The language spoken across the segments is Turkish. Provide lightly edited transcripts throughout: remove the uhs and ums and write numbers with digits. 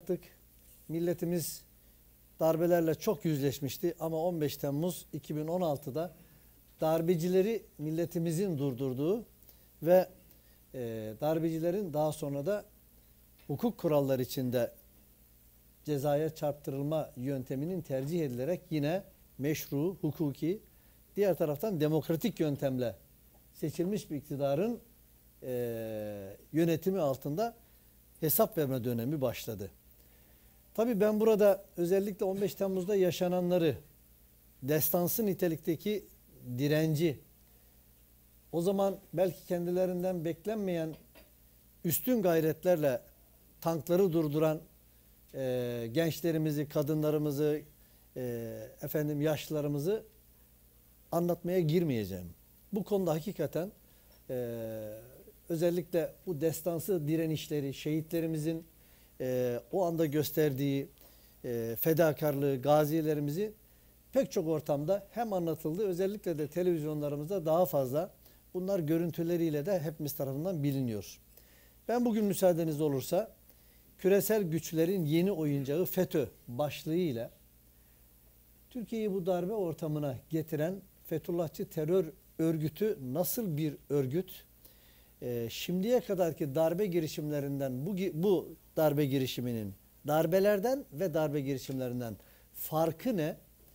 atlattık. Milletimiz darbelerle çok yüzleşmişti ama 15 Temmuz 2016'da darbecileri milletimizin durdurduğu ve darbecilerin daha sonra da hukuk kuralları içinde cezaya çarptırılma yönteminin tercih edilerek yine meşru, hukuki, diğer taraftan demokratik yöntemle seçilmiş bir iktidarın yönetimi altında hesap verme dönemi başladı. Tabii ben burada özellikle 15 Temmuz'da yaşananları, destansı nitelikteki direnci, o zaman belki kendilerinden beklenmeyen üstün gayretlerle tankları durduran gençlerimizi, kadınlarımızı, yaşlılarımızı anlatmaya girmeyeceğim. Bu konuda hakikaten özellikle bu destansı direnişleri, şehitlerimizin o anda gösterdiği fedakarlığı, gazilerimizi pek çok ortamda hem anlatıldı, özellikle de televizyonlarımızda daha fazla bunlar görüntüleriyle de hepimiz tarafından biliniyor. Ben bugün müsaadeniz olursa küresel güçlerin yeni oyuncağı FETÖ başlığıyla Türkiye'yi bu darbe ortamına getiren Fethullahçı terör örgütü nasıl bir örgüt? Şimdiye kadarki darbe girişimlerinden bu darbe girişiminin darbelerden ve darbe girişimlerinden farkı ne?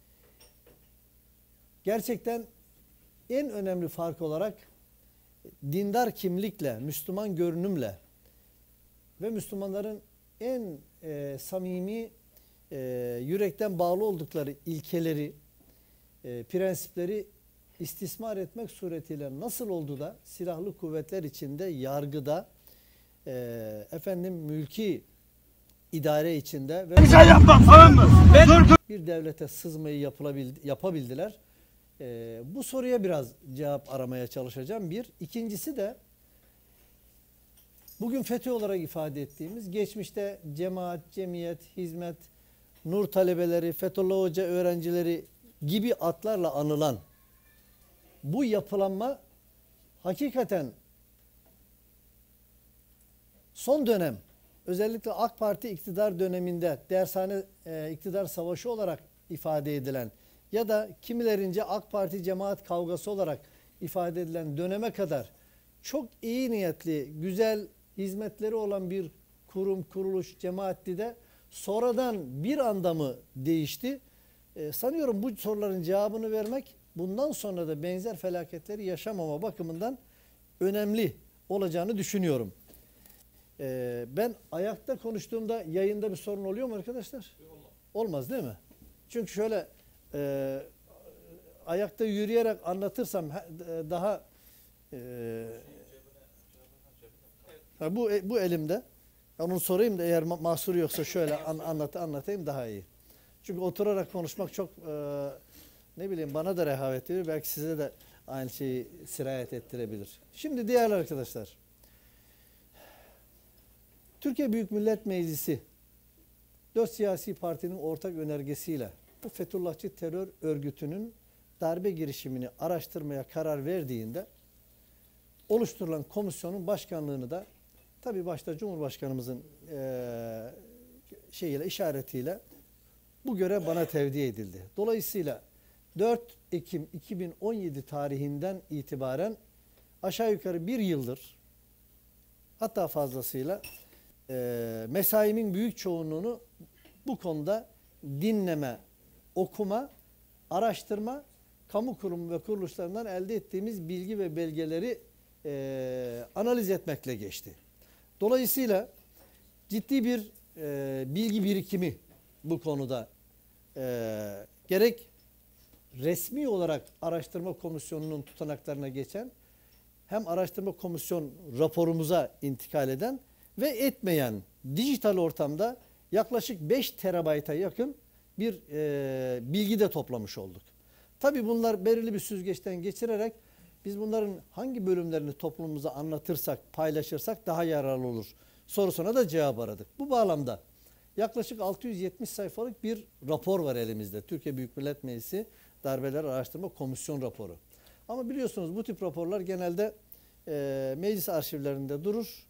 Gerçekten en önemli fark olarak dindar kimlikle, Müslüman görünümle ve Müslümanların en samimi, yürekten bağlı oldukları ilkeleri, prensipleri istismar etmek suretiyle nasıl oldu da silahlı kuvvetler içinde, yargıda, mülki idare içinde ve bir devlete sızmayı yapabildiler. Bu soruya biraz cevap aramaya çalışacağım. Bir. İkincisi de bugün FETÖ olarak ifade ettiğimiz, geçmişte cemaat, cemiyet, hizmet, nur talebeleri, Fethullah Hoca öğrencileri gibi adlarla anılan bu yapılanma hakikaten son dönem, özellikle AK Parti iktidar döneminde dershane iktidar savaşı olarak ifade edilen ya da kimilerince AK Parti cemaat kavgası olarak ifade edilen döneme kadar çok iyi niyetli, güzel hizmetleri olan bir kurum, kuruluş, cemaatti de sonradan bir anda mı değişti? Sanıyorum bu soruların cevabını vermek bundan sonra da benzer felaketleri yaşamama bakımından önemli olacağını düşünüyorum. Ben ayakta konuştuğumda yayında bir sorun oluyor mu arkadaşlar? Olmaz değil mi? Çünkü şöyle ayakta yürüyerek anlatırsam daha bu elimde. Onu sorayım da eğer mahsur yoksa şöyle anlatayım daha iyi. Çünkü oturarak konuşmak çok bana da rehavet veriyor. Belki size de aynı şeyi sirayet ettirebilir. Şimdi değerli arkadaşlar, Türkiye Büyük Millet Meclisi 4 siyasi partinin ortak önergesiyle bu Fethullahçı terör örgütünün darbe girişimini araştırmaya karar verdiğinde oluşturulan komisyonun başkanlığını da tabii başta Cumhurbaşkanımızın işaretiyle bu görev bana tevdi edildi. Dolayısıyla 4 Ekim 2017 tarihinden itibaren aşağı yukarı bir yıldır, hatta fazlasıyla mesaimin büyük çoğunluğunu bu konuda dinleme, okuma, araştırma, kamu kurumu ve kuruluşlarından elde ettiğimiz bilgi ve belgeleri analiz etmekle geçti. Dolayısıyla ciddi bir bilgi birikimi bu konuda gerek resmi olarak araştırma komisyonunun tutanaklarına geçen, hem araştırma komisyon raporumuza intikal eden ve etmeyen dijital ortamda yaklaşık 5 terabayta yakın bir bilgi de toplamış olduk. Tabii bunlar belirli bir süzgeçten geçirerek biz bunların hangi bölümlerini toplumumuza anlatırsak, paylaşırsak daha yararlı olur sorusuna da cevap aradık. Bu bağlamda yaklaşık 670 sayfalık bir rapor var elimizde. Türkiye Büyük Millet Meclisi Darbeler Araştırma Komisyon raporu. Ama biliyorsunuz bu tip raporlar genelde meclis arşivlerinde durur.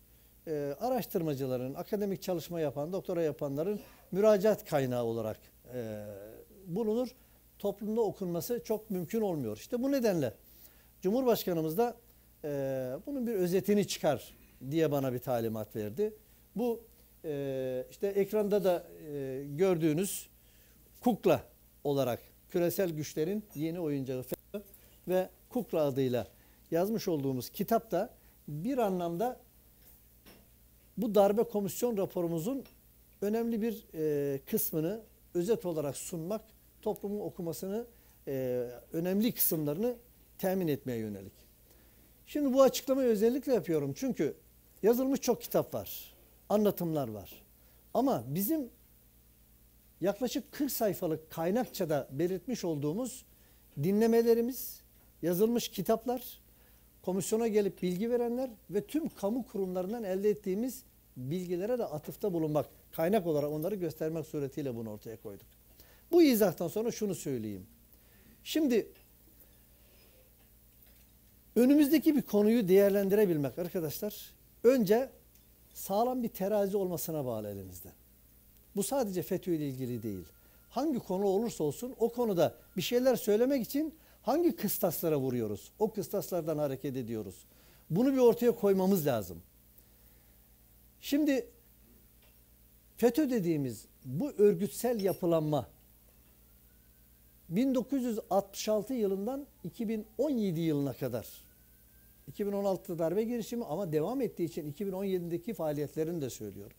araştırmacıların, akademik çalışma yapan, doktora yapanların müracaat kaynağı olarak bulunur. Toplumda okunması çok mümkün olmuyor. İşte bu nedenle Cumhurbaşkanımız da bunun bir özetini çıkar diye bana bir talimat verdi. Bu işte ekranda da gördüğünüz Kukla olarak küresel güçlerin yeni oyuncağı FETÖ ve Kukla adıyla yazmış olduğumuz kitapta bir anlamda bu darbe komisyon raporumuzun önemli bir kısmını özet olarak sunmak, toplumun okumasını, önemli kısımlarını temin etmeye yönelik. Şimdi bu açıklamayı özellikle yapıyorum çünkü yazılmış çok kitap var, anlatımlar var. Ama bizim yaklaşık 40 sayfalık kaynakçada belirtmiş olduğumuz dinlemelerimiz, yazılmış kitaplar, komisyona gelip bilgi verenler ve tüm kamu kurumlarından elde ettiğimiz bilgilere de atıfta bulunmak, kaynak olarak onları göstermek suretiyle bunu ortaya koyduk. Bu izahtan sonra şunu söyleyeyim. Şimdi önümüzdeki bir konuyu değerlendirebilmek arkadaşlar, önce sağlam bir terazi olmasına bağlı elimizde. Bu sadece FETÖ ile ilgili değil. Hangi konu olursa olsun o konuda bir şeyler söylemek için hangi kıstaslara vuruyoruz? O kıstaslardan hareket ediyoruz. Bunu bir ortaya koymamız lazım. Şimdi FETÖ dediğimiz bu örgütsel yapılanma 1966 yılından 2017 yılına kadar 2016'da darbe girişimi ama devam ettiği için 2017'deki faaliyetlerini de söylüyorum.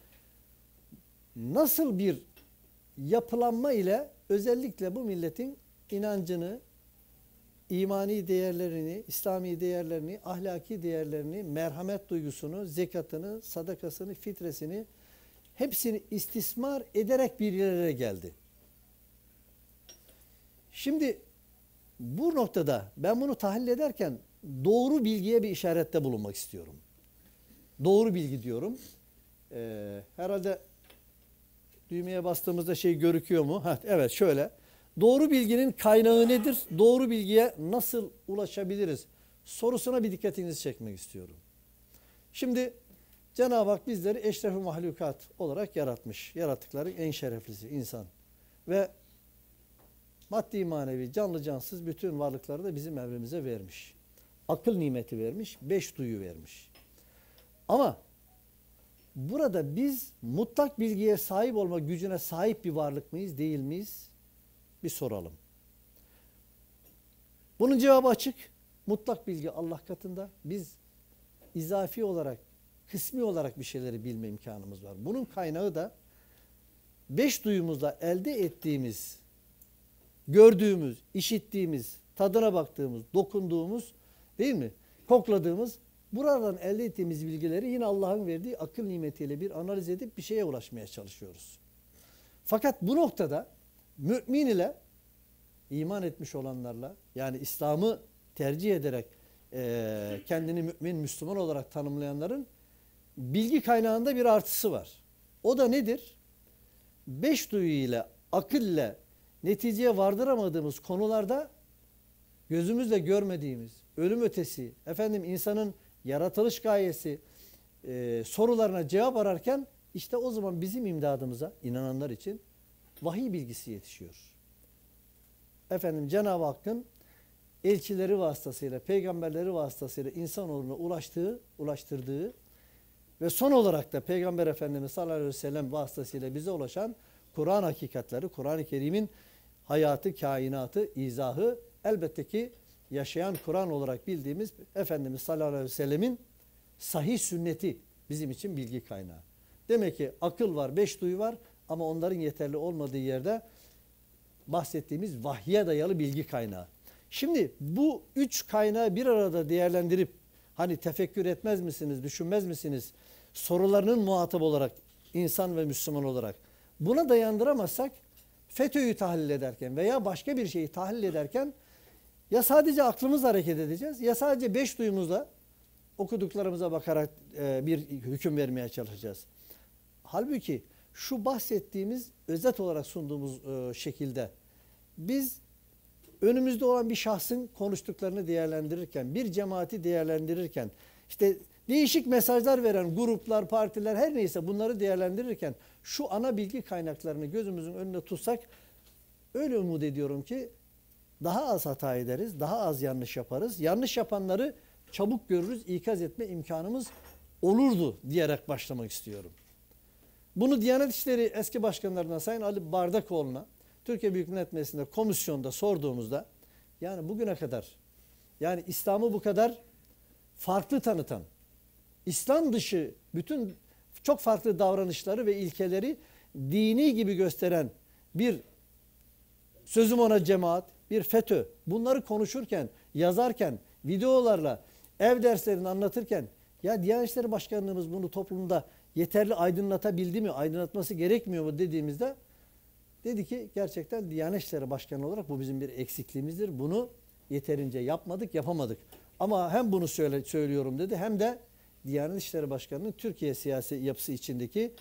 Nasıl bir yapılanma ile özellikle bu milletin inancını, imani değerlerini, İslami değerlerini, ahlaki değerlerini, merhamet duygusunu, zekatını, sadakasını, fitresini hepsini istismar ederek bir yerlere geldi. Şimdi bu noktada ben bunu tahlil ederken doğru bilgiye bir işarette bulunmak istiyorum. Doğru bilgi diyorum. Herhalde düğmeye bastığımızda şey görüküyor mu? Evet şöyle. Doğru bilginin kaynağı nedir? Doğru bilgiye nasıl ulaşabiliriz? Sorusuna bir dikkatinizi çekmek istiyorum. Şimdi Cenab-ı Hak bizleri eşref-i mahlukat olarak yaratmış. Yaratıkların en şereflisi insan. Ve maddi manevi canlı cansız bütün varlıkları da bizim evrimize vermiş. Akıl nimeti vermiş, 5 duyu vermiş. Ama burada biz mutlak bilgiye sahip olma gücüne sahip bir varlık mıyız, değil miyiz? Bir soralım. Bunun cevabı açık. Mutlak bilgi Allah katında. Biz izafi olarak, kısmi olarak bir şeyleri bilme imkanımız var. Bunun kaynağı da 5 duyumuzla elde ettiğimiz, gördüğümüz, işittiğimiz, tadına baktığımız, dokunduğumuz, değil mi? Kokladığımız, buradan elde ettiğimiz bilgileri yine Allah'ın verdiği akıl nimetiyle bir analiz edip bir şeye ulaşmaya çalışıyoruz. Fakat bu noktada mümin ile iman etmiş olanlarla, yani İslam'ı tercih ederek kendini mümin, Müslüman olarak tanımlayanların bilgi kaynağında bir artısı var. O da nedir? 5 duyu ile, akıl ile neticeye vardıramadığımız konularda gözümüzle görmediğimiz, ölüm ötesi, insanın yaratılış gayesi sorularına cevap ararken işte o zaman bizim imdadımıza inananlar için vahiy bilgisi yetişiyor. Cenab-ı Hakk'ın elçileri vasıtasıyla, peygamberleri vasıtasıyla insanoğluna ulaştırdığı ve son olarak da Peygamber Efendimiz sallallahu aleyhi ve sellem vasıtasıyla bize ulaşan Kur'an hakikatleri, Kur'an-ı Kerim'in hayatı, kainatı, izahı, elbette ki yaşayan Kur'an olarak bildiğimiz Efendimiz sallallahu aleyhi ve sellemin sahih sünneti bizim için bilgi kaynağı. Demek ki akıl var, 5 duyu var ama onların yeterli olmadığı yerde bahsettiğimiz vahye dayalı bilgi kaynağı. Şimdi bu 3 kaynağı bir arada değerlendirip hani tefekkür etmez misiniz, düşünmez misiniz sorularının muhatap olarak insan ve Müslüman olarak buna dayandıramazsak FETÖ'yü tahlil ederken veya başka bir şeyi tahlil ederken ya sadece aklımızla hareket edeceğiz ya sadece 5 duyumuzla okuduklarımıza bakarak bir hüküm vermeye çalışacağız. Halbuki şu bahsettiğimiz özet olarak sunduğumuz şekilde biz önümüzde olan bir şahsın konuştuklarını değerlendirirken, bir cemaati değerlendirirken, işte değişik mesajlar veren gruplar, partiler her neyse bunları değerlendirirken şu ana bilgi kaynaklarını gözümüzün önünde tutsak öyle umut ediyorum ki daha az hata ederiz, daha az yanlış yaparız. Yanlış yapanları çabuk görürüz, ikaz etme imkanımız olurdu diyerek başlamak istiyorum. Bunu Diyanet İşleri eski başkanlarından Sayın Ali Bardakoğlu'na Türkiye Büyük Millet Meclisi'nde komisyonda sorduğumuzda yani bugüne kadar yani İslam'ı bu kadar farklı tanıtan, İslam dışı bütün çok farklı davranışları ve ilkeleri dini gibi gösteren bir sözüm ona cemaat, bir FETÖ bunları konuşurken, yazarken, videolarla ev derslerini anlatırken ya Diyanet İşleri Başkanlığımız bunu toplumda yeterli aydınlatabildi mi, aydınlatması gerekmiyor mu dediğimizde dedi ki gerçekten Diyanet İşleri Başkanı olarak bu bizim bir eksikliğimizdir. Bunu yeterince yapmadık, yapamadık. Ama hem bunu söylüyorum dedi hem de Diyanet İşleri Başkanı'nın Türkiye siyasi yapısı içindeki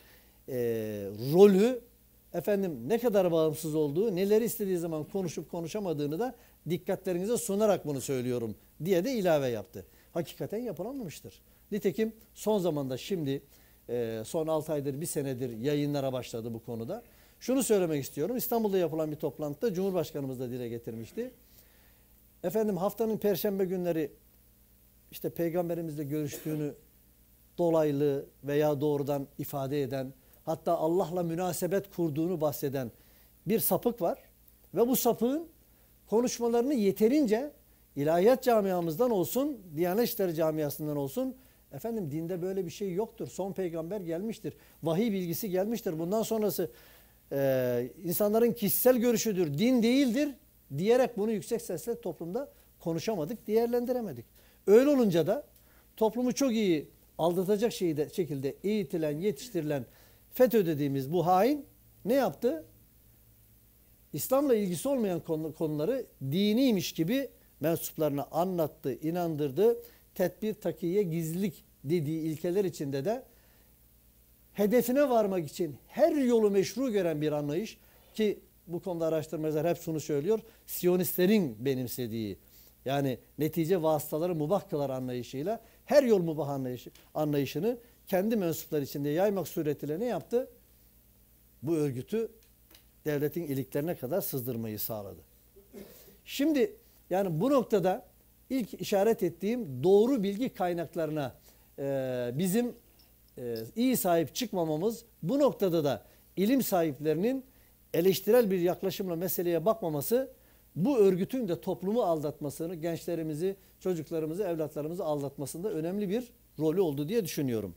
rolü ne kadar bağımsız olduğu, neleri istediği zaman konuşup konuşamadığını da dikkatlerinize sunarak bunu söylüyorum diye de ilave yaptı. Hakikaten yapılamamıştır. Nitekim son zamanda şimdi son 6 aydır, bir senedir yayınlara başladı bu konuda. Şunu söylemek istiyorum. İstanbul'da yapılan bir toplantıda Cumhurbaşkanımız da dile getirmişti. Haftanın perşembe günleri işte peygamberimizle görüştüğünü dolaylı veya doğrudan ifade eden, hatta Allah'la münasebet kurduğunu bahseden bir sapık var. Ve bu sapığın konuşmalarını yeterince ilahiyat camiamızdan olsun, Diyanet İşleri camiasından olsun, dinde böyle bir şey yoktur. Son peygamber gelmiştir. Vahiy bilgisi gelmiştir. Bundan sonrası insanların kişisel görüşüdür, din değildir diyerek bunu yüksek sesle toplumda konuşamadık, değerlendiremedik. Öyle olunca da toplumu çok iyi aldatacak şekilde eğitilen, yetiştirilen FETÖ dediğimiz bu hain ne yaptı? İslam'la ilgisi olmayan konuları diniymiş gibi mensuplarına anlattı, inandırdı. Tedbir, takiye, gizlilik dediği ilkeler içinde de hedefine varmak için her yolu meşru gören bir anlayış ki bu konuda araştırmacılar hep şunu söylüyor. Siyonistlerin benimsediği yani netice vasıtaları mubah kılar anlayışıyla her yol mubah anlayışını kendi mensupları içinde yaymak suretiyle ne yaptı? Bu örgütü devletin iliklerine kadar sızdırmayı sağladı. Şimdi yani bu noktada ilk işaret ettiğim doğru bilgi kaynaklarına bizim iyi sahip çıkmamamız, bu noktada da ilim sahiplerinin eleştirel bir yaklaşımla meseleye bakmaması, bu örgütün de toplumu aldatmasını, gençlerimizi, çocuklarımızı, evlatlarımızı aldatmasında önemli bir rolü oldu diye düşünüyorum.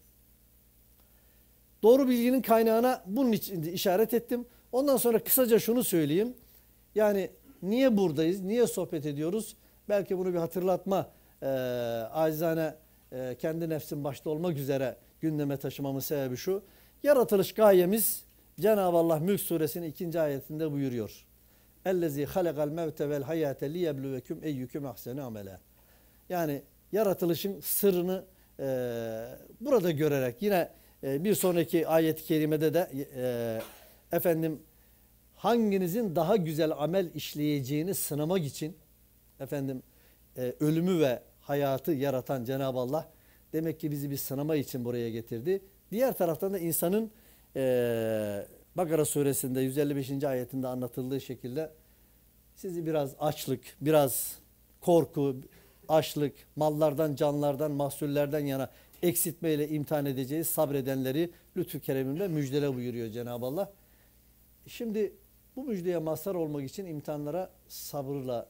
Doğru bilginin kaynağına bunun için işaret ettim. Ondan sonra kısaca şunu söyleyeyim. Yani niye buradayız, niye sohbet ediyoruz? Belki bunu bir hatırlatma, acizane kendi nefsim başta olmak üzere gündeme taşımamın sebebi şu. Yaratılış gayemiz Cenab-ı Allah Mülk Suresinin 2. ayetinde buyuruyor. اَلَّذ۪ي خَلَقَ الْمَوْتَ وَالْحَيَاةَ لِيَبْلُوَكُمْ اَيُّكُمْ اَحْسَنُ عَمَلًا. Yani yaratılışın sırrını burada görerek yine bir sonraki ayet-i kerimede de hanginizin daha güzel amel işleyeceğini sınamak için ölümü ve hayatı yaratan Cenab-ı Allah demek ki bizi bir sınama için buraya getirdi. Diğer taraftan da insanın Bakara suresinde 155. ayetinde anlatıldığı şekilde sizi biraz açlık, biraz korku, açlık, mallardan, canlardan, mahsullerden yana eksiltmeyle imtihan edeceğiz. Sabredenleri lütfü keremimle müjdele buyuruyor Cenab-ı Allah. Şimdi bu müjdeye mazhar olmak için imtihanlara sabırla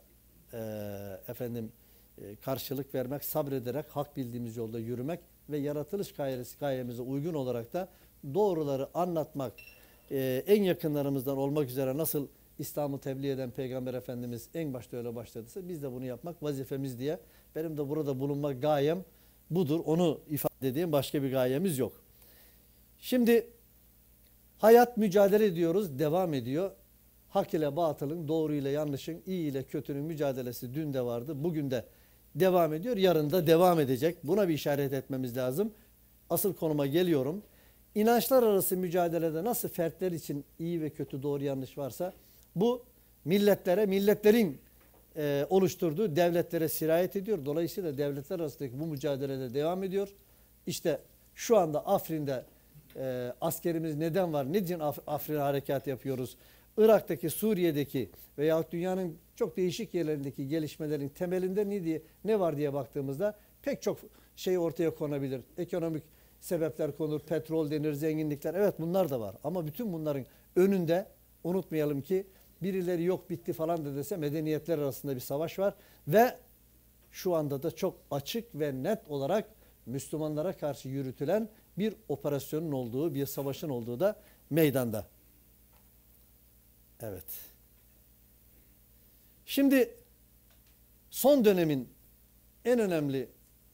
karşılık vermek, sabrederek hak bildiğimiz yolda yürümek ve yaratılış gayemize uygun olarak da doğruları anlatmak, en yakınlarımızdan olmak üzere nasıl İslam'ı tebliğ eden Peygamber Efendimiz en başta öyle başladıysa biz de bunu yapmak vazifemiz diye benim de burada bulunmak gayem budur. Onu ifade edeyim, başka bir gayemiz yok. Şimdi hayat mücadele ediyoruz, devam ediyor. Hak ile batılın, doğru ile yanlışın, iyi ile kötünün mücadelesi dün de vardı, bugün de devam ediyor, yarın da devam edecek. Buna bir işaret etmemiz lazım. Asıl konuma geliyorum. İnançlar arası mücadelede nasıl fertler için iyi ve kötü, doğru yanlış varsa bu milletlere, milletlerin oluşturduğu devletlere sirayet ediyor. Dolayısıyla devletler arasındaki bu mücadelede devam ediyor. İşte şu anda Afrin'de askerimiz neden var? Ne için Afrin'e harekat yapıyoruz? Irak'taki, Suriye'deki veyahut dünyanın çok değişik yerlerindeki gelişmelerin temelinde ne var diye baktığımızda pek çok şey ortaya konabilir. Ekonomik sebepler konur, petrol denir, zenginlikler. Evet, bunlar da var. Ama bütün bunların önünde unutmayalım ki birileri yok bitti falan da dese medeniyetler arasında bir savaş var ve şu anda da çok açık ve net olarak Müslümanlara karşı yürütülen bir operasyonun olduğu, bir savaşın olduğu da meydanda. Evet. Şimdi son dönemin en önemli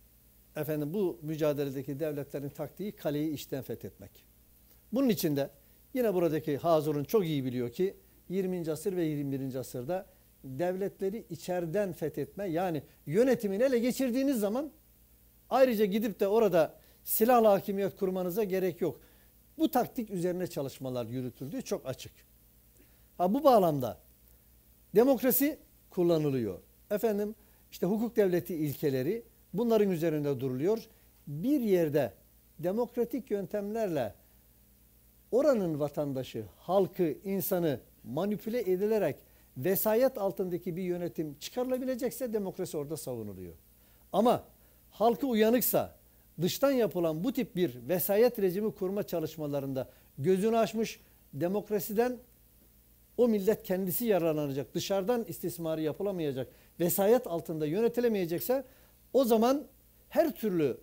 bu mücadeledeki devletlerin taktiği kaleyi içten fethetmek. Bunun için de yine buradaki Hazur'un çok iyi biliyor ki 20. asır ve 21. asırda devletleri içeriden fethetme, yani yönetimini ele geçirdiğiniz zaman ayrıca gidip de orada silahla hakimiyet kurmanıza gerek yok. Bu taktik üzerine çalışmalar yürütüldüğü çok açık. Bu bağlamda demokrasi kullanılıyor. İşte hukuk devleti ilkeleri, bunların üzerinde duruluyor. Bir yerde demokratik yöntemlerle oranın vatandaşı, halkı, insanı manipüle edilerek vesayet altındaki bir yönetim çıkarılabilecekse demokrasi orada savunuluyor. Ama halkı uyanıksa dıştan yapılan bu tip bir vesayet rejimi kurma çalışmalarında gözünü açmış, demokrasiden o millet kendisi yararlanacak, dışarıdan istismarı yapılamayacak, vesayet altında yönetilemeyecekse o zaman her türlü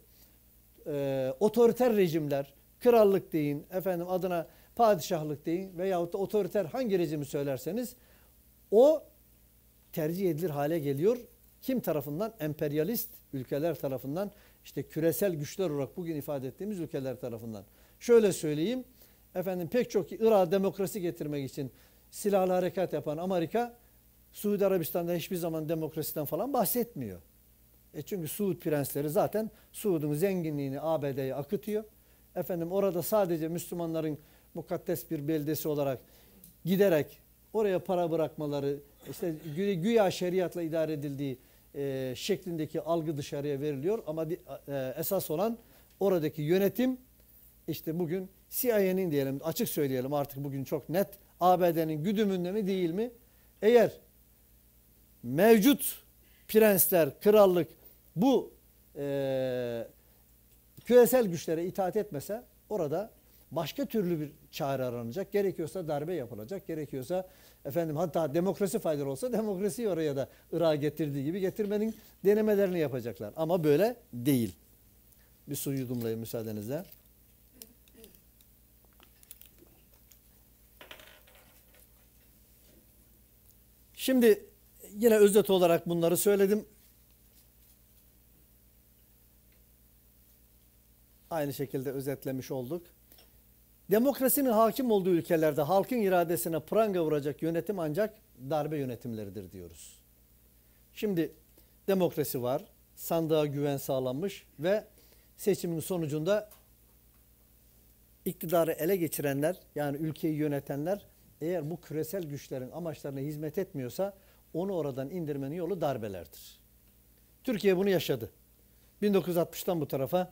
otoriter rejimler, krallık deyin, adına padişahlık deyin veyahut da otoriter hangi rejimi söylerseniz o tercih edilir hale geliyor. Kim tarafından? Emperyalist ülkeler tarafından, işte küresel güçler olarak bugün ifade ettiğimiz ülkeler tarafından. Şöyle söyleyeyim, pek çok Irak'a demokrasi getirmek için silahlı harekat yapan Amerika, Suudi Arabistan'da hiçbir zaman demokrasiden falan bahsetmiyor. Çünkü Suud prensleri zaten Suud'un zenginliğini ABD'ye akıtıyor. Orada sadece Müslümanların mukaddes bir beldesi olarak giderek oraya para bırakmaları, işte güya şeriatla idare edildiği şeklindeki algı dışarıya veriliyor. Ama esas olan oradaki yönetim, işte bugün CIA'nin diyelim, açık söyleyelim artık bugün çok net, ABD'nin güdümünde mi değil mi? Eğer mevcut prensler, krallık bu küresel güçlere itaat etmese orada başka türlü bir çare aranacak. Gerekiyorsa darbe yapılacak. Gerekiyorsa hatta demokrasi faydalı olsa demokrasiyi oraya da Irak'a getirdiği gibi getirmenin denemelerini yapacaklar. Ama böyle değil. Bir su yudumlayın müsaadenizle. Şimdi yine özet olarak bunları söyledim. Aynı şekilde özetlemiş olduk. Demokrasinin hakim olduğu ülkelerde halkın iradesine pranga vuracak yönetim ancak darbe yönetimleridir diyoruz. Şimdi demokrasi var, sandığa güven sağlanmış ve seçimin sonucunda iktidarı ele geçirenler, yani ülkeyi yönetenler, eğer bu küresel güçlerin amaçlarına hizmet etmiyorsa onu oradan indirmenin yolu darbelerdir. Türkiye bunu yaşadı. 1960'tan bu tarafa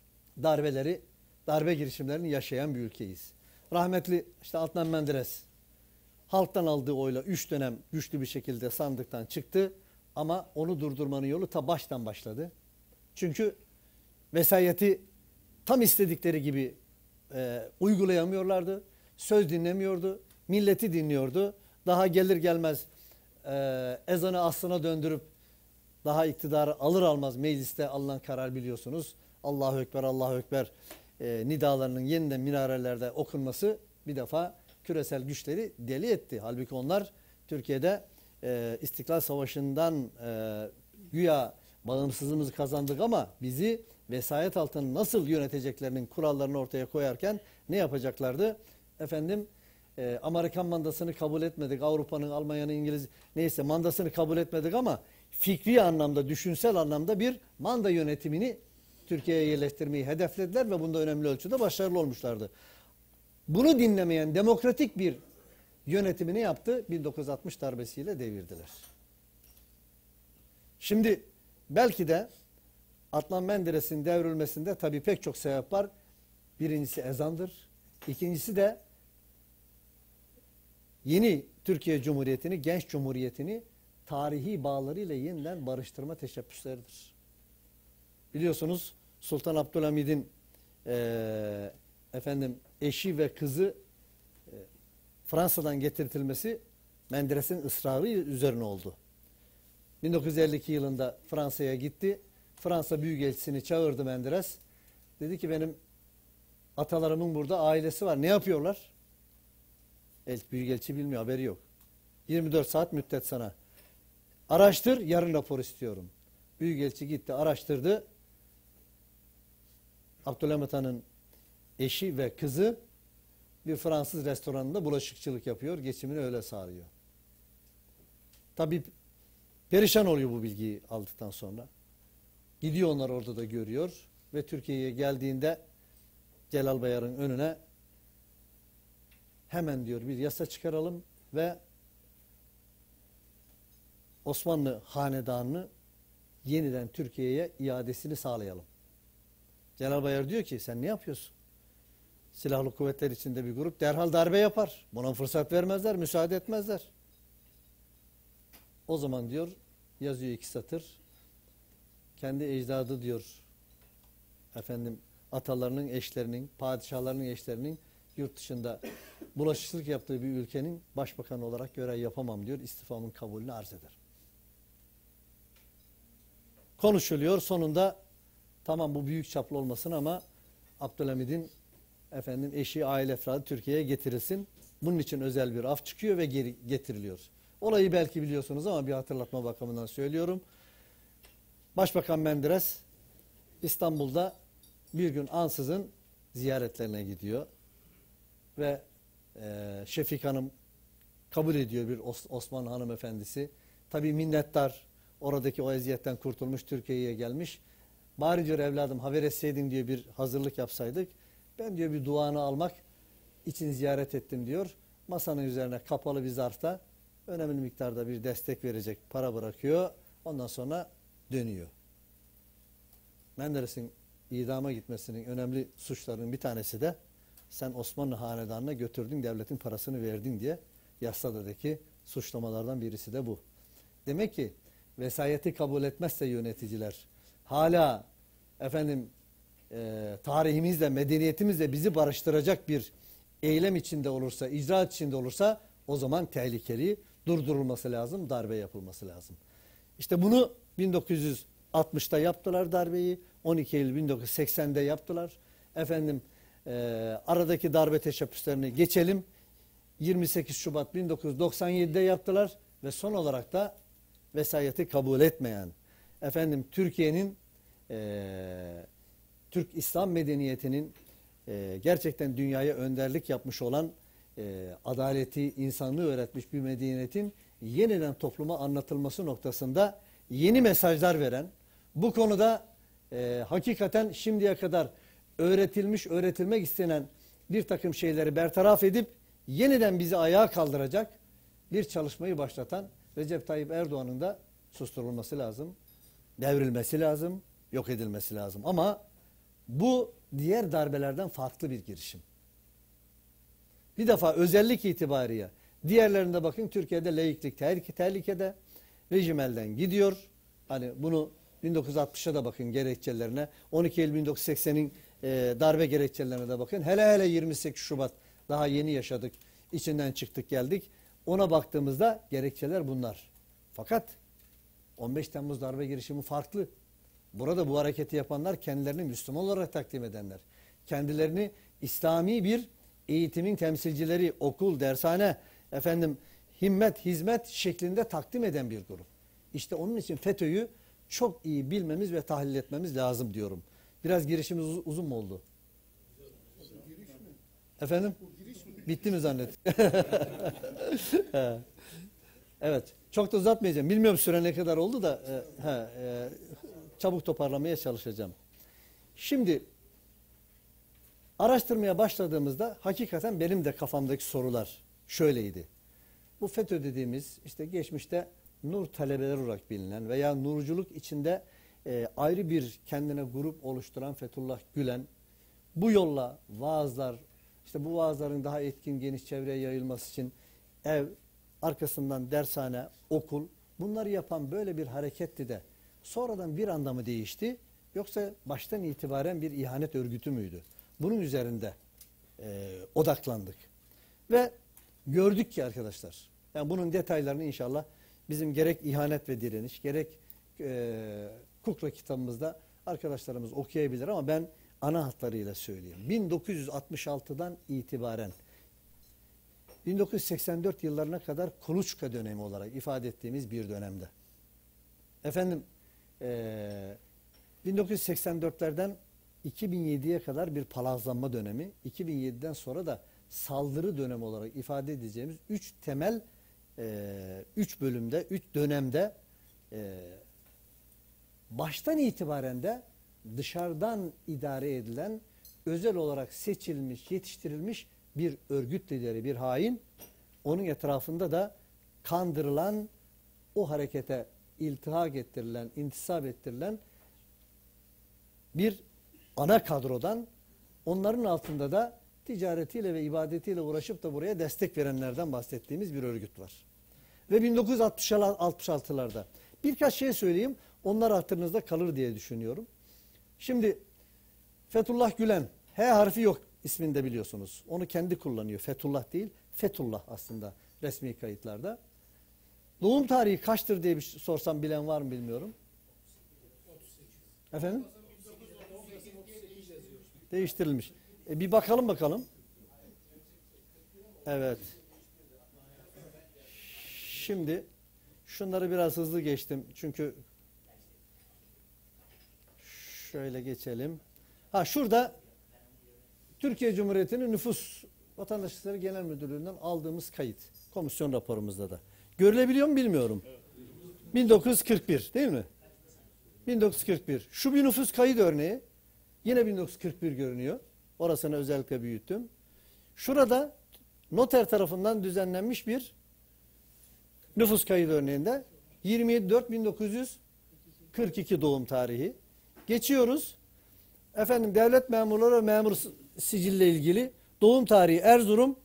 darbe girişimlerini yaşayan bir ülkeyiz. Rahmetli işte Adnan Menderes halktan aldığı oyla 3 dönem güçlü bir şekilde sandıktan çıktı ama onu durdurmanın yolu ta baştan başladı. Çünkü vesayeti tam istedikleri gibi uygulayamıyorlardı. Söz dinlemiyordu. Milleti dinliyordu. Daha gelir gelmez ezanı aslına döndürüp daha iktidarı alır almaz mecliste alınan karar biliyorsunuz. Allahu Ekber, Allahu Ekber nidalarının yeniden minarelerde okunması bir defa küresel güçleri deli etti. Halbuki onlar Türkiye'de İstiklal Savaşı'ndan güya bağımsızlığımızı kazandık ama bizi vesayet altında nasıl yöneteceklerinin kurallarını ortaya koyarken ne yapacaklardı? Amerikan mandasını kabul etmedik. Avrupa'nın, Almanya'nın, İngiliz neyse mandasını kabul etmedik ama fikri anlamda, düşünsel anlamda bir manda yönetimini Türkiye'ye yerleştirmeyi hedeflediler ve bunda önemli ölçüde başarılı olmuşlardı. Bunu dinlemeyen demokratik bir yönetimini yaptı? 1960 darbesiyle devirdiler. Şimdi belki de Adnan Menderes'in devrilmesinde tabii pek çok sebep var. Birincisi ezandır. İkincisi de yeni Türkiye Cumhuriyeti'ni, genç cumhuriyetini tarihi bağlarıyla yeniden barıştırma teşebbüsleridir. Biliyorsunuz Sultan Abdülhamid'in eşi ve kızı Fransa'dan getirtilmesi Menderes'in ısrarı üzerine oldu. 1952 yılında Fransa'ya gitti. Fransa Büyükelçisini çağırdı Menderes. Dedi ki benim atalarımın burada ailesi var. Ne yapıyorlar? Büyükelçi bilmiyor, haberi yok. 24 saat müddet sana. Araştır, yarın rapor istiyorum. Büyükelçi gitti, araştırdı. Abdülhamit Han'ın eşi ve kızı bir Fransız restoranında bulaşıkçılık yapıyor. Geçimini öyle sağlıyor. Tabii perişan oluyor bu bilgiyi aldıktan sonra. Gidiyor, onlar orada da görüyor. Ve Türkiye'ye geldiğinde Celal Bayar'ın önüne hemen diyor bir yasa çıkaralım ve Osmanlı hanedanını yeniden Türkiye'ye iadesini sağlayalım. Celal Bayar diyor ki sen ne yapıyorsun? Silahlı kuvvetler içinde bir grup derhal darbe yapar. Buna fırsat vermezler, müsaade etmezler. O zaman diyor, yazıyor 2 satır. Kendi ecdadı diyor, atalarının eşlerinin, padişahlarının eşlerinin yurt dışında bulaşıcılık yaptığı bir ülkenin başbakanı olarak görev yapamam diyor. İstifamın kabulünü arz eder. Konuşuluyor. Sonunda tamam bu büyük çaplı olmasın ama Abdülhamid'in eşi, aile efradı Türkiye'ye getirilsin. Bunun için özel bir af çıkıyor ve geri getiriliyor. Olayı belki biliyorsunuz ama bir hatırlatma bakımından söylüyorum. Başbakan Menderes İstanbul'da bir gün ansızın ziyaretlerine gidiyor. Ve Şefik Hanım kabul ediyor, bir Osmanlı hanımefendisi. Tabii minnettar, oradaki o eziyetten kurtulmuş, Türkiye'ye gelmiş. Bari diyor evladım haber etseydin diyor, bir hazırlık yapsaydık. Ben diyor bir duanı almak için ziyaret ettim diyor. Masanın üzerine kapalı bir zarfta önemli miktarda bir destek verecek para bırakıyor. Ondan sonra dönüyor. Menderes'in idama gitmesinin önemli suçlarının bir tanesi de sen Osmanlı hanedanına götürdün, devletin parasını verdin diye yasadaki suçlamalardan birisi de bu. Demek ki vesayeti kabul etmezse yöneticiler hala tarihimizle, medeniyetimizle bizi barıştıracak bir eylem içinde olursa, icraat içinde olursa o zaman tehlikeli, durdurulması lazım, darbe yapılması lazım. İşte bunu 1960'ta yaptılar darbeyi, 12 Eylül 1980'de yaptılar. Aradaki darbe teşebbüslerini geçelim. 28 Şubat 1997'de yaptılar ve son olarak da vesayeti kabul etmeyen, Türkiye'nin, Türk İslam medeniyetinin gerçekten dünyaya önderlik yapmış olan, adaleti, insanlığı öğretmiş bir medeniyetin yeniden topluma anlatılması noktasında yeni mesajlar veren, bu konuda hakikaten şimdiye kadar öğretilmiş, öğretilmek istenen bir takım şeyleri bertaraf edip yeniden bizi ayağa kaldıracak bir çalışmayı başlatan Recep Tayyip Erdoğan'ın da susturulması lazım, devrilmesi lazım, yok edilmesi lazım. Ama bu diğer darbelerden farklı bir girişim. Bir defa özellik itibariyle diğerlerinde bakın Türkiye'de laiklik tehlikede, rejim elden gidiyor. Hani bunu 1960'a da bakın gerekçelerine, 12 Eylül 1980'in darbe gerekçelerine de bakın. Hele 28 Şubat daha yeni yaşadık, içinden çıktık geldik. Ona baktığımızda gerekçeler bunlar. Fakat 15 Temmuz darbe girişimi farklı. Burada bu hareketi yapanlar kendilerini Müslüman olarak takdim edenler. Kendilerini İslami bir eğitimin temsilcileri, okul, dershane, himmet, hizmet şeklinde takdim eden bir grup. İşte onun için FETÖ'yü çok iyi bilmemiz ve tahlil etmemiz lazım diyorum. Biraz girişimiz uzun mu oldu? Efendim? Bitti mi zannet? Evet. Çok da uzatmayacağım. Bilmiyorum süre ne kadar oldu da çabuk toparlamaya çalışacağım. Şimdi araştırmaya başladığımızda hakikaten benim de kafamdaki sorular şöyleydi. Bu FETÖ dediğimiz işte geçmişte nur talebeleri olarak bilinen veya nurculuk içinde ayrı bir kendine grup oluşturan Fethullah Gülen bu yolla vaazlar, işte bu vaazların daha etkin geniş çevreye yayılması için ev, arkasından dershane, okul, bunları yapan böyle bir hareketti de sonradan bir anda mı değişti, yoksa baştan itibaren bir ihanet örgütü müydü? Bunun üzerinde odaklandık. Ve gördük ki arkadaşlar, yani bunun detaylarını inşallah bizim gerek ihanet ve direniş, gerek Kukla kitabımızda arkadaşlarımız okuyabilir ama ben ana hatlarıyla söyleyeyim. 1966'dan itibaren 1984 yıllarına kadar kuluçka dönemi olarak ifade ettiğimiz bir dönemde. Efendim 1984'lerden 2007'ye kadar bir palazlanma dönemi, 2007'den sonra da saldırı dönemi olarak ifade edeceğimiz 3 temel 3 bölümde, 3 dönemde baştan itibaren de dışarıdan idare edilen, özel olarak seçilmiş, yetiştirilmiş bir örgüt lideri, bir hain. Onun etrafında da kandırılan, o harekete iltihak ettirilen, intisap ettirilen bir ana kadrodan, onların altında da ticaretiyle ve ibadetiyle uğraşıp da buraya destek verenlerden bahsettiğimiz bir örgüt var. Ve 1966'larda birkaç şey söyleyeyim, onlar hatırınızda kalır diye düşünüyorum. Şimdi Fethullah Gülen, H harfi yok isminde biliyorsunuz. Onu kendi kullanıyor. Fethullah değil, Fethullah aslında resmi kayıtlarda. Doğum tarihi kaçtır diye bir sorsam bilen var mı bilmiyorum. Efendim? Değiştirilmiş. Bir bakalım. Evet. Şimdi şunları biraz hızlı geçtim. Çünkü şöyle geçelim. Şurada Türkiye Cumhuriyeti'nin Nüfus Vatandaşlıkları Genel Müdürlüğü'nden aldığımız kayıt. Komisyon raporumuzda da. Görülebiliyor mu bilmiyorum. 1941 değil mi? 1941. Şu bir nüfus kayıt örneği. Yine 1941 görünüyor. Orasını özellikle büyüttüm. Şurada noter tarafından düzenlenmiş bir nüfus kayıt örneğinde 27.4.1942 doğum tarihi. Geçiyoruz. Efendim devlet memurları ve memur sicille ilgili doğum tarihi Erzurum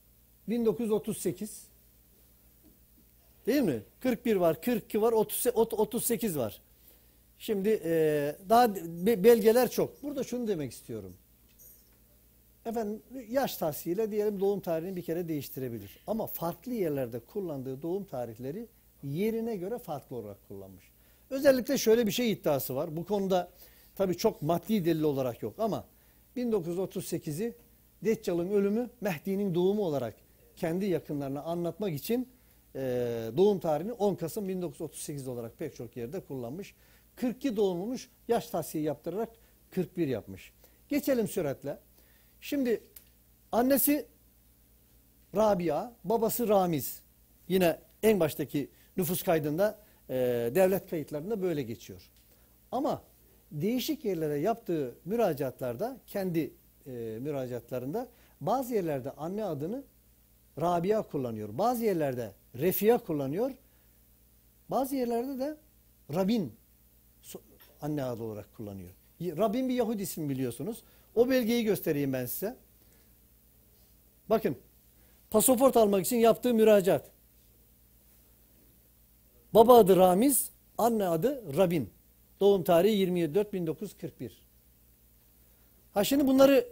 1938. Değil mi? 41 var, 42 var, 38 var. Şimdi daha belgeler çok. Burada şunu demek istiyorum. Efendim yaş tahsiliyle diyelim doğum tarihini bir kere değiştirebilir. Ama farklı yerlerde kullandığı doğum tarihleri yerine göre farklı olarak kullanmış. Özellikle şöyle bir şey iddiası var. Bu konuda tabii çok maddi delil olarak yok ama 1938'i Deccal'ın ölümü Mehdi'nin doğumu olarak kendi yakınlarına anlatmak için doğum tarihini 10 Kasım 1938 olarak pek çok yerde kullanmış. 42 doğumlumuş, yaş tahsili yaptırarak 41 yapmış. Geçelim süratle. Şimdi annesi Rabia, babası Ramiz. Yine en baştaki nüfus kaydında devlet kayıtlarında böyle geçiyor. Ama değişik yerlere yaptığı müracaatlarda, kendi müracaatlarında bazı yerlerde anne adını Rabia kullanıyor. Bazı yerlerde Refia kullanıyor. Bazı yerlerde de Rabin anne adı olarak kullanıyor. Rabin bir Yahudi ismi biliyorsunuz. O belgeyi göstereyim ben size. Bakın. Pasaport almak için yaptığı müracaat. Baba adı Ramiz, anne adı Rabin. Doğum tarihi 27.4.1941. Şimdi bunları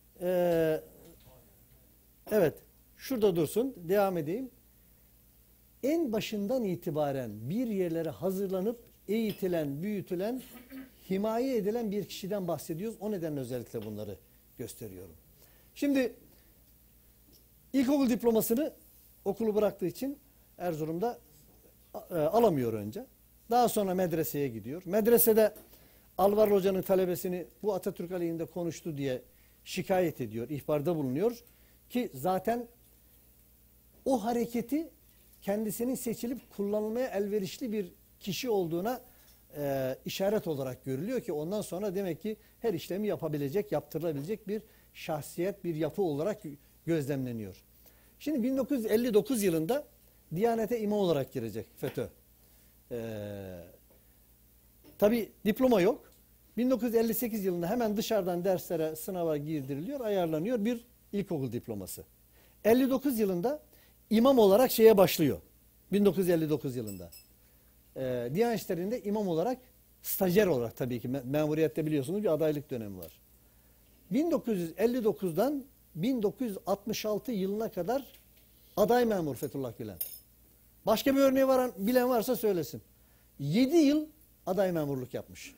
evet şurada dursun. Devam edeyim. En başından itibaren bir yerlere hazırlanıp eğitilen, büyütülen, himaye edilen bir kişiden bahsediyoruz. O nedenle özellikle bunları gösteriyorum. Şimdi ilkokul diplomasını okulu bıraktığı için Erzurum'da alamıyor önce. Daha sonra medreseye gidiyor. Medresede Alvar Hoca'nın talebesini bu Atatürk aleyhinde konuştu diye şikayet ediyor, ihbarda bulunuyor. Ki zaten o hareketi kendisinin seçilip kullanılmaya elverişli bir kişi olduğuna işaret olarak görülüyor ki ondan sonra demek ki her işlemi yapabilecek, yaptırılabilecek bir şahsiyet, bir yapı olarak gözlemleniyor. Şimdi 1959 yılında Diyanete imam olarak girecek FETÖ. Tabi diploma yok. 1958 yılında hemen dışarıdan derslere, sınava girdiriliyor, ayarlanıyor bir ilkokul diploması. 59 yılında imam olarak şeye başlıyor. 1959 yılında. Diyanet İşleri'nde imam olarak, stajyer olarak tabii ki memuriyette biliyorsunuz bir adaylık dönemi var. 1959'dan 1966 yılına kadar aday memur Fethullah Gülen. Başka bir örneği bilen varsa söylesin. 7 yıl aday memurluk yapmış.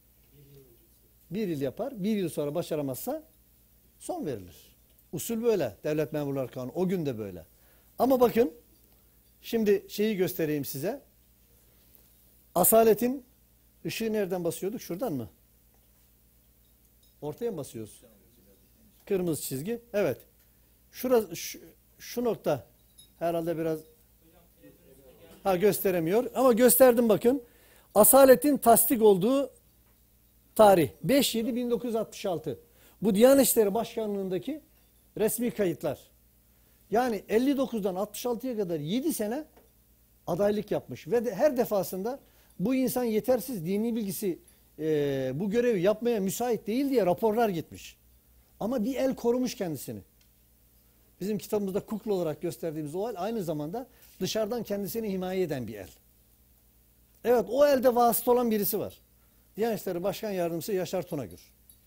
1 yıl yapar, 1 yıl sonra başaramazsa son verilir. Usul böyle. Devlet Memurlar Kanunu. O gün de böyle. Ama bakın, şimdi şeyi göstereyim size. Asaletin ışığı nereden basıyorduk? Şuradan mı? Ortaya mı basıyoruz? Kırmızı çizgi. Evet. Şurası, şu nokta herhalde biraz gösteremiyor. Ama gösterdim bakın. Asaletin tasdik olduğu tarih 5/7/1966. Bu Diyanet İşleri Başkanlığındaki resmi kayıtlar. Yani 59'dan 66'ya kadar 7 sene adaylık yapmış. Ve her defasında bu insan yetersiz, dini bilgisi bu görevi yapmaya müsait değil diye raporlar gitmiş. Ama bir el korumuş kendisini. Bizim kitabımızda kukla olarak gösterdiğimiz o el aynı zamanda dışarıdan kendisini himaye eden bir el. Evet, o elde vasıta olan birisi var. Diyanet İşleri Başkan Yardımcısı Yaşar Tunagür.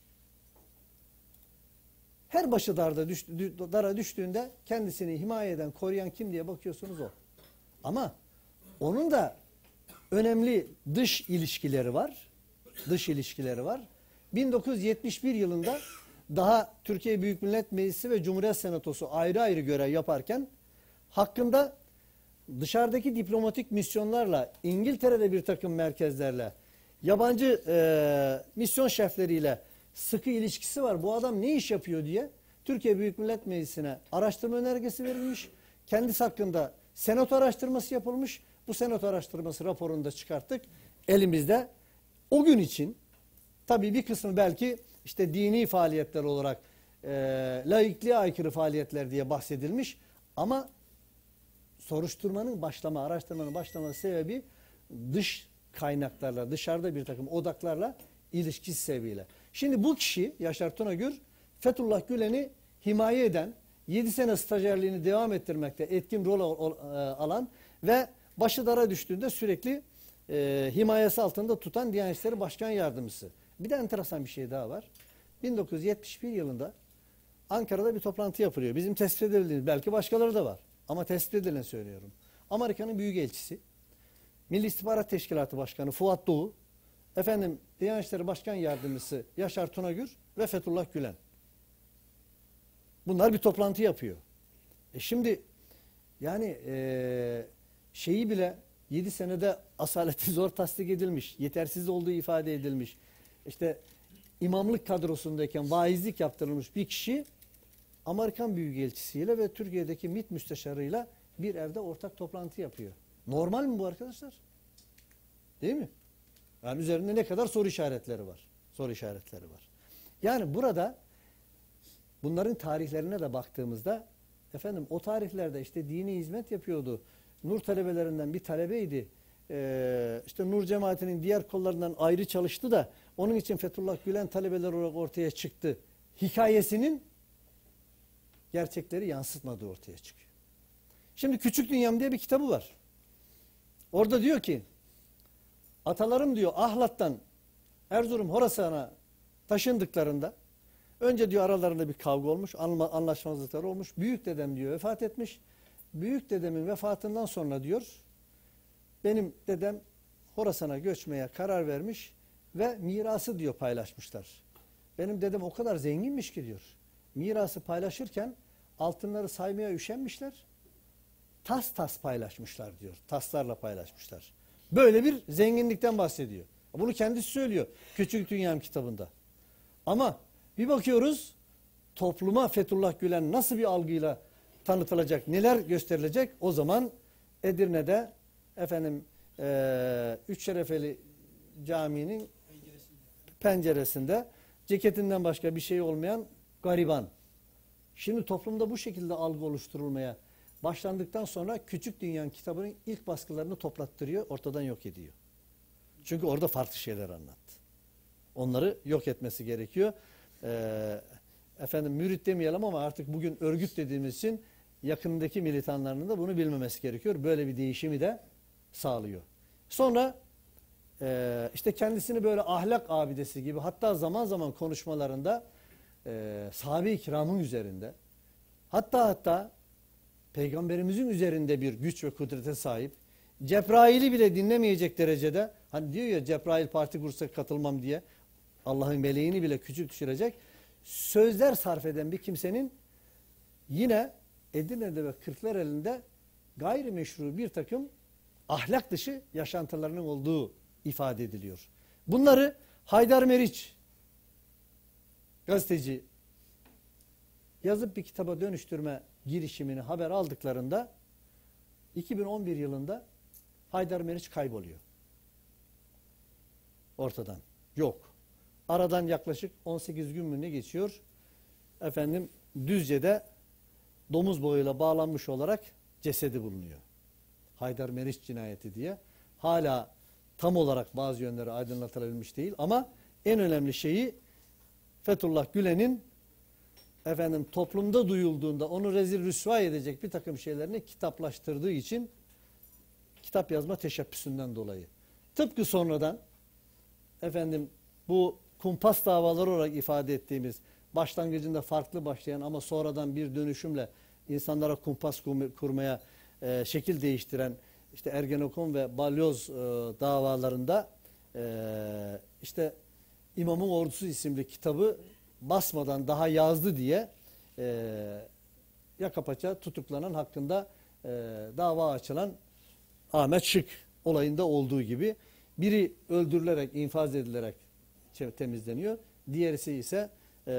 Her başı dara düştüğünde kendisini himaye eden, koruyan kim diye bakıyorsunuz o. Ama onun da önemli dış ilişkileri var. Dış ilişkileri var. 1971 yılında daha Türkiye Büyük Millet Meclisi ve Cumhuriyet Senatosu ayrı ayrı görev yaparken hakkında dışarıdaki diplomatik misyonlarla, İngiltere'de bir takım merkezlerle, yabancı misyon şefleriyle sıkı ilişkisi var. Bu adam ne iş yapıyor diye Türkiye Büyük Millet Meclisi'ne araştırma önergesi verilmiş. Kendisi hakkında senato araştırması yapılmış. Bu senato araştırması raporunu da çıkarttık elimizde. O gün için tabii bir kısmı belki işte dini faaliyetler olarak laikliğe aykırı faaliyetler diye bahsedilmiş. Ama soruşturmanın araştırmanın başlama sebebi dış kaynaklarla, dışarıda bir takım odaklarla ilişkisi sebebiyle. Şimdi bu kişi Yaşar Tunagür, Fethullah Gülen'i himaye eden, 7 sene stajyerliğini devam ettirmekte etkin rol alan ve başı dara düştüğünde sürekli himayesi altında tutan Diyanet İşleri Başkan Yardımcısı. Bir de enteresan bir şey daha var. 1971 yılında Ankara'da bir toplantı yapılıyor. Bizim tespit edildiğimiz, belki başkaları da var. Ama tespit edilen söylüyorum. Amerika'nın Büyükelçisi, Milli İstihbarat Teşkilatı Başkanı Fuat Doğu, Diyanet İşleri Başkan Yardımcısı Yaşar Tunagür ve Fethullah Gülen. Bunlar bir toplantı yapıyor. Şimdi yani şeyi bile 7 senede asaleti zor tasdik edilmiş, yetersiz olduğu ifade edilmiş. İşte imamlık kadrosundayken vaizlik yaptırılmış bir kişi Amerikan Büyükelçisiyle ve Türkiye'deki MİT müsteşarıyla bir evde ortak toplantı yapıyor. Normal mi bu arkadaşlar? Değil mi? Yani üzerinde ne kadar soru işaretleri var. Soru işaretleri var. Yani burada bunların tarihlerine de baktığımızda o tarihlerde işte dini hizmet yapıyordu. Nur talebelerinden bir talebeydi. İşte Nur cemaatinin diğer kollarından ayrı çalıştı da onun için Fethullah Gülen talebeler olarak ortaya çıktı. Hikayesinin gerçekleri yansıtmadığı ortaya çıkıyor. Şimdi Küçük Dünyam diye bir kitabı var. Orada diyor ki atalarım diyor Ahlat'tan Erzurum Horasan'a taşındıklarında önce diyor aralarında bir kavga olmuş, anlaşmazlıklar olmuş. Büyük dedem diyor vefat etmiş. Büyük dedemin vefatından sonra diyor benim dedem Horasan'a göçmeye karar vermiş ve mirası diyor paylaşmışlar. Benim dedem o kadar zenginmiş ki diyor. Mirası paylaşırken altınları saymaya üşenmişler. Tas tas paylaşmışlar diyor. Taslarla paylaşmışlar. Böyle bir zenginlikten bahsediyor. Bunu kendisi söylüyor Küçük Dünyam kitabında. Ama bir bakıyoruz topluma Fethullah Gülen nasıl bir algıyla tanıtılacak, neler gösterilecek? O zaman Edirne'de Üç Şerefeli Camii'nin penceresinde ceketinden başka bir şey olmayan gariban. Şimdi toplumda bu şekilde algı oluşturulmaya başlandıktan sonra Küçük Dünya kitabının ilk baskılarını toplattırıyor, ortadan yok ediyor. Çünkü orada farklı şeyler anlattı. Onları yok etmesi gerekiyor. Efendim mürit demeyelim ama artık bugün örgüt dediğimiz için yakındaki militanlarının da bunu bilmemesi gerekiyor. Böyle bir değişimi de sağlıyor. Sonra işte kendisini böyle ahlak abidesi gibi, hatta zaman zaman konuşmalarında sahabe-i kiramın üzerinde, hatta peygamberimizin üzerinde bir güç ve kudrete sahip, Cebrail'i bile dinlemeyecek derecede, hani diyor ya Cebrail parti kursa katılmam diye, Allah'ın meleğini bile küçük düşürecek sözler sarf eden bir kimsenin yine Edirne'de ve Kırklareli'nde gayrimeşru bir takım ahlak dışı yaşantılarının olduğu ifade ediliyor. Bunları Haydar Meriç, gazeteci, yazıp bir kitaba dönüştürme girişimini haber aldıklarında 2011 yılında Haydar Meriç kayboluyor. Ortadan. Yok. Aradan yaklaşık 18 gün mü ne geçiyor? Efendim Düzce'de domuz boğuyla bağlanmış olarak cesedi bulunuyor. Haydar Meriç cinayeti diye. Hala tam olarak bazı yönleri aydınlatılabilmiş değil ama en önemli şeyi Fethullah Gülen'in efendim toplumda duyulduğunda onu rezil rüsva edecek bir takım şeylerini kitaplaştırdığı için kitap yazma teşebbüsünden dolayı. Tıpkı sonradan efendim bu kumpas davaları olarak ifade ettiğimiz başlangıcında farklı başlayan ama sonradan bir dönüşümle insanlara kumpas kurmaya şekil değiştiren işte Ergenekon ve Balyoz davalarında işte İmamın Ordusu isimli kitabı basmadan daha yazdı diye yaka paça tutuklanan, hakkında dava açılan Ahmet Şık olayında olduğu gibi biri öldürülerek, infaz edilerek temizleniyor. Diğerisi ise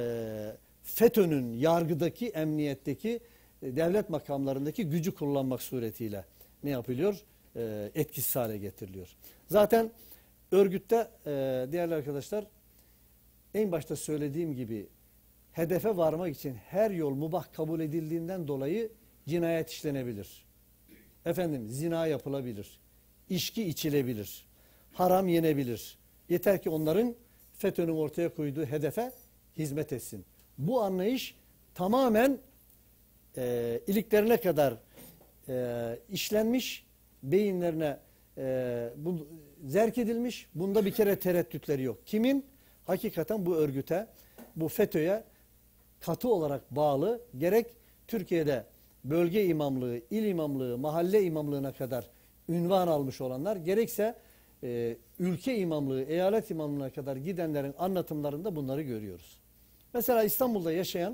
FETÖ'nün yargıdaki, emniyetteki, devlet makamlarındaki gücü kullanmak suretiyle ne yapılıyor? Etkisiz hale getiriliyor. Zaten örgütte değerli arkadaşlar, en başta söylediğim gibi hedefe varmak için her yol mubah kabul edildiğinden dolayı cinayet işlenebilir. Efendim zina yapılabilir. İçki içilebilir. Haram yenebilir. Yeter ki onların FETÖ'nün ortaya koyduğu hedefe hizmet etsin. Bu anlayış tamamen iliklerine kadar işlenmiş, beyinlerine zerk edilmiş. Bunda bir kere tereddütleri yok. Kimin? Hakikaten bu örgüte, bu FETÖ'ye katı olarak bağlı, gerek Türkiye'de bölge imamlığı, il imamlığı, mahalle imamlığına kadar ünvan almış olanlar, gerekse ülke imamlığı, eyalet imamlığına kadar gidenlerin anlatımlarında bunları görüyoruz. Mesela İstanbul'da yaşayan,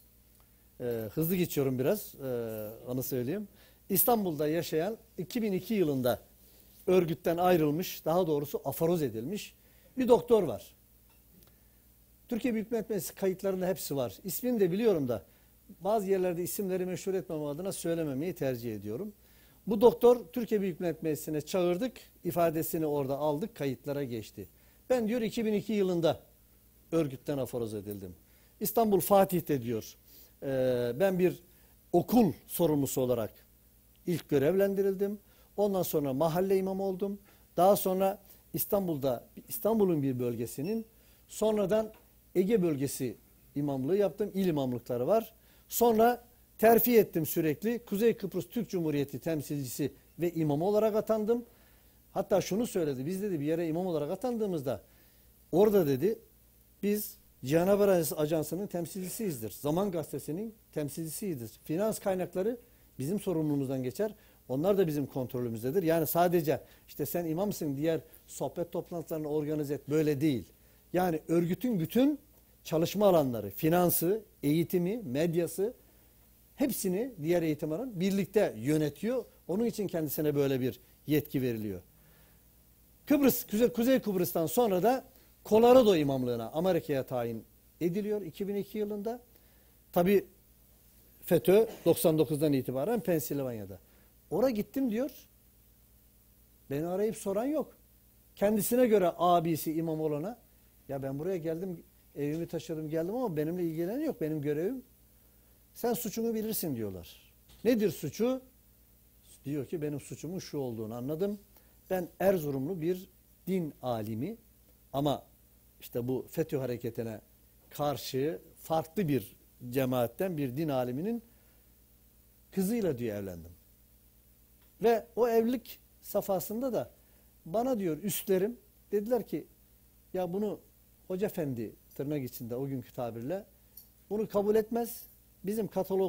hızlı geçiyorum biraz, onu söyleyeyim. İstanbul'da yaşayan 2002 yılında örgütten ayrılmış, daha doğrusu aforoz edilmiş bir doktor var. Türkiye Büyük Millet Meclisi kayıtlarında hepsi var. İsmini de biliyorum da bazı yerlerde isimleri meşhur etmem adına söylememeyi tercih ediyorum. Bu doktor Türkiye Büyük Millet Meclisi'ne çağırdık, ifadesini orada aldık, kayıtlara geçti. Ben diyor 2002 yılında örgütten aforoz edildim. İstanbul Fatih'te diyor, ben bir okul sorumlusu olarak ilk görevlendirildim. Ondan sonra mahalle imamı oldum. Daha sonra İstanbul'un bir bölgesinin, sonradan Ege bölgesi imamlığı yaptım. İl imamlıkları var. Sonra terfi ettim sürekli. Kuzey Kıbrıs Türk Cumhuriyeti temsilcisi ve imam olarak atandım. Hatta şunu söyledi. Biz dedi bir yere imam olarak atandığımızda orada dedi biz Cihan Haber Ajansı'nın temsilcisiyizdir. Zaman Gazetesi'nin temsilcisiyizdir. Finans kaynakları bizim sorumluluğumuzdan geçer. Onlar da bizim kontrolümüzdedir. Yani sadece işte sen imamsın, diğer sohbet toplantılarını organize et, böyle değil. Yani örgütün bütün çalışma alanları, finansı, eğitimi, medyası, hepsini diğer eğitim alanı birlikte yönetiyor. Onun için kendisine böyle bir yetki veriliyor. Kuzey Kıbrıs'tan sonra da Colorado imamlığına Amerika'ya tayin ediliyor 2002 yılında. Tabi FETÖ 99'dan itibaren Pensilvanya'da. Oraya gittim diyor. Beni arayıp soran yok. Kendisine göre abisi imam olana, ya ben buraya geldim, evimi taşıdım geldim ama benimle ilgilenen yok, benim görevim. Sen suçunu bilirsin diyorlar. Nedir suçu? Diyor ki benim suçumun şu olduğunu anladım. Ben Erzurumlu bir din alimi ama işte bu FETÖ hareketine karşı farklı bir cemaatten bir din aliminin kızıyla diyor evlendim. Ve o evlilik safhasında da bana diyor üstlerim dediler ki ya bunu Hoca Efendi tırnak içinde o günkü tabirle bunu kabul etmez. Bizim katalog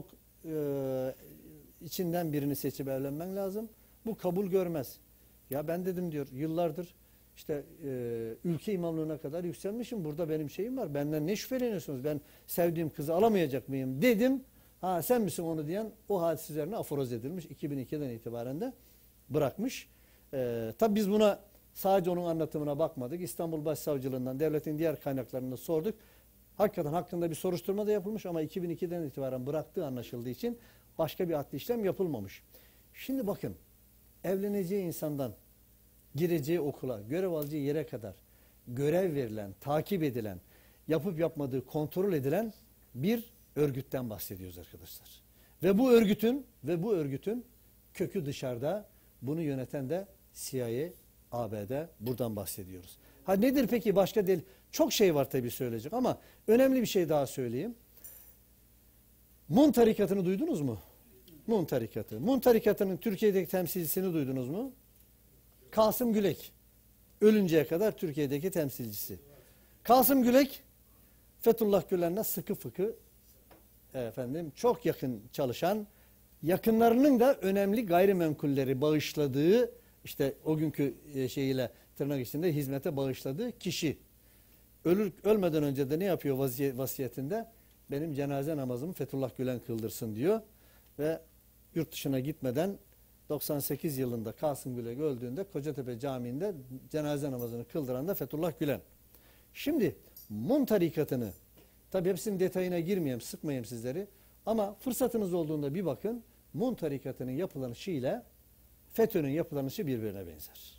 içinden birini seçip evlenmen lazım. Bu kabul görmez. Ya ben dedim diyor yıllardır işte ülke imamlığına kadar yükselmişim. Burada benim şeyim var. Benden ne şüpheleniyorsunuz? Ben sevdiğim kızı alamayacak mıyım dedim. Ha sen misin onu diyen o hadis üzerine aforoz edilmiş. 2002'den itibaren de bırakmış. Tabi biz buna sadece onun anlatımına bakmadık. İstanbul Başsavcılığından devletin diğer kaynaklarında sorduk. Hakikaten hakkında bir soruşturma da yapılmış ama 2002'den itibaren bıraktığı anlaşıldığı için başka bir adli işlem yapılmamış. Şimdi bakın evleneceği insandan gireceği okula, görev alacağı yere kadar görev verilen, takip edilen, yapıp yapmadığı kontrol edilen bir örgütten bahsediyoruz arkadaşlar. Ve bu örgütün kökü dışarıda, bunu yöneten de CIA, ABD, buradan bahsediyoruz. Ha nedir peki başka delil? Çok şey var tabii söyleyecek ama önemli bir şey daha söyleyeyim. Mun tarikatını duydunuz mu? Mun tarikatı. Mun tarikatının Türkiye'deki temsilcisini duydunuz mu? Kasım Gülek. Ölünceye kadar Türkiye'deki temsilcisi. Kasım Gülek, Fethullah Gülen'le sıkı fıkı çok yakın çalışan, yakınlarının da önemli gayrimenkulleri bağışladığı, işte o günkü şeyiyle tırnak içinde hizmete bağışladığı kişi. Ölmeden önce de ne yapıyor vasiyetinde? Benim cenaze namazımı Fethullah Gülen kıldırsın diyor. Ve yurt dışına gitmeden 98 yılında Kasım Gülek öldüğünde Kocatepe Camii'nde cenaze namazını kıldıran da Fethullah Gülen. Şimdi Mun tarikatını, tabi hepsinin detayına girmeyeyim, sıkmayayım sizleri ama fırsatınız olduğunda bir bakın, Mun tarikatının yapılanışı ile FETÖ'nün yapılanışı birbirine benzer.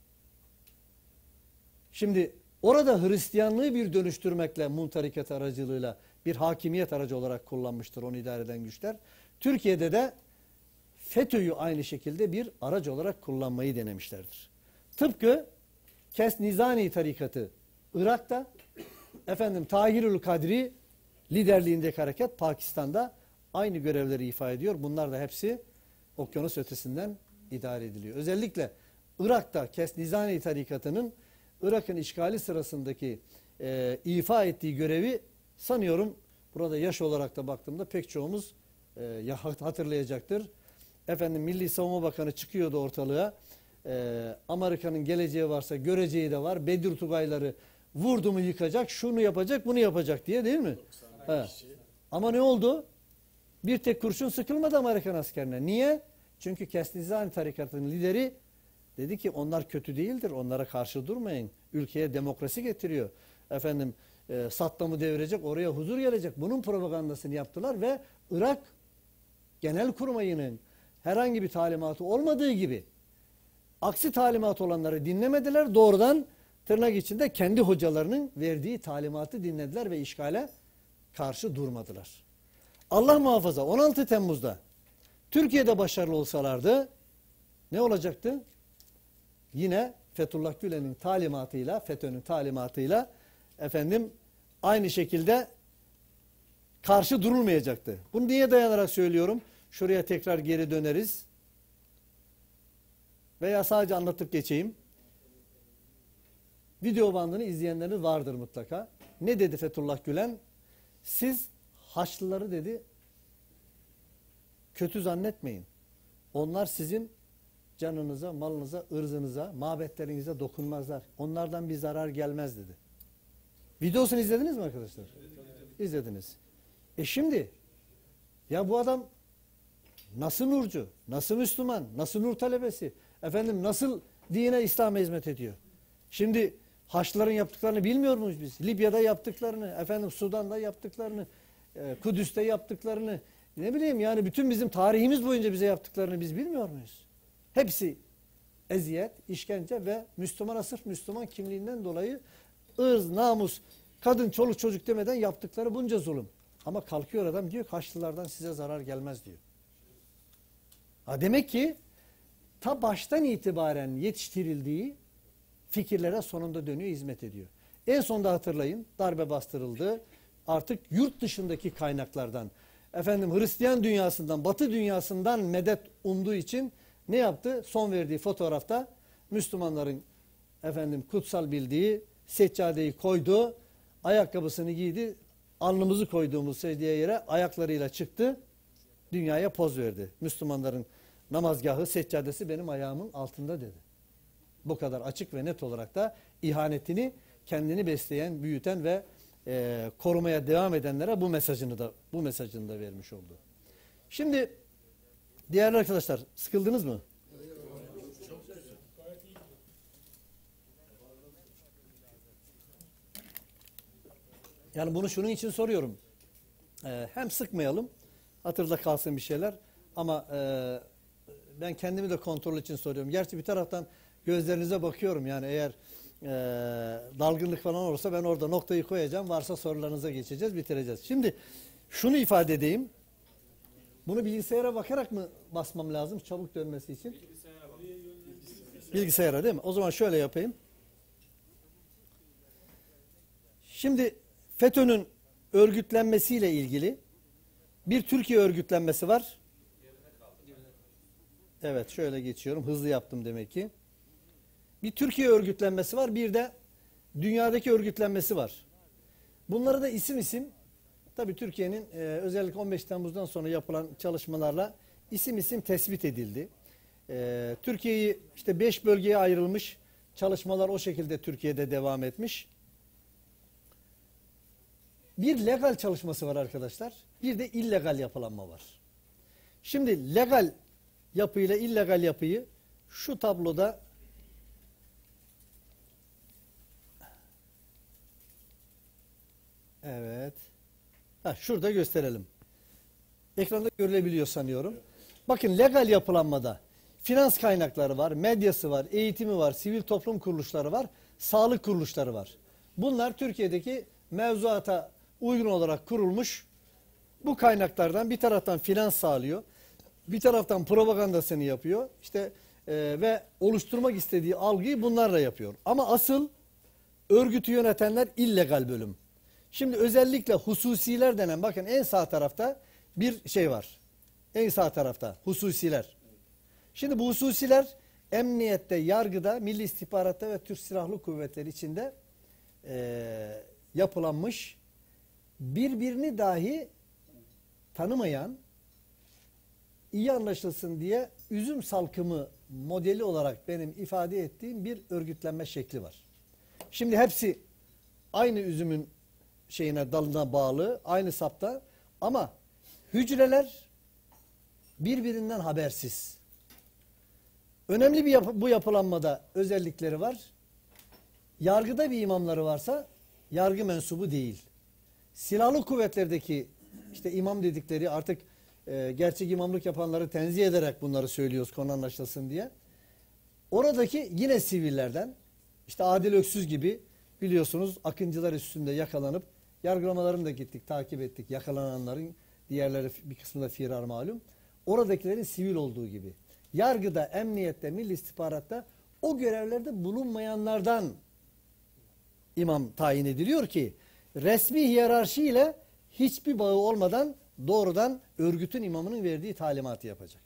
Şimdi orada Hristiyanlığı bir dönüştürmekle Mun tarikatı aracılığıyla bir hakimiyet aracı olarak kullanmıştır onu idare eden güçler. Türkiye'de de FETÖ'yü aynı şekilde bir araç olarak kullanmayı denemişlerdir. Tıpkı Kesnizani tarikatı Irak'ta, Tahirül Kadri liderliğindeki hareket Pakistan'da aynı görevleri ifa ediyor. Bunlar da hepsi okyanus ötesinden idare ediliyor. Özellikle Irak'ta Kesnizani tarikatının Irak'ın işgali sırasındaki ifa ettiği görevi sanıyorum burada yaş olarak da baktığımda pek çoğumuz hatırlayacaktır. Milli Savunma Bakanı çıkıyordu ortalığa. Amerika'nın geleceği varsa göreceği de var. Bedir Tugayları vurdu mu yıkacak, şunu yapacak, bunu yapacak diye değil mi? Ama ne oldu? Bir tek kurşun sıkılmadı Amerikan askerine. Niye? Çünkü Kesnizani tarikatının lideri dedi ki onlar kötü değildir. Onlara karşı durmayın. Ülkeye demokrasi getiriyor. Saddam'ı devirecek, oraya huzur gelecek. Bunun propagandasını yaptılar ve Irak Genelkurmayı'nın herhangi bir talimatı olmadığı gibi aksi talimat olanları dinlemediler. Doğrudan tırnak içinde kendi hocalarının verdiği talimatı dinlediler ve işgale karşı durmadılar. Allah muhafaza 16 Temmuz'da Türkiye'de başarılı olsalardı ne olacaktı? Yine Fethullah Gülen'in talimatıyla, FETÖ'nün talimatıyla aynı şekilde karşı durulmayacaktı. Bunu niye dayanarak söylüyorum? Şuraya tekrar geri döneriz. Veya sadece anlatıp geçeyim. Video bandını izleyenleriniz vardır mutlaka. Ne dedi Fethullah Gülen? Siz Haçlıları dedi kötü zannetmeyin. Onlar sizin canınıza, malınıza, ırzınıza, mabetlerinize dokunmazlar. Onlardan bir zarar gelmez dedi. Videosunu izlediniz mi arkadaşlar? İzlediniz. Şimdi ya bu adam nasıl nurcu, nasıl Müslüman, nasıl nur talebesi, nasıl dine, İslam'a hizmet ediyor? Şimdi Haçlıların yaptıklarını bilmiyor muyuz biz? Libya'da yaptıklarını, Sudan'da yaptıklarını, Kudüs'te yaptıklarını, ne bileyim yani bütün bizim tarihimiz boyunca bize yaptıklarını biz bilmiyor muyuz? Hepsi eziyet, işkence ve Müslümana sırf Müslüman kimliğinden dolayı ırz, namus, kadın, çoluk çocuk demeden yaptıkları bunca zulüm. Ama kalkıyor adam diyor ki Haçlılardan size zarar gelmez diyor. Demek ki ta baştan itibaren yetiştirildiği fikirlere sonunda dönüyor, hizmet ediyor. En sonunda hatırlayın, darbe bastırıldı. Artık yurt dışındaki kaynaklardan, Hristiyan dünyasından, Batı dünyasından medet umduğu için ne yaptı? Son verdiği fotoğrafta Müslümanların kutsal bildiği seccadeyi koydu, ayakkabısını giydi, alnımızı koyduğumuz secdeye yere ayaklarıyla çıktı, dünyaya poz verdi. Müslümanların namazgahı, seccadesi benim ayağımın altında dedi. Bu kadar açık ve net olarak da ihanetini kendini besleyen, büyüten ve korumaya devam edenlere bu mesajını da vermiş oldu. Şimdi değerli arkadaşlar, sıkıldınız mı? Yani bunu şunun için soruyorum. Hem sıkmayalım, hatırda kalsın bir şeyler, ama ben kendimi de kontrol için soruyorum. Gerçi bir taraftan gözlerinize bakıyorum, yani eğer dalgınlık falan olursa ben orada noktayı koyacağım. Varsa sorularınıza geçeceğiz, bitireceğiz. Şimdi şunu ifade edeyim. Bunu bilgisayara bakarak mı basmam lazım çabuk dönmesi için? Bilgisayara değil mi? O zaman şöyle yapayım. Şimdi FETÖ'nün örgütlenmesiyle ilgili bir Türkiye örgütlenmesi var. Evet, şöyle geçiyorum. Hızlı yaptım demek ki. Bir Türkiye örgütlenmesi var, bir de dünyadaki örgütlenmesi var. Bunları da isim isim, tabii Türkiye'nin özellikle 15 Temmuz'dan sonra yapılan çalışmalarla isim isim tespit edildi. Türkiye'yi işte 5 bölgeye ayrılmış, çalışmalar o şekilde Türkiye'de devam etmiş. Bir legal çalışması var arkadaşlar, bir de illegal yapılanma var. Şimdi legal yapıyla illegal yapıyı şu tabloda evet. Şurada gösterelim. Ekranda görülebiliyor sanıyorum. Bakın, legal yapılanmada finans kaynakları var, medyası var, eğitimi var, sivil toplum kuruluşları var, sağlık kuruluşları var. Bunlar Türkiye'deki mevzuata uygun olarak kurulmuş. Bu kaynaklardan bir taraftan finans sağlıyor, bir taraftan propagandasını yapıyor. İşte ve oluşturmak istediği algıyı bunlarla yapıyor. Ama asıl örgütü yönetenler illegal bölüm. Şimdi özellikle hususiler denen, bakın en sağ tarafta bir şey var. En sağ tarafta hususiler. Şimdi bu hususiler emniyette, yargıda, Milli İstihbarat'ta ve Türk Silahlı Kuvvetleri içinde yapılanmış, birbirini dahi tanımayan, iyi anlaşılsın diye üzüm salkımı modeli olarak benim ifade ettiğim bir örgütlenme şekli var. Şimdi hepsi aynı üzümün dalına bağlı, aynı sapta, ama hücreler birbirinden habersiz. Önemli bir bu yapılanmada özellikleri var. Yargıda bir imamları varsa yargı mensubu değil. Silahlı kuvvetlerdeki işte imam dedikleri, artık gerçek imamlık yapanları tenzih ederek bunları söylüyoruz konu anlaşılsın diye. Oradaki yine sivillerden, işte Adil Öksüz gibi, biliyorsunuz Akıncılar üstünde yakalanıp yargılamalarını da gittik, takip ettik. Yakalananların diğerleri bir kısmı da firar malum. Oradakilerin sivil olduğu gibi. Yargıda, emniyette, Milli İstihbarat'ta o görevlerde bulunmayanlardan imam tayin ediliyor ki resmi hiyerarşi ile hiçbir bağı olmadan doğrudan örgütün imamının verdiği talimatı yapacak.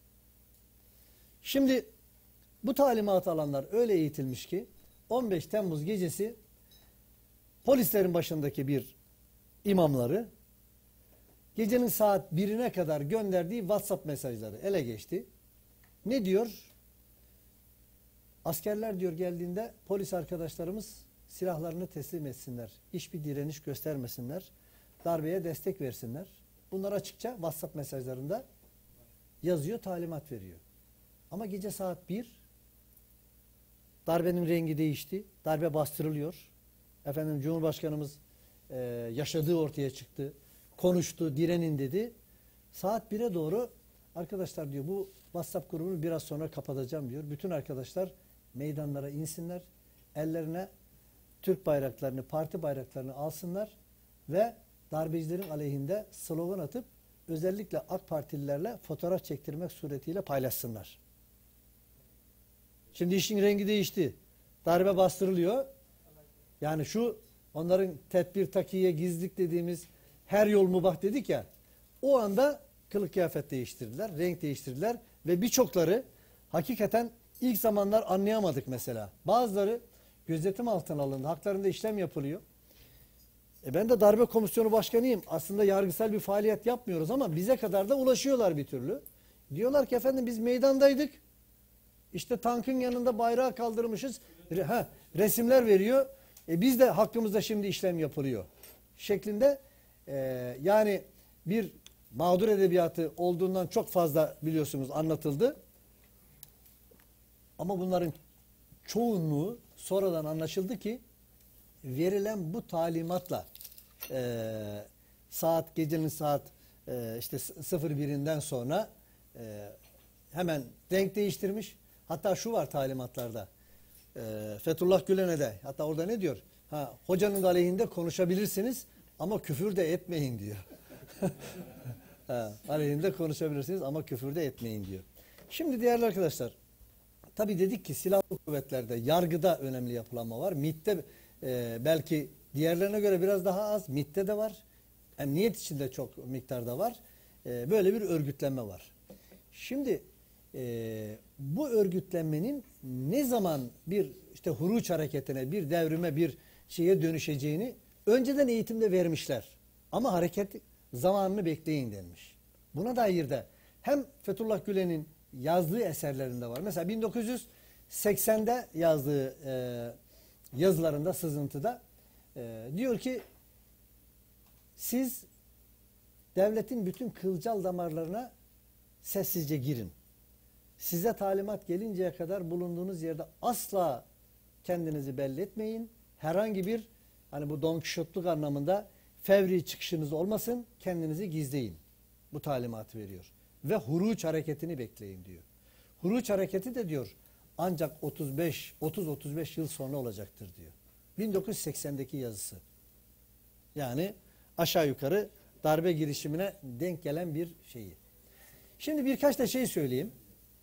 Şimdi bu talimatı alanlar öyle eğitilmiş ki 15 Temmuz gecesi polislerin başındaki bir imamları gecenin saat 1'ine kadar gönderdiği WhatsApp mesajları ele geçti. Ne diyor? Askerler diyor geldiğinde polis arkadaşlarımız silahlarını teslim etsinler. Hiçbir direniş göstermesinler. Darbeye destek versinler. Bunlar açıkça WhatsApp mesajlarında yazıyor, talimat veriyor. Ama gece saat 1 darbenin rengi değişti. Darbe bastırılıyor. Cumhurbaşkanımız yaşadığı ortaya çıktı. Konuştu, direnin dedi. Saat 1'e doğru arkadaşlar diyor, bu WhatsApp grubunu biraz sonra kapatacağım diyor. Bütün arkadaşlar meydanlara insinler. Ellerine Türk bayraklarını, parti bayraklarını alsınlar ve darbecilerin aleyhinde slogan atıp özellikle AK Partililerle fotoğraf çektirmek suretiyle paylaşsınlar. Şimdi işin rengi değişti. darbe bastırılıyor. Yani şu onların tedbir takiye gizlilik dediğimiz her yol mubah dedik ya. O anda kılık kıyafet değiştirdiler, renk değiştirdiler ve birçokları hakikaten ilk zamanlar anlayamadık mesela. Bazıları gözetim altına alındı. Haklarında işlem yapılıyor. Ben de darbe komisyonu başkanıyım. Aslında yargısal bir faaliyet yapmıyoruz ama bize kadar da ulaşıyorlar bir türlü. Diyorlar ki efendim biz meydandaydık. İşte tankın yanında bayrağı kaldırmışız. Resimler veriyor. Biz de hakkımızda şimdi işlem yapılıyor. Şeklinde yani bir mağdur edebiyatı olduğundan çok fazla biliyorsunuz anlatıldı. Ama bunların çoğunluğu sonradan anlaşıldı ki verilen bu talimatla gecenin saat işte 01'inden sonra hemen renk değiştirmiş. Hatta şu var talimatlarda. Fethullah Gülen'e de hatta orada ne diyor? Hocanın aleyhinde konuşabilirsiniz ama küfür de etmeyin diyor. Aleyhinde konuşabilirsiniz ama küfür de etmeyin diyor. Şimdi değerli arkadaşlar, tabii dedik ki silahlı kuvvetlerde, yargıda önemli yapılanma var. MİT'te belki diğerlerine göre biraz daha az. MİT'te de var. Emniyet içinde çok miktarda var. Böyle bir örgütlenme var. Şimdi bu örgütlenmenin ne zaman bir işte huruç hareketine, bir devrime, bir şeye dönüşeceğini önceden eğitimde vermişler. Ama hareket zamanını bekleyin denmiş. Buna dair de hem Fethullah Gülen'in yazdığı eserlerinde var. Mesela 1980'de yazdığı yazılarında, sızıntıda diyor ki siz devletin bütün kılcal damarlarına sessizce girin. Size talimat gelinceye kadar bulunduğunuz yerde asla kendinizi belli etmeyin. Herhangi bir hani bu Don Kişotluk anlamında fevri çıkışınız olmasın. Kendinizi gizleyin. Bu talimatı veriyor. Ve huruç hareketini bekleyin diyor. Huruç hareketi de diyor ancak 30-35 yıl sonra olacaktır diyor. 1980'deki yazısı. Yani aşağı yukarı darbe girişimine denk gelen bir şeyi. Şimdi birkaç da şey söyleyeyim.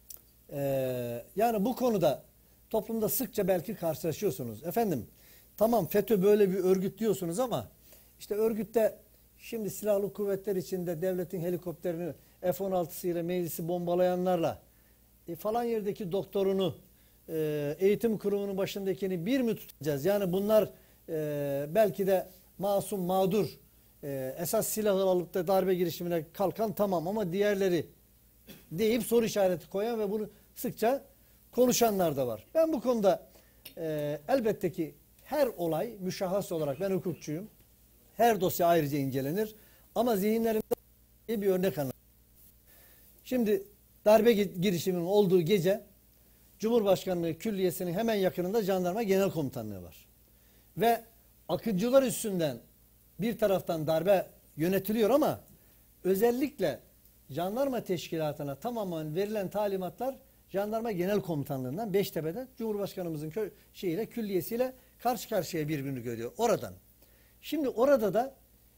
Yani bu konuda toplumda sıkça belki karşılaşıyorsunuz. Efendim tamam FETÖ böyle bir örgüt diyorsunuz ama işte örgütte şimdi silahlı kuvvetler içinde devletin helikopterini F-16'sıyla meclisi bombalayanlarla falan yerdeki doktorunu eğitim kurumunun başındakini bir mi tutacağız? Yani bunlar belki de masum mağdur esas silahı alıp da darbe girişimine kalkan tamam ama diğerleri deyip soru işareti koyan ve bunu sıkça konuşanlar da var. Ben bu konuda elbette ki her olay müşahhas olarak ben hukukçuyum. Her dosya ayrıca incelenir ama zihinlerimde bir örnek anlatayım. Şimdi darbe girişiminin olduğu gece Cumhurbaşkanlığı Külliyesi'nin hemen yakınında Jandarma Genel Komutanlığı var. Ve akıncılar üstünden bir taraftan darbe yönetiliyor ama özellikle jandarma teşkilatına tamamen verilen talimatlar Jandarma Genel Komutanlığı'ndan Beştepe'de Cumhurbaşkanımızın külliyesiyle karşı karşıya birbirini görüyor. Oradan. Şimdi orada da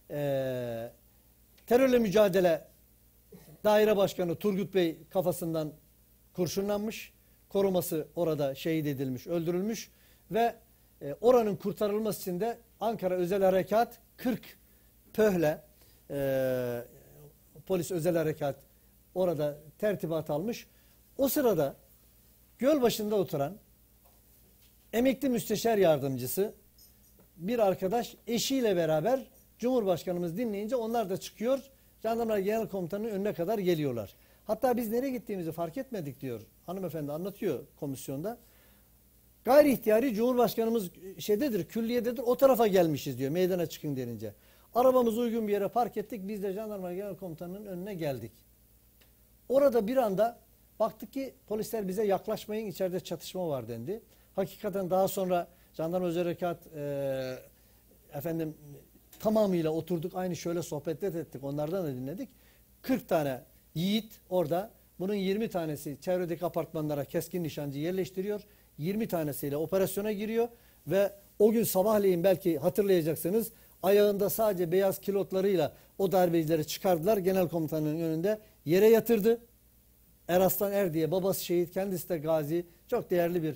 terörle mücadele daire başkanı Turgut Bey kafasından kurşunlanmış. Koruması orada şehit edilmiş, öldürülmüş ve oranın kurtarılması için de Ankara Özel Harekat 40 pöhle polis özel harekat orada tertibat almış. O sırada göl başında oturan emekli müsteşar yardımcısı bir arkadaş eşiyle beraber Cumhurbaşkanımız dinleyince onlar da çıkıyor. Jandarma Genel Komutanı'nın önüne kadar geliyorlar. Hatta biz nereye gittiğimizi fark etmedik diyor. Hanımefendi anlatıyor komisyonda. Gayri ihtiyari Cumhurbaşkanımız külliyededir o tarafa gelmişiz diyor meydana çıkın denince. Arabamızı uygun bir yere park ettik. Biz de Jandarma Genel Komutanı'nın önüne geldik. Orada bir anda baktık ki polisler bize yaklaşmayın içeride çatışma var dendi. Hakikaten daha sonra Jandarma Özel Harekat tamamıyla oturduk. Aynı şöyle sohbet ettik. Onlardan da dinledik. 40 tane yiğit orada. Bunun 20 tanesi çevredeki apartmanlara keskin nişancı yerleştiriyor. 20 tanesiyle operasyona giriyor ve o gün sabahleyin belki hatırlayacaksınız ayağında sadece beyaz kilotlarıyla o darbecileri çıkardılar. Genel komutanının önünde yere yatırdı. Eraslan Er diye babası şehit, kendisi de gazi. Çok değerli bir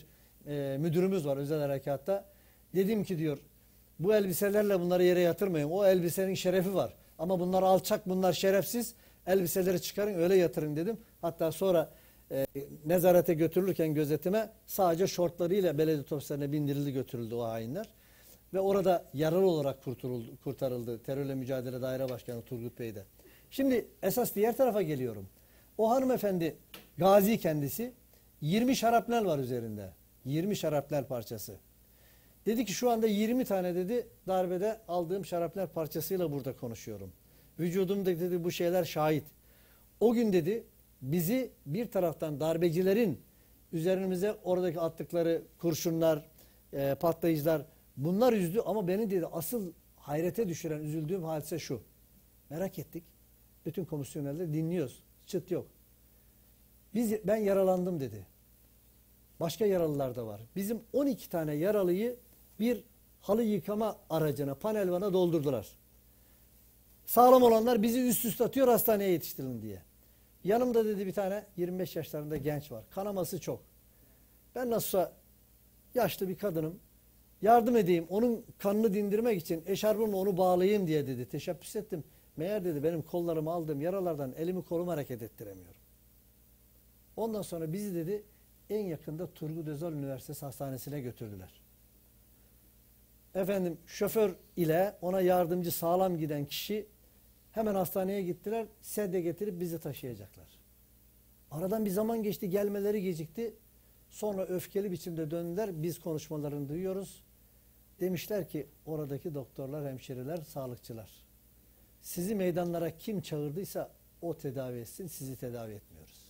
müdürümüz var özel harekatta. Dedim ki diyor bu elbiselerle bunları yere yatırmayın. O elbisenin şerefi var. Ama bunlar alçak, bunlar şerefsiz. Elbiseleri çıkarın öyle yatırın dedim. Hatta sonra nezarete götürülürken gözetime sadece şortlarıyla belediye otobüslerine bindirildi götürüldü o hainler. Ve orada yaralı olarak kurtarıldı. Terörle Mücadele Daire Başkanı Turgut Bey de. Şimdi esas diğer tarafa geliyorum. O hanımefendi gazi kendisi 20 şarapnel var üzerinde. 20 şarapnel parçası. Dedi ki şu anda 20 tane dedi darbede aldığım şarapnel parçasıyla burada konuşuyorum. Vücudumda dedi bu şeyler şahit. O gün dedi bizi bir taraftan darbecilerin üzerimize oradaki attıkları kurşunlar, patlayıcılar bunlar üzdü ama beni dedi asıl hayrete düşüren üzüldüğüm hadise şu. Merak ettik. Bütün komisyonerleri dinliyoruz. Çıt yok. Ben yaralandım dedi. Başka yaralılar da var. Bizim 12 tane yaralıyı bir halı yıkama aracına, panel vana doldurdular. Sağlam olanlar bizi üst üste atıyor hastaneye yetiştirin diye. Yanımda dedi bir tane 25 yaşlarında genç var. Kanaması çok. Ben nasılsa yaşlı bir kadınım. Yardım edeyim. Onun kanını dindirmek için eşarbımla onu bağlayayım diye dedi. Teşebbüs ettim. Meğer dedi benim kollarımı aldığım yaralardan elimi kolumu hareket ettiremiyorum. Ondan sonra bizi dedi en yakında Turgut Özal Üniversitesi Hastanesi'ne götürdüler. Efendim şoför ile ona yardımcı sağlam giden kişi hemen hastaneye gittiler. Sedye getirip bizi taşıyacaklar. Aradan bir zaman geçti. Gelmeleri gecikti. Sonra öfkeli biçimde döndüler. Biz konuşmalarını duyuyoruz. Demişler ki oradaki doktorlar, hemşireler, sağlıkçılar. Sizi meydanlara kim çağırdıysa o tedavi etsin. Sizi tedavi etmiyoruz.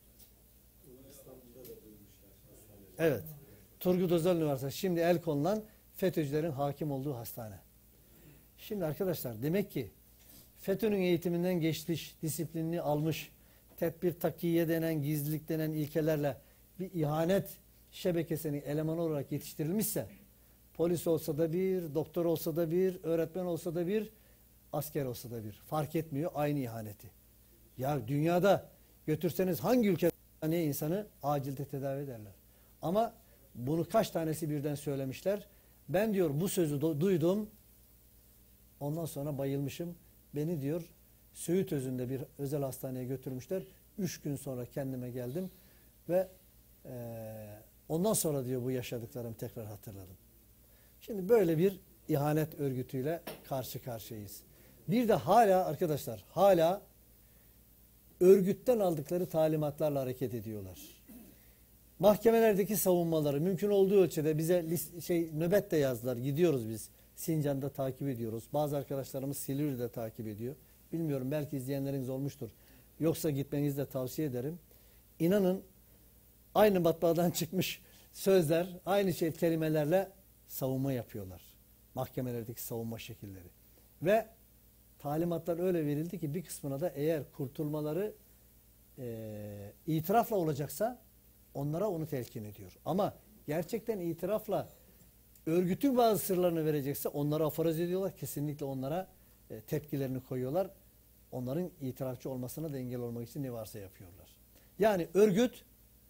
Evet. Turgut Özal Üniversitesi. Şimdi el konulan FETÖ'cülerin hakim olduğu hastane. Şimdi arkadaşlar demek ki FETÖ'nün eğitiminden geçmiş, disiplinini almış, tedbir takiye denen, gizlilik denen ilkelerle bir ihanet şebekesinin elemanı olarak yetiştirilmişse, polis olsa da bir, doktor olsa da bir, öğretmen olsa da bir, asker olsa da bir. Fark etmiyor aynı ihaneti. Ya dünyada götürseniz hangi ülkede insanı acilde tedavi ederler. Ama bunu kaç tanesi birden söylemişler. Ben diyor bu sözü duydum. Ondan sonra bayılmışım. Beni diyor Söğütözü'nde bir özel hastaneye götürmüşler. 3 gün sonra kendime geldim ve ondan sonra diyor bu yaşadıklarımı tekrar hatırladım. Şimdi böyle bir ihanet örgütüyle karşı karşıyayız. Bir de hala arkadaşlar hala örgütten aldıkları talimatlarla hareket ediyorlar. Mahkemelerdeki savunmaları mümkün olduğu ölçüde bize nöbet de yazdılar. Gidiyoruz biz. Sincan'da takip ediyoruz. Bazı arkadaşlarımız Silivri'de takip ediyor. Bilmiyorum belki izleyenleriniz olmuştur. Yoksa gitmenizi de tavsiye ederim. İnanın aynı matbaadan çıkmış sözler, aynı kelimelerle savunma yapıyorlar. Mahkemelerdeki savunma şekilleri. Ve talimatlar öyle verildi ki bir kısmına da eğer kurtulmaları itirafla olacaksa onlara onu telkin ediyor. Ama gerçekten itirafla örgütün bazı sırlarını verecekse onları aforoz ediyorlar. Kesinlikle onlara tepkilerini koyuyorlar. Onların itirafçı olmasına da engel olmak için ne varsa yapıyorlar. Yani örgüt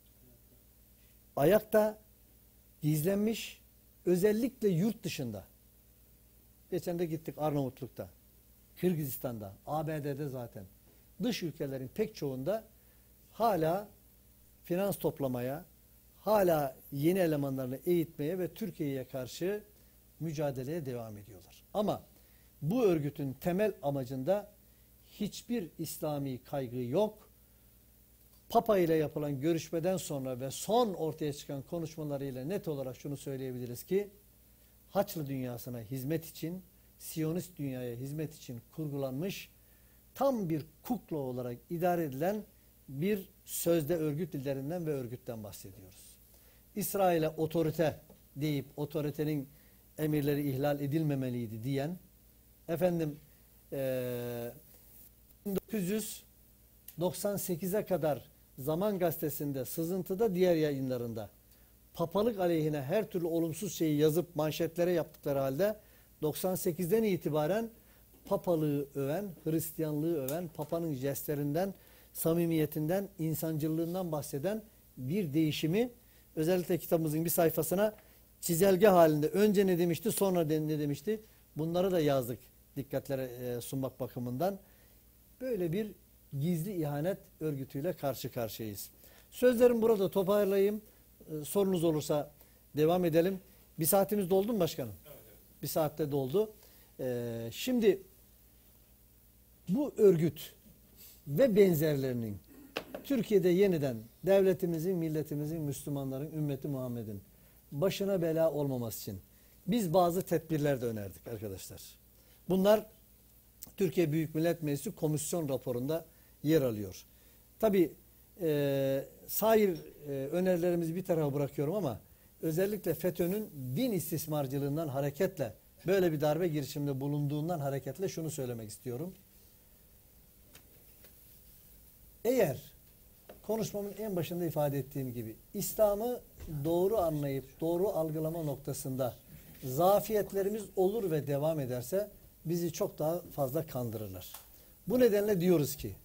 ayakta, gizlenmiş, özellikle yurt dışında. Geçen de gittik Arnavutluk'ta, Kırgızistan'da, ABD'de zaten. Dış ülkelerin pek çoğunda hala finans toplamaya, hala yeni elemanlarını eğitmeye ve Türkiye'ye karşı mücadeleye devam ediyorlar. Ama bu örgütün temel amacında hiçbir İslami kaygı yok. Papa ile yapılan görüşmeden sonra ve son ortaya çıkan konuşmalarıyla net olarak şunu söyleyebiliriz ki Haçlı dünyasına hizmet için, Siyonist dünyaya hizmet için kurgulanmış tam bir kukla olarak idare edilen bir sözde örgüt liderinden ve örgütten bahsediyoruz. İsrail'e otorite deyip otoritenin emirleri ihlal edilmemeliydi diyen, efendim 1998'e kadar Zaman Gazetesi'nde, Sızıntı'da, diğer yayınlarında papalık aleyhine her türlü olumsuz şeyi yazıp manşetlere yaptıkları halde 98'den itibaren papalığı öven, Hristiyanlığı öven, papanın jestlerinden, samimiyetinden, insancılığından bahseden bir değişimi özellikle kitabımızın bir sayfasına çizelge halinde önce ne demişti, sonra ne demişti, bunları da yazdık dikkatlere sunmak bakımından. Böyle bir gizli ihanet örgütüyle karşı karşıyayız. Sözlerimi burada toparlayayım. Sorunuz olursa devam edelim. Bir saatimiz doldu mu başkanım? Evet, evet. Bir saatte doldu. Şimdi bu örgüt ve benzerlerinin Türkiye'de yeniden devletimizin, milletimizin, Müslümanların, ümmeti Muhammed'in başına bela olmaması için biz bazı tedbirler de önerdik arkadaşlar. Bunlar Türkiye Büyük Millet Meclisi komisyon raporunda yer alıyor. Tabi sair önerilerimizi bir tarafa bırakıyorum ama özellikle FETÖ'nün din istismarcılığından hareketle böyle bir darbe girişiminde bulunduğundan hareketle şunu söylemek istiyorum. Eğer konuşmamın en başında ifade ettiğim gibi İslam'ı doğru anlayıp doğru algılama noktasında zafiyetlerimiz olur ve devam ederse bizi çok daha fazla kandırırlar. Bu nedenle diyoruz ki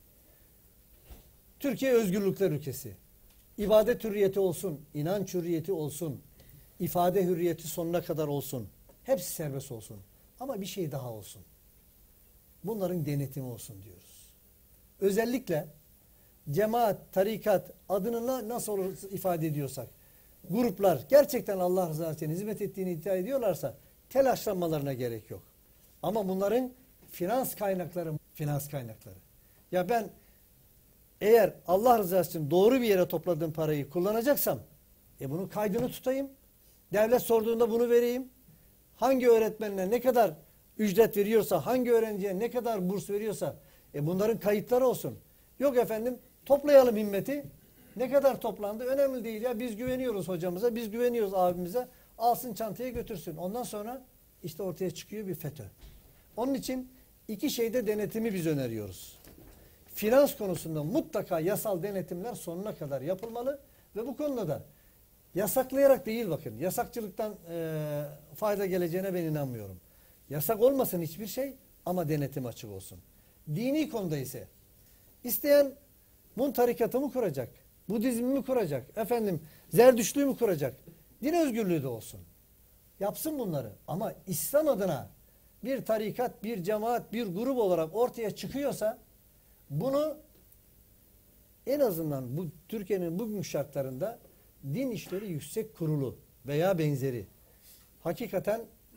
Türkiye özgürlükler ülkesi. İbadet hürriyeti olsun, inanç hürriyeti olsun, ifade hürriyeti sonuna kadar olsun. Hepsi serbest olsun. Ama bir şey daha olsun. Bunların denetimi olsun diyoruz. Özellikle cemaat, tarikat adını nasıl olur ifade ediyorsak, gruplar gerçekten Allah rızası için hizmet ettiğini iddia ediyorlarsa telaşlanmalarına gerek yok. Ama bunların finans kaynakları. Ya ben eğer Allah rızası için doğru bir yere topladığım parayı kullanacaksam bunun kaydını tutayım. Devlet sorduğunda bunu vereyim. Hangi öğretmenine ne kadar ücret veriyorsa, hangi öğrenciye ne kadar burs veriyorsa bunların kayıtları olsun. Yok efendim toplayalım himmeti. Ne kadar toplandı önemli değil ya. Biz güveniyoruz hocamıza, biz güveniyoruz abimize. Alsın çantaya götürsün. Ondan sonra işte ortaya çıkıyor bir FETÖ. Onun için iki şeyde denetimi biz öneriyoruz. Finans konusunda mutlaka yasal denetimler sonuna kadar yapılmalı ve bu konuda da yasaklayarak değil bakın. Yasakçılıktan fayda geleceğine ben inanmıyorum. Yasak olmasın hiçbir şey ama denetim açık olsun. Dini konuda ise isteyen bunun tarikatı mı kuracak? Budizmi mi kuracak? Efendim Zerdüştlüğü mü kuracak? Din özgürlüğü de olsun. Yapsın bunları ama İslam adına bir tarikat, bir cemaat, bir grup olarak ortaya çıkıyorsa bunu en azından bu Türkiye'nin bugün şartlarında Din İşleri Yüksek Kurulu veya benzeri hakikaten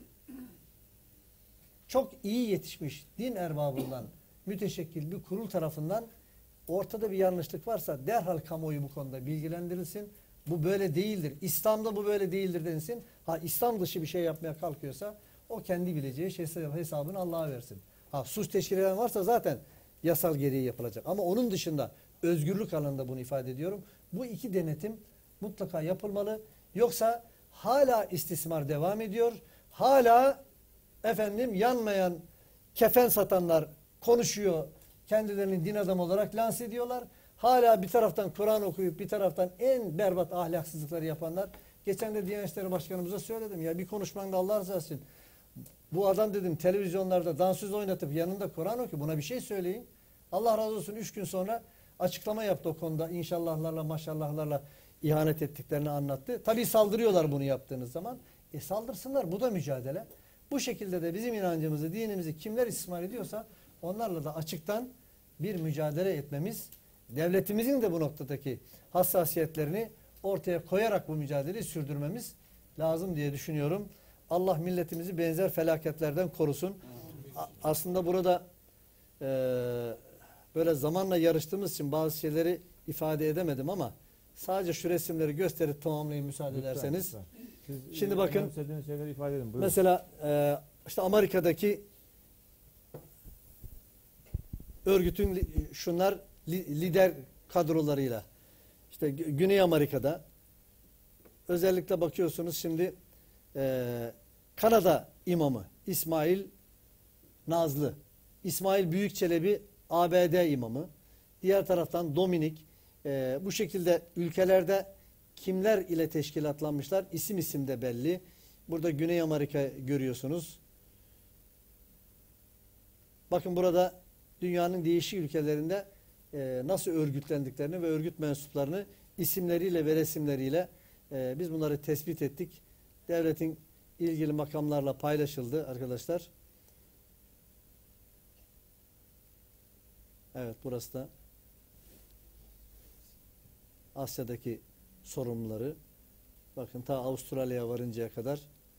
çok iyi yetişmiş din erbabından müteşekkil bir kurul tarafından ortada bir yanlışlık varsa derhal kamuoyu bu konuda bilgilendirilsin. Bu böyle değildir. İslam'da bu böyle değildir denilsin. Ha İslam dışı bir şey yapmaya kalkıyorsa o kendi bileceği hesabını Allah'a versin. Ha suç teşkil eden varsa zaten yasal gereği yapılacak. Ama onun dışında özgürlük alanında bunu ifade ediyorum. Bu iki denetim mutlaka yapılmalı. Yoksa hala istismar devam ediyor. Hala efendim yanmayan kefen satanlar konuşuyor. Kendilerini din adamı olarak lanse ediyorlar. Hala bir taraftan Kur'an okuyup bir taraftan en berbat ahlaksızlıkları yapanlar. Geçen de Diyanet İşleri Başkanımıza söyledim ya bir konuşmanda Allah razı olsun. Bu adam dedim televizyonlarda dansöz oynatıp yanında Kur'an okuyor. Buna bir şey söyleyin. Allah razı olsun 3 gün sonra açıklama yaptı o konuda. İnşallahlarla maşallahlarla ihanet ettiklerini anlattı. Tabii saldırıyorlar bunu yaptığınız zaman. Saldırsınlar bu da mücadele. Bu şekilde de bizim inancımızı, dinimizi kimler istismar ediyorsa onlarla da açıktan bir mücadele etmemiz, devletimizin de bu noktadaki hassasiyetlerini ortaya koyarak bu mücadeleyi sürdürmemiz lazım diye düşünüyorum. Allah milletimizi benzer felaketlerden korusun. Aslında burada böyle zamanla yarıştığımız için bazı şeyleri ifade edemedim ama sadece şu resimleri gösterip tamamlayayım müsaade ederseniz. Şimdi bakın ifade edin. Mesela işte Amerika'daki örgütün şunlar lider kadrolarıyla işte Güney Amerika'da özellikle bakıyorsunuz şimdi Kanada imamı İsmail Nazlı, İsmail Büyükçelebi ABD imamı, diğer taraftan Dominik, bu şekilde ülkelerde kimler ile teşkilatlanmışlar isim de belli. Burada Güney Amerika görüyorsunuz. Bakın burada dünyanın değişik ülkelerinde nasıl örgütlendiklerini ve örgüt mensuplarını isimleriyle ve resimleriyle Biz bunları tespit ettik. Devletin ilgili makamlarla paylaşıldı arkadaşlar. Evet, burası da Asya'daki sorumluları. Bakın ta Avustralya'ya varıncaya kadar.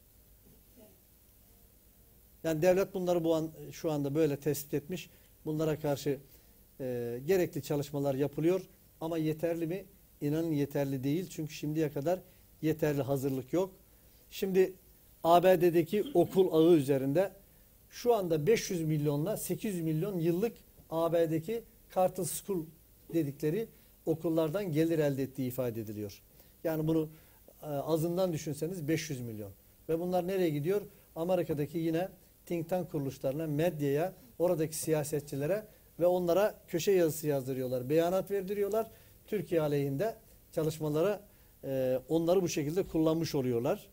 Yani devlet bunları şu anda böyle tespit etmiş. Bunlara karşı gerekli çalışmalar yapılıyor. Ama yeterli mi? İnanın yeterli değil. Çünkü şimdiye kadar yeterli hazırlık yok. Şimdi ABD'deki okul ağı üzerinde şu anda 500 milyonla 800 milyon yıllık ABD'deki Charter School dedikleri okullardan gelir elde ettiği ifade ediliyor. Yani bunu azından düşünseniz 500 milyon. Ve bunlar nereye gidiyor? Amerika'daki yine think tank kuruluşlarına, medyaya, oradaki siyasetçilere ve onlara köşe yazısı yazdırıyorlar. Beyanat verdiriyorlar. Türkiye aleyhinde çalışmalara onları bu şekilde kullanmış oluyorlar.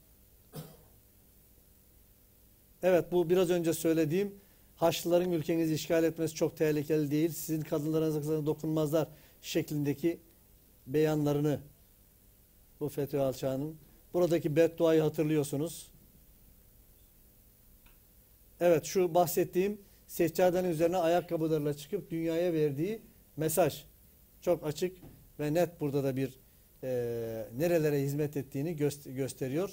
Evet, bu biraz önce söylediğim Haçlıların ülkenizi işgal etmesi çok tehlikeli değil. Sizin kadınlarınıza dokunmazlar şeklindeki beyanlarını bu FETÖ alçağının. Buradaki bedduayı hatırlıyorsunuz. Evet, şu bahsettiğim seccadenin üzerine ayakkabılarla çıkıp dünyaya verdiği mesaj çok açık ve net, burada da bir nerelere hizmet ettiğini gösteriyor.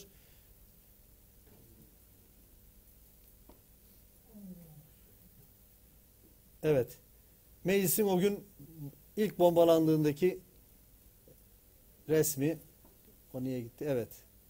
Evet. Meclisin o gün ilk bombalandığındaki resmi. O niye gitti? Evet.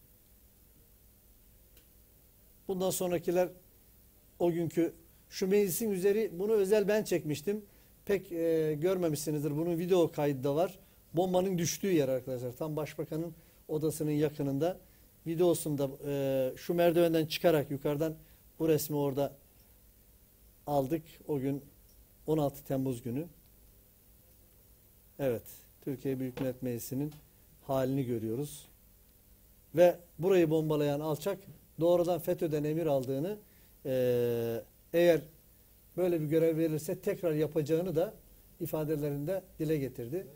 Bundan sonrakiler o günkü şu meclisin üzeri, bunu özel ben çekmiştim. Pek görmemişsinizdir. Bunun video kaydı da var. Bombanın düştüğü yer arkadaşlar. Tam başbakanın odasının yakınında. Videosunda şu merdivenden çıkarak yukarıdan bu resmi orada aldık. O gün 16 Temmuz günü. Evet. Türkiye Büyük Millet Meclisi'nin halini görüyoruz. Ve burayı bombalayan alçak doğrudan FETÖ'den emir aldığını, eğer böyle bir görev verilirse tekrar yapacağını da ifadelerinde dile getirdi.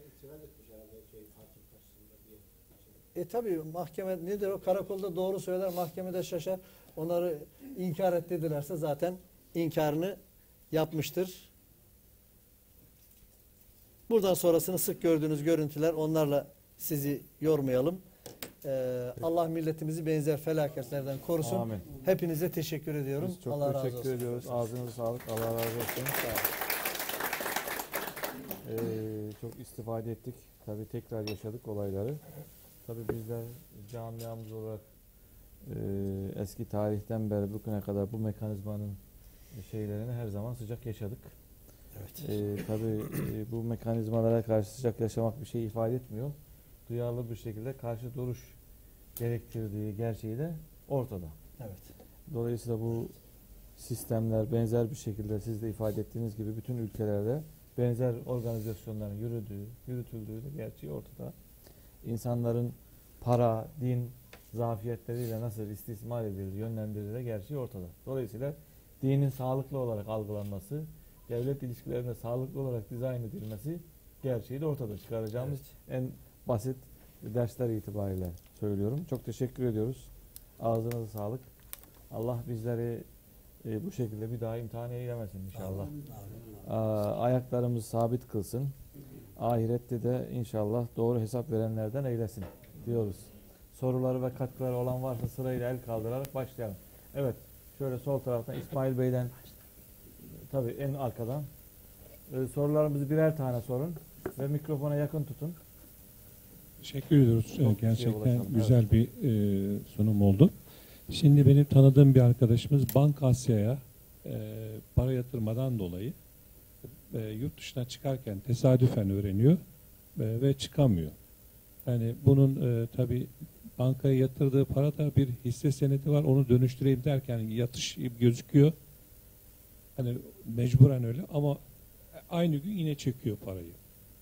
Tabii mahkeme nedir o? Karakolda doğru söyler, mahkemede şaşar. Onları inkar et dedilerse zaten inkarını yapmıştır. Buradan sonrasını sık gördüğünüz görüntüler, onlarla sizi yormayalım. Allah milletimizi benzer felaketlerden korusun. Amin. Hepinize teşekkür ediyorum. Biz çok Allah razı teşekkür olsun. ediyoruz. Ağzınıza sağlık. Allah razı olsun. Çok istifade ettik. Tabii tekrar yaşadık olayları. Tabii bizler camiamız olarak eski tarihten beri bugüne kadar bu mekanizmanın şeylerini her zaman sıcak yaşadık. Evet. Tabii bu mekanizmalara karşı sıcak yaşamak bir şey ifade etmiyor. Duyarlı bir şekilde karşı duruş gerektirdiği gerçeği de ortada. Evet. Dolayısıyla bu sistemler benzer bir şekilde siz de ifade ettiğiniz gibi bütün ülkelerde benzer organizasyonların yürütüldüğü de gerçeği ortada. İnsanların para, din zafiyetleriyle nasıl istismar edildiği, yönlendirildiği gerçeği ortada. Dolayısıyla dinin sağlıklı olarak algılanması, devlet ilişkilerinde sağlıklı olarak dizayn edilmesi gerçeği de ortada. Çıkaracağımız en basit dersler itibariyle söylüyorum. Çok teşekkür ediyoruz. Ağzınıza sağlık. Allah bizleri bu şekilde bir daha imtihan eylemesin inşallah. Ayaklarımızı sabit kılsın. Ahirette de inşallah doğru hesap verenlerden eylesin diyoruz. Soruları ve katkıları olan varsa sırayla el kaldırarak başlayalım. Evet, şöyle sol taraftan İsmail Bey'den, tabii en arkadan. Sorularımızı birer tane sorun ve mikrofona yakın tutun. Teşekkür ediyoruz. Gerçekten ulaşalım. güzel bir sunum oldu. Şimdi benim tanıdığım bir arkadaşımız Bank Asya'ya para yatırmadan dolayı yurt dışına çıkarken tesadüfen öğreniyor ve çıkamıyor. Yani bunun tabii bankaya yatırdığı parada bir hisse senedi var. Onu dönüştüreyim derken yatış gözüküyor. Hani mecburen öyle ama aynı gün yine çekiyor parayı.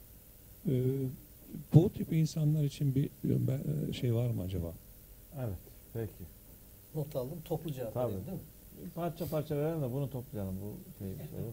Bu tip insanlar için bir şey var mı acaba? Evet, peki. Not aldım. Toplu cevap Tabii. vereyim, değil mi? Parça parça verelim de bunu toplayalım. Bu şey bir soru.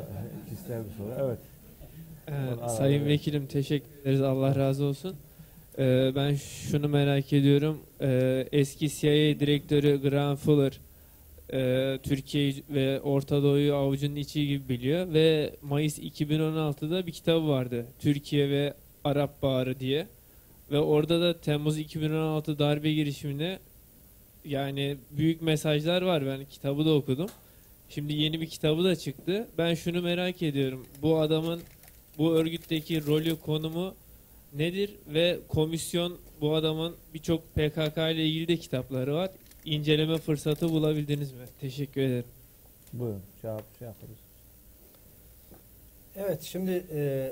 Kişisel bir soru. Evet. Sayın Vekilim teşekkür ederiz. Allah razı olsun. Ben şunu merak ediyorum. Eski CIA direktörü Graham Fuller Türkiye ve Orta Doğu'yu avucunun içi gibi biliyor ve Mayıs 2016'da bir kitabı vardı. Türkiye ve Arap Baharı diye. Ve orada da Temmuz 2016 darbe girişimine yani büyük mesajlar var. Ben kitabı da okudum. Şimdi yeni bir kitabı da çıktı. Ben şunu merak ediyorum. Bu adamın bu örgütteki rolü, konumu nedir ve komisyon bu adamın birçok PKK ile ilgili de kitapları var. İnceleme fırsatı bulabildiniz mi? Teşekkür ederim. Buyurun cevap yaparız. Evet, şimdi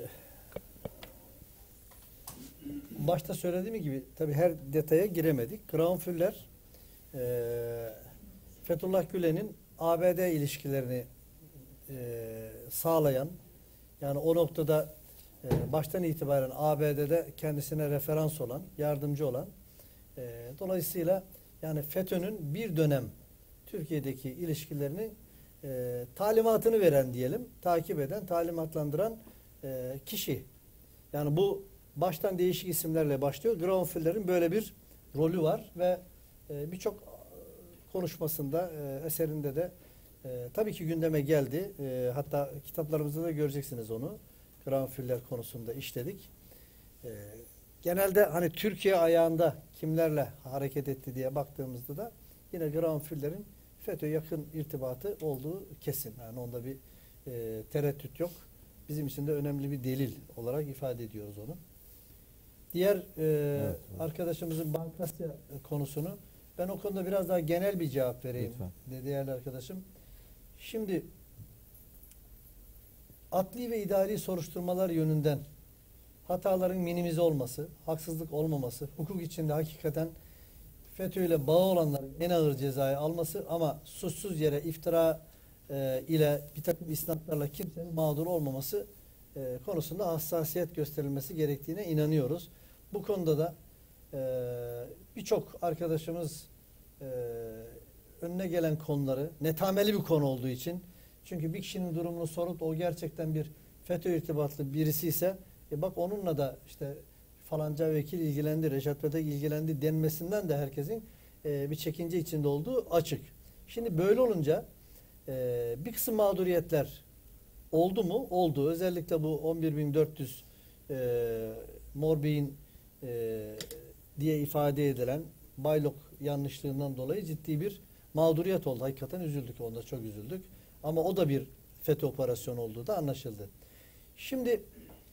başta söylediğim gibi tabii her detaya giremedik. Graham Fuller Fethullah Gülen'in ABD ilişkilerini sağlayan, yani o noktada baştan itibaren ABD'de kendisine referans olan, yardımcı olan, dolayısıyla yani FETÖ'nün bir dönem Türkiye'deki ilişkilerini talimatını veren diyelim, takip eden, talimatlandıran kişi. Yani bu baştan değişik isimlerle başlıyor. Graham Fuller'in böyle bir rolü var ve birçok konuşmasında, eserinde de tabii ki gündeme geldi. Hatta kitaplarımızda da göreceksiniz onu. Graham Fuller konusunda işledik. Genelde hani Türkiye ayağında kimlerle hareket etti diye baktığımızda da yine Graham Fuller'in FETÖ yakın irtibatı olduğu kesin. Yani onda bir tereddüt yok. Bizim için de önemli bir delil olarak ifade ediyoruz onu. Diğer Evet. arkadaşımızın Bankasya konusunu ben o konuda biraz daha genel bir cevap vereyim. Lütfen. Değerli arkadaşım. Şimdi adli ve idari soruşturmalar yönünden hataların minimize olması, haksızlık olmaması, hukuk içinde hakikaten FETÖ ile bağı olanların en ağır cezayı alması ama suçsuz yere iftira ile bir takım isnatlarla kimsenin mağdur olmaması konusunda hassasiyet gösterilmesi gerektiğine inanıyoruz. Bu konuda da birçok arkadaşımız önüne gelen konuları, netameli bir konu olduğu için, çünkü bir kişinin durumunu sorup o gerçekten bir FETÖ irtibatlı birisi ise bak onunla da işte falanca vekil ilgilendi, Reşat Bey ilgilendi denmesinden de herkesin bir çekince içinde olduğu açık. Şimdi böyle olunca bir kısım mağduriyetler oldu mu? Oldu. Özellikle bu 11.400 Mor Bey'in diye ifade edilen baylok yanlışlığından dolayı ciddi bir mağduriyet oldu. Hakikaten üzüldük. Onda çok üzüldük. Ama o da bir FETÖ operasyonu olduğu da anlaşıldı. Şimdi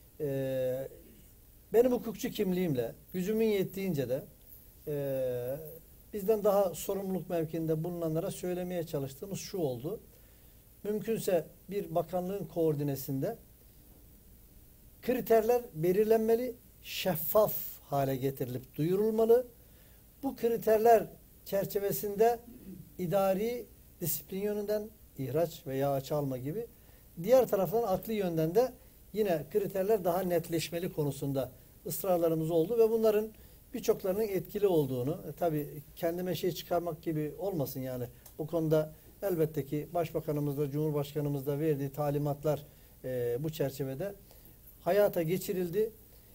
benim hukukçu kimliğimle gücümün yettiğince de bizden daha sorumluluk mevkiinde bulunanlara söylemeye çalıştığımız şu oldu. Mümkünse bir bakanlığın koordinesinde kriterler belirlenmeli, şeffaf hale getirilip duyurulmalı. Bu kriterler çerçevesinde idari disiplin yönünden ihraç veya açığa alma gibi, diğer taraftan adli yönden de yine kriterler daha netleşmeli konusunda ısrarlarımız oldu ve bunların birçoklarının etkili olduğunu, tabii kendime şey çıkarmak gibi olmasın yani bu konuda elbette ki Başbakanımız da Cumhurbaşkanımız da verdiği talimatlar bu çerçevede hayata geçirildi.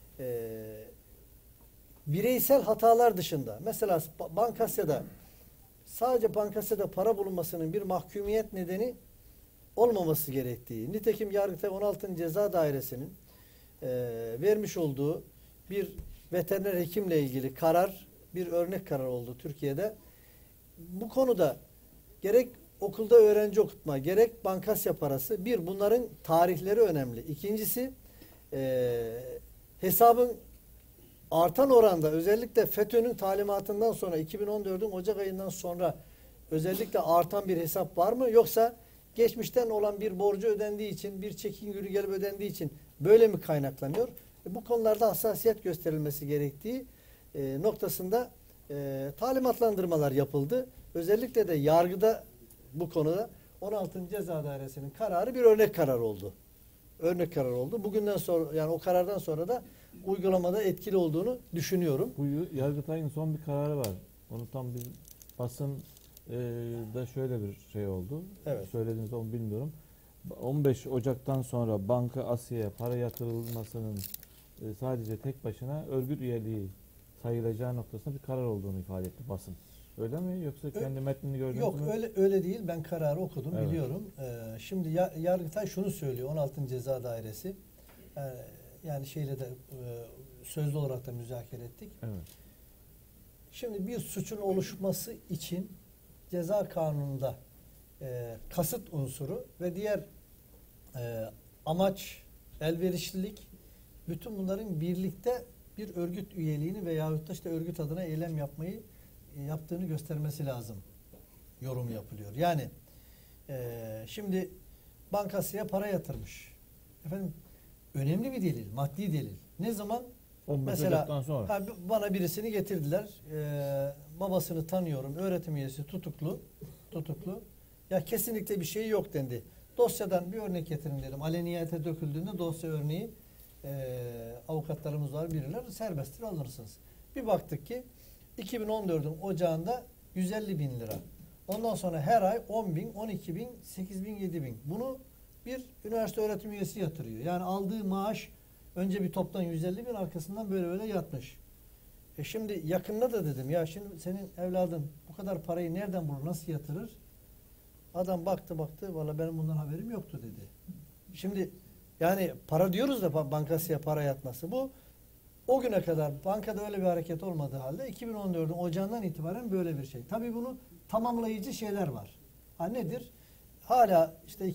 Bireysel hatalar dışında mesela Bankasya'da sadece Bankasya'da para bulunmasının bir mahkumiyet nedeni olmaması gerektiği, nitekim Yargıtay 16. Ceza Dairesi'nin vermiş olduğu bir veteriner hekimle ilgili karar bir örnek karar oldu Türkiye'de. Bu konuda gerek okulda öğrenci okutma, gerek Bankasya parası, bir bunların tarihleri önemli. İkincisi hesabın artan oranda özellikle FETÖ'nün talimatından sonra 2014'ün Ocak ayından sonra özellikle artan bir hesap var mı? Yoksa geçmişten olan bir borcu ödendiği için, bir çekin yürü gelip ödendiği için böyle mi kaynaklanıyor? Bu konularda hassasiyet gösterilmesi gerektiği noktasında talimatlandırmalar yapıldı. Özellikle de yargıda bu konuda 16. Ceza Dairesi'nin kararı bir örnek karar oldu. Örnek karar oldu. Bugünden sonra yani o karardan sonra da uygulamada etkili olduğunu düşünüyorum. Bu Yargıtay'ın son bir kararı var. Onu tam bir basın da şöyle bir şey oldu. Evet. Söylediğiniz onu bilmiyorum. 15 Ocak'tan sonra Banka Asya'ya para yatırılmasının sadece tek başına örgüt üyeliği sayılacağı noktasında bir karar olduğunu ifade etti basın. Öyle mi? Yoksa kendi metnini gördünüz Yok mü? öyle değil. Ben kararı okudum, Evet. biliyorum. Şimdi Yargıtay şunu söylüyor, 16. Ceza Dairesi. Yani şeyle de sözlü olarak da müzakere ettik. Evet. Şimdi bir suçun oluşması için ceza kanununda kasıt unsuru ve diğer amaç, elverişlilik, bütün bunların birlikte bir örgüt üyeliğini veyahut da işte örgüt adına eylem yaptığını göstermesi lazım. Yorum yapılıyor. Yani şimdi bankasıya para yatırmış. Efendim önemli bir delil, maddi delil. Ne zaman? 15 Mesela Ocak'tan sonra. bana birisini getirdiler. Babasını tanıyorum. Öğretim üyesi tutuklu. Ya kesinlikle bir şey yok dendi. Dosyadan bir örnek getirin dedim. Aleniyete döküldüğünde dosya örneği avukatlarımız var, birileri serbesttir, alırsınız. Bir baktık ki 2014'ün ocağında 150 bin lira. Ondan sonra her ay 10 bin, 12 bin, 8 bin, 7 bin. Bunu bir üniversite öğretim üyesi yatırıyor. Yani aldığı maaş önce bir toptan 150 bin, arkasından böyle yatmış. Şimdi yakında da dedim ya, şimdi senin evladın bu kadar parayı nereden bulur, nasıl yatırır? Adam baktı valla benim bundan haberim yoktu dedi. Şimdi yani para diyoruz da bankasıya para yatması, bu o güne kadar bankada öyle bir hareket olmadığı halde 2014'ün ocağından itibaren böyle bir şey. Tabii bunu tamamlayıcı şeyler var. Nedir? Hala işte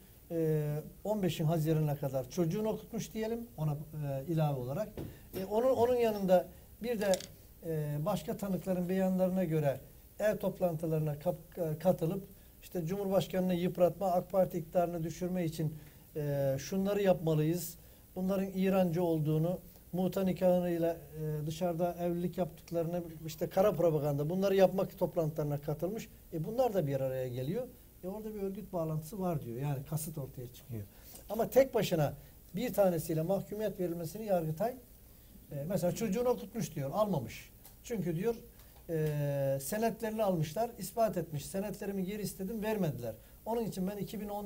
2015'in Haziran'a kadar çocuğunu okutmuş diyelim ona ilave olarak. Onun yanında bir de başka tanıkların beyanlarına göre ev toplantılarına katılıp işte Cumhurbaşkanı'nı yıpratma, AK Parti iktidarını düşürme için şunları yapmalıyız. Bunların İrancı olduğunu, muhta nikahıyla dışarıda evlilik yaptıklarını, işte kara propaganda, bunları yapmak toplantılarına katılmış. Bunlar da bir araya geliyor. Orada bir örgüt bağlantısı var diyor. Yani kasıt ortaya çıkıyor. Ama tek başına bir tanesiyle mahkumiyet verilmesini Yargıtay mesela çocuğunu okutmuş diyor, almamış. Çünkü diyor senetlerini almışlar, ispat etmiş. Senetlerimi geri istedim, vermediler. Onun için ben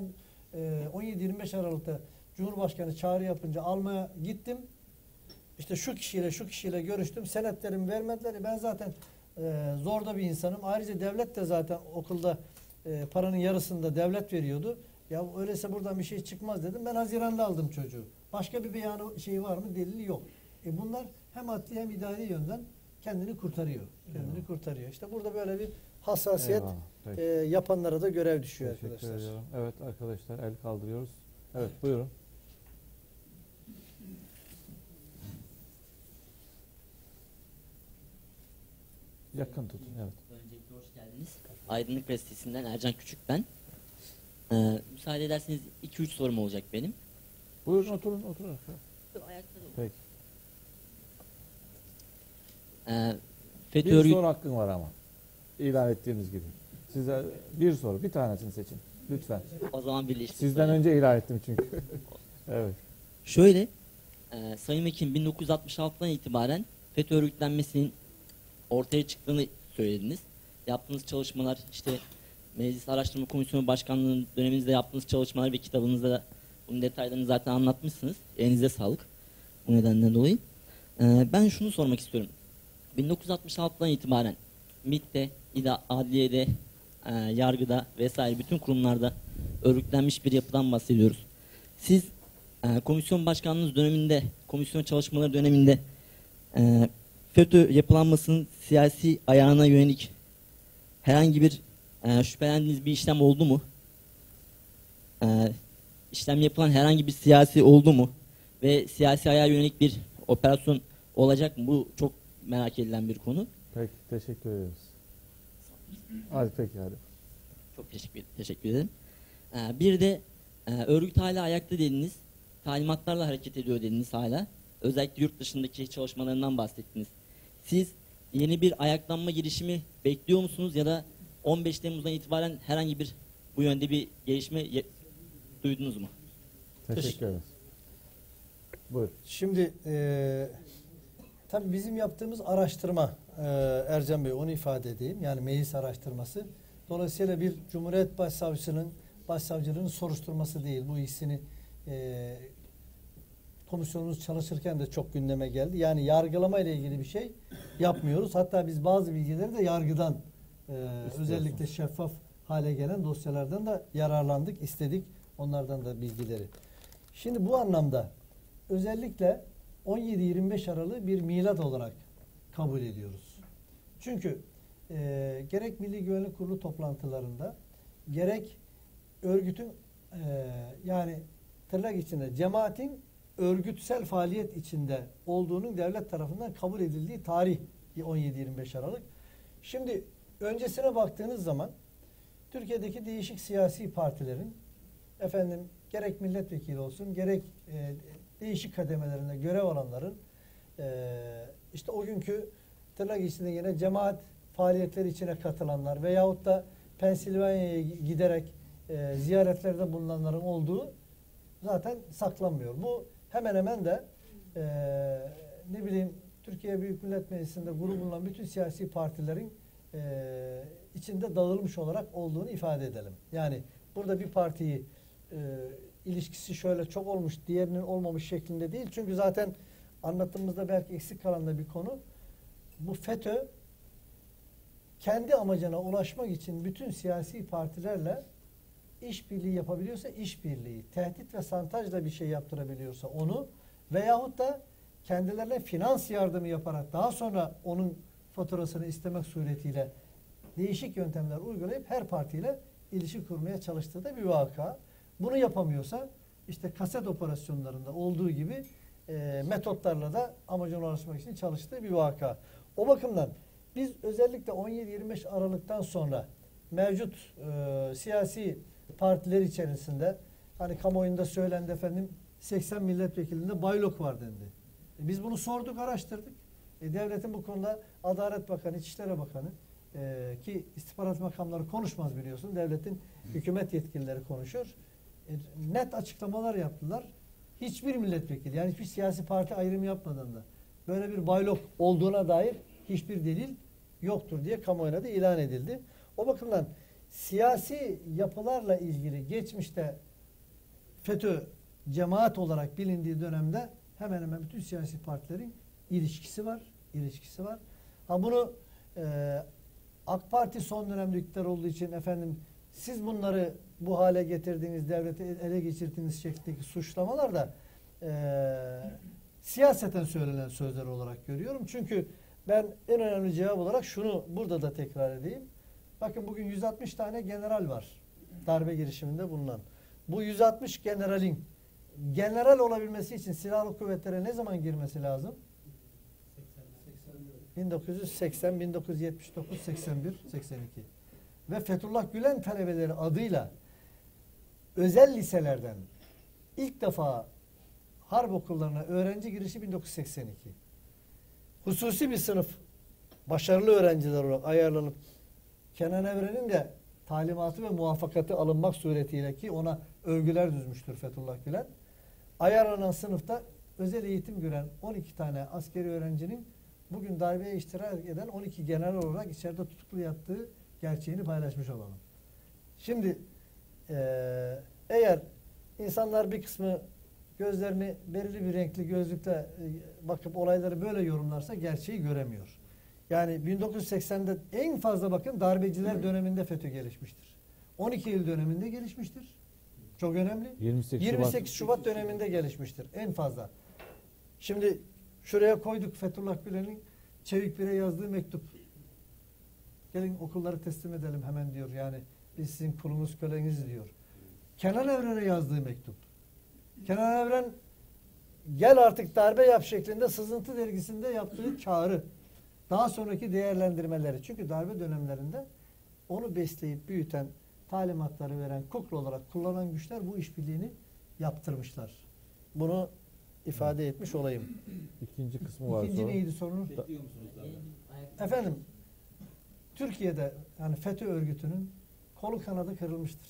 17-25 Aralık'ta Cumhurbaşkanı çağrı yapınca almaya gittim. İşte şu kişiyle görüştüm. Senetlerimi vermediler. Ben zaten zorda bir insanım. Ayrıca devlet de zaten okulda paranın yarısını da devlet veriyordu. Ya öyleyse buradan bir şey çıkmaz dedim. Ben Haziran'da aldım çocuğu. Başka bir beyanı şeyi var mı? Delili yok. Bunlar hem adli hem idari yönden kendini kurtarıyor. İşte burada böyle bir hassasiyet yapanlara da görev düşüyor arkadaşlar. Ediyorum. Evet arkadaşlar, el kaldırıyoruz. Evet buyurun. Yakın tutun. Evet. Öncelikle hoş geldiniz. Aydınlık Gazetesi'nden Ercan Küçük ben. Müsaade ederseniz 2-3 sorum olacak benim. Buyurun oturun. Ayakta da Peki. FETÖ Bir örgütü soru hakkın var ama. İlan ettiğimiz gibi. Size bir soru, bir tanesini seçin. Lütfen. o zaman birleştirdik. Sizden önce ilan ettim çünkü. Evet. Şöyle, Sayın Vekilim 1966'dan itibaren FETÖ örgütlenmesinin ortaya çıktığını söylediniz. Yaptığınız çalışmalar, işte Meclis Araştırma Komisyonu Başkanlığı'nın döneminizde yaptığınız çalışmalar ve kitabınızda da bunun detaylarını zaten anlatmışsınız. Elinize sağlık. Bu nedenden dolayı. Ben şunu sormak istiyorum. 1966'dan itibaren MİT'te, adliyede, yargıda vesaire bütün kurumlarda örgütlenmiş bir yapıdan bahsediyoruz. Siz komisyon başkanlığınız döneminde, komisyon çalışmaları döneminde FETÖ yapılanmasının siyasi ayağına yönelik herhangi bir şüphelendiğiniz bir işlem oldu mu? İşlem yapılan herhangi bir siyasi oldu mu? Ve siyasi ayağa yönelik bir operasyon olacak mı? Bu çok merak edilen bir konu. Peki, teşekkür ederiz. Hadi. Çok teşekkür ederim. Bir de örgüt hala ayakta dediniz. Talimatlarla hareket ediyor dediniz hala. Özellikle yurt dışındaki çalışmalarından bahsettiniz. Siz yeni bir ayaklanma girişimi bekliyor musunuz ya da 15 Temmuz'dan itibaren herhangi bir bu yönde bir gelişme duydunuz mu? Teşekkür ederiz. Buyur. Şimdi tabii bizim yaptığımız araştırma Ercan Bey, onu ifade edeyim. Yani meclis araştırması. Dolayısıyla bir Cumhuriyet Başsavcılığının soruşturması değil. Bu ikisini komisyonumuz çalışırken de çok gündeme geldi. Yani yargılama ile ilgili bir şey yapmıyoruz. Hatta biz bazı bilgileri de yargıdan özellikle şeffaf hale gelen dosyalardan da yararlandık, istedik onlardan da bilgileri. Şimdi bu anlamda özellikle 17-25 Aralık'ı bir milat olarak kabul ediyoruz. Çünkü gerek Milli Güvenlik Kurulu toplantılarında gerek örgütün yani tırnak içinde cemaatin örgütsel faaliyet içinde olduğunun devlet tarafından kabul edildiği tarih 17-25 Aralık. Şimdi öncesine baktığınız zaman Türkiye'deki değişik siyasi partilerin gerek milletvekili olsun gerek değişik kademelerinde görev alanların işte o günkü tırnak içinde yine cemaat faaliyetleri içine katılanlar veyahut da Pensilvanya'ya giderek ziyaretlerde bulunanların olduğu zaten saklanmıyor. Bu hemen hemen de Türkiye Büyük Millet Meclisi'nde grubu bulunan bütün siyasi partilerin içinde dağılmış olarak olduğunu ifade edelim. Yani burada bir partiyi ilişkisi şöyle çok olmuş, diğerinin olmamış şeklinde değil. Çünkü zaten anlatımımızda belki eksik kalan da bir konu. Bu FETÖ kendi amacına ulaşmak için bütün siyasi partilerle işbirliği yapabiliyorsa işbirliği, tehdit ve santajla bir şey yaptırabiliyorsa onu veyahut da kendilerine finans yardımı yaparak daha sonra onun faturasını istemek suretiyle değişik yöntemler uygulayıp her partiyle ilişki kurmaya çalıştığı da bir vaka. Bunu yapamıyorsa işte kaset operasyonlarında olduğu gibi metotlarla da amacına ulaşmak için çalıştığı bir vaka. O bakımdan biz özellikle 17-25 Aralık'tan sonra mevcut siyasi partiler içerisinde hani kamuoyunda söylendi 80 milletvekilinde baylok var dendi. Biz bunu sorduk, araştırdık. Devletin bu konuda Adalet Bakanı, İçişleri Bakanı ki istihbarat makamları konuşmaz biliyorsun. Devletin hükümet yetkilileri konuşur. Net açıklamalar yaptılar. Hiçbir milletvekili yani hiçbir siyasi parti ayrımı yapmadan da böyle bir baylok olduğuna dair hiçbir delil yoktur diye kamuoyuna da ilan edildi. O bakımdan siyasi yapılarla ilgili geçmişte FETÖ cemaat olarak bilindiği dönemde hemen hemen bütün siyasi partilerin ilişkisi var. Ha bunu AK Parti son dönemde iktidar olduğu için siz bunları bu hale getirdiğiniz, devleti ele geçirdiğiniz şeklindeki suçlamalar da siyaseten söylenen sözler olarak görüyorum. Çünkü ben en önemli cevap olarak şunu burada da tekrar edeyim. Bakın bugün 160 tane general var darbe girişiminde bulunan. Bu 160 generalin general olabilmesi için silahlı kuvvetlere ne zaman girmesi lazım? 1980, 1979, 81, 82. Ve Fethullah Gülen talebeleri adıyla özel liselerden ilk defa harp okullarına öğrenci girişi 1982. Hususi bir sınıf başarılı öğrenciler olarak ayarlanıp Kenan Evren'in de talimatı ve muvaffakatı alınmak suretiyle ki ona övgüler düzmüştür Fethullah Gülen. Ayarlanan sınıfta özel eğitim gören 12 tane askeri öğrencinin bugün darbeye iştirak eden 12 general olarak içeride tutuklu yattığı gerçeğini paylaşmış olalım. Şimdi eğer insanlar bir kısmı gözlerini belirli bir renkli gözlükle bakıp olayları böyle yorumlarsa gerçeği göremiyor. Yani 1980'de en fazla bakın darbeciler döneminde FETÖ gelişmiştir. 12 Eylül döneminde gelişmiştir. Çok önemli. 28 Şubat döneminde gelişmiştir. En fazla. Şimdi şuraya koyduk Fethullah Gülen'in Çevik Bir'e yazdığı mektup. Gelin okulları teslim edelim hemen diyor. Yani biz sizin kulunuz köleniz diyor. Kenan Evren'e yazdığı mektup. Kenan Evren gel artık darbe yap şeklinde Sızıntı dergisinde yaptığı çağrı. Daha sonraki değerlendirmeleri. Çünkü darbe dönemlerinde onu besleyip büyüten, talimatları veren, kukla olarak kullanan güçler bu işbirliğini yaptırmışlar. Bunu ifade etmiş olayım. İkinci kısmı var. İkinci neydi sorunuz? Bekliyor musunuz daha? Efendim, Türkiye'de yani FETÖ örgütünün kolu kanadı kırılmıştır.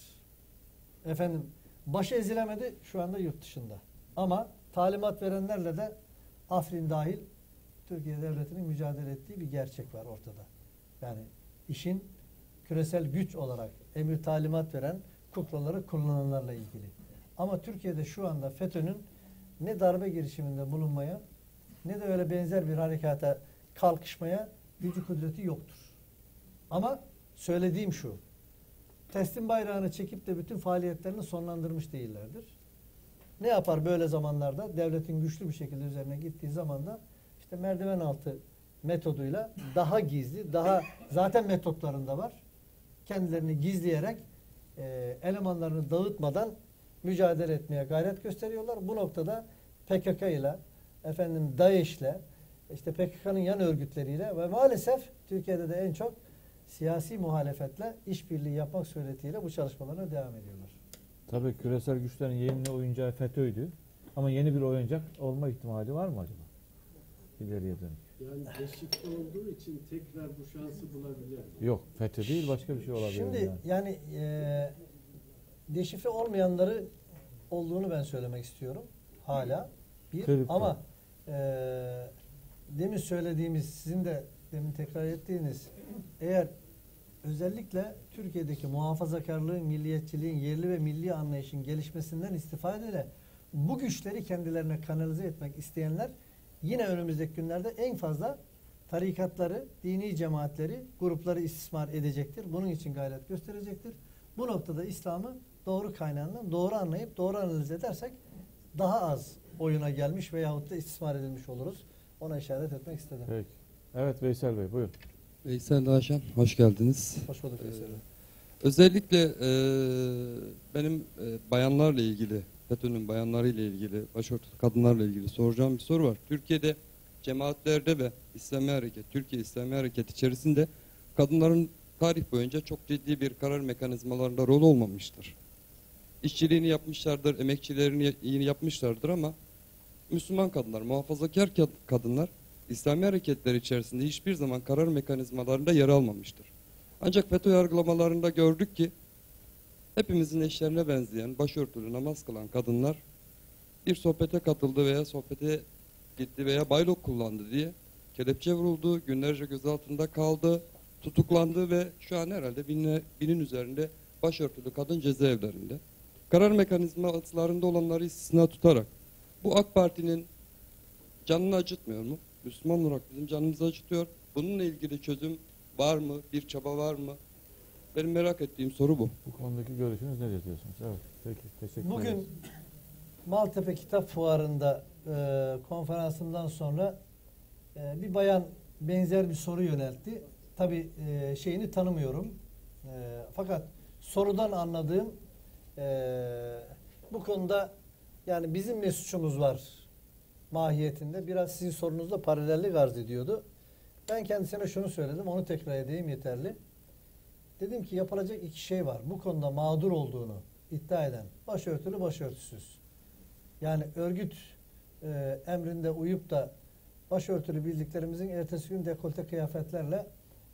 Başı ezilemedi, şu anda yurt dışında. Ama talimat verenlerle de Afrin dahil Türkiye Devleti'nin mücadele ettiği bir gerçek var ortada. Yani işin küresel güç olarak emir talimat veren kuklaları kullananlarla ilgili. Ama Türkiye'de şu anda FETÖ'nün ne darbe girişiminde bulunmaya ne de öyle benzer bir harekata kalkışmaya gücü kudreti yoktur. Ama söylediğim şu, teslim bayrağını çekip de bütün faaliyetlerini sonlandırmış değillerdir. Ne yapar böyle zamanlarda? Devletin güçlü bir şekilde üzerine gittiği zaman da işte merdiven altı metoduyla daha gizli, daha zaten metotlarında var. Kendilerini gizleyerek elemanlarını dağıtmadan mücadele etmeye gayret gösteriyorlar. Bu noktada PKK ile DAEŞ ile işte PKK'nın yan örgütleriyle ve maalesef Türkiye'de de en çok siyasi muhalefetle işbirliği yapmak suretiyle bu çalışmalarına devam ediyorlar. Tabii küresel güçlerin yeni oyuncağı FETÖ'ydü. Ama yeni bir oyuncak olma ihtimali var mı acaba? İleriye dönük. Yani deşifre olduğu için tekrar bu şansı bulabilir mi? Yok, FETÖ değil, başka bir şey olabilir. Şimdi yani deşifre olmayanları olduğunu ben söylemek istiyorum. Hala. Kripto. Ama demin söylediğimiz, sizin de demin tekrar ettiğiniz, eğer özellikle Türkiye'deki muhafazakarlığın, milliyetçiliğin, yerli ve milli anlayışın gelişmesinden istifadeyle bu güçleri kendilerine kanalize etmek isteyenler yine önümüzdeki günlerde en fazla tarikatları, dini cemaatleri, grupları istismar edecektir. Bunun için gayret gösterecektir. Bu noktada İslam'ı doğru kaynağından doğru anlayıp doğru analiz edersek daha az oyuna gelmiş veyahut da istismar edilmiş oluruz. Ona işaret etmek istedim. Peki. Evet Veysel Bey, buyurun. Veysel Daşan, hoş geldiniz. Hoş bulduk Veysel Bey. Özellikle benim bayanlarla ilgili, FETÖ'nün bayanlarıyla ilgili, başörtülü kadınlarla ilgili soracağım bir soru var. Türkiye'de cemaatlerde ve İslami Hareket, Türkiye İslami Hareket içerisinde kadınların tarih boyunca çok ciddi bir karar mekanizmalarında rol olmamıştır. İşçiliğini yapmışlardır, emekçilerini iyi yapmışlardır ama Müslüman kadınlar, muhafazakar kadınlar İslami hareketler içerisinde hiçbir zaman karar mekanizmalarında yer almamıştır. Ancak FETÖ yargılamalarında gördük ki hepimizin eşlerine benzeyen, başörtülü namaz kılan kadınlar bir sohbete katıldı veya sohbete gitti veya baylok kullandı diye kelepçe vuruldu, günlerce gözaltında kaldı, tutuklandı ve şu an herhalde binin üzerinde başörtülü kadın cezaevlerinde. Karar mekanizmalarında olanları istisna tutarak bu AK Parti'nin canını acıtmıyor mu? Müslüman olarak bizim canımızı acıtıyor. Bununla ilgili çözüm var mı? Bir çaba var mı? Benim merak ettiğim soru bu. Bu konudaki görüşünüz ne diyorsunuz? Evet, peki. Teşekkür ederiz. Bugün Maltepe Kitap Fuarı'nda konferansımdan sonra bir bayan benzer bir soru yöneltti. Tabii şeyini tanımıyorum. Fakat sorudan anladığım bu konuda yani bizim ne suçumuz var mahiyetinde biraz sizin sorunuzla paralellik arz ediyordu. Ben kendisine şunu söyledim, onu tekrar edeyim yeterli. Dedim ki yapılacak iki şey var. Bu konuda mağdur olduğunu iddia eden başörtülü, başörtüsüz. Yani örgüt emrinde uyup da başörtülü bildiklerimizin ertesi gün dekolte kıyafetlerle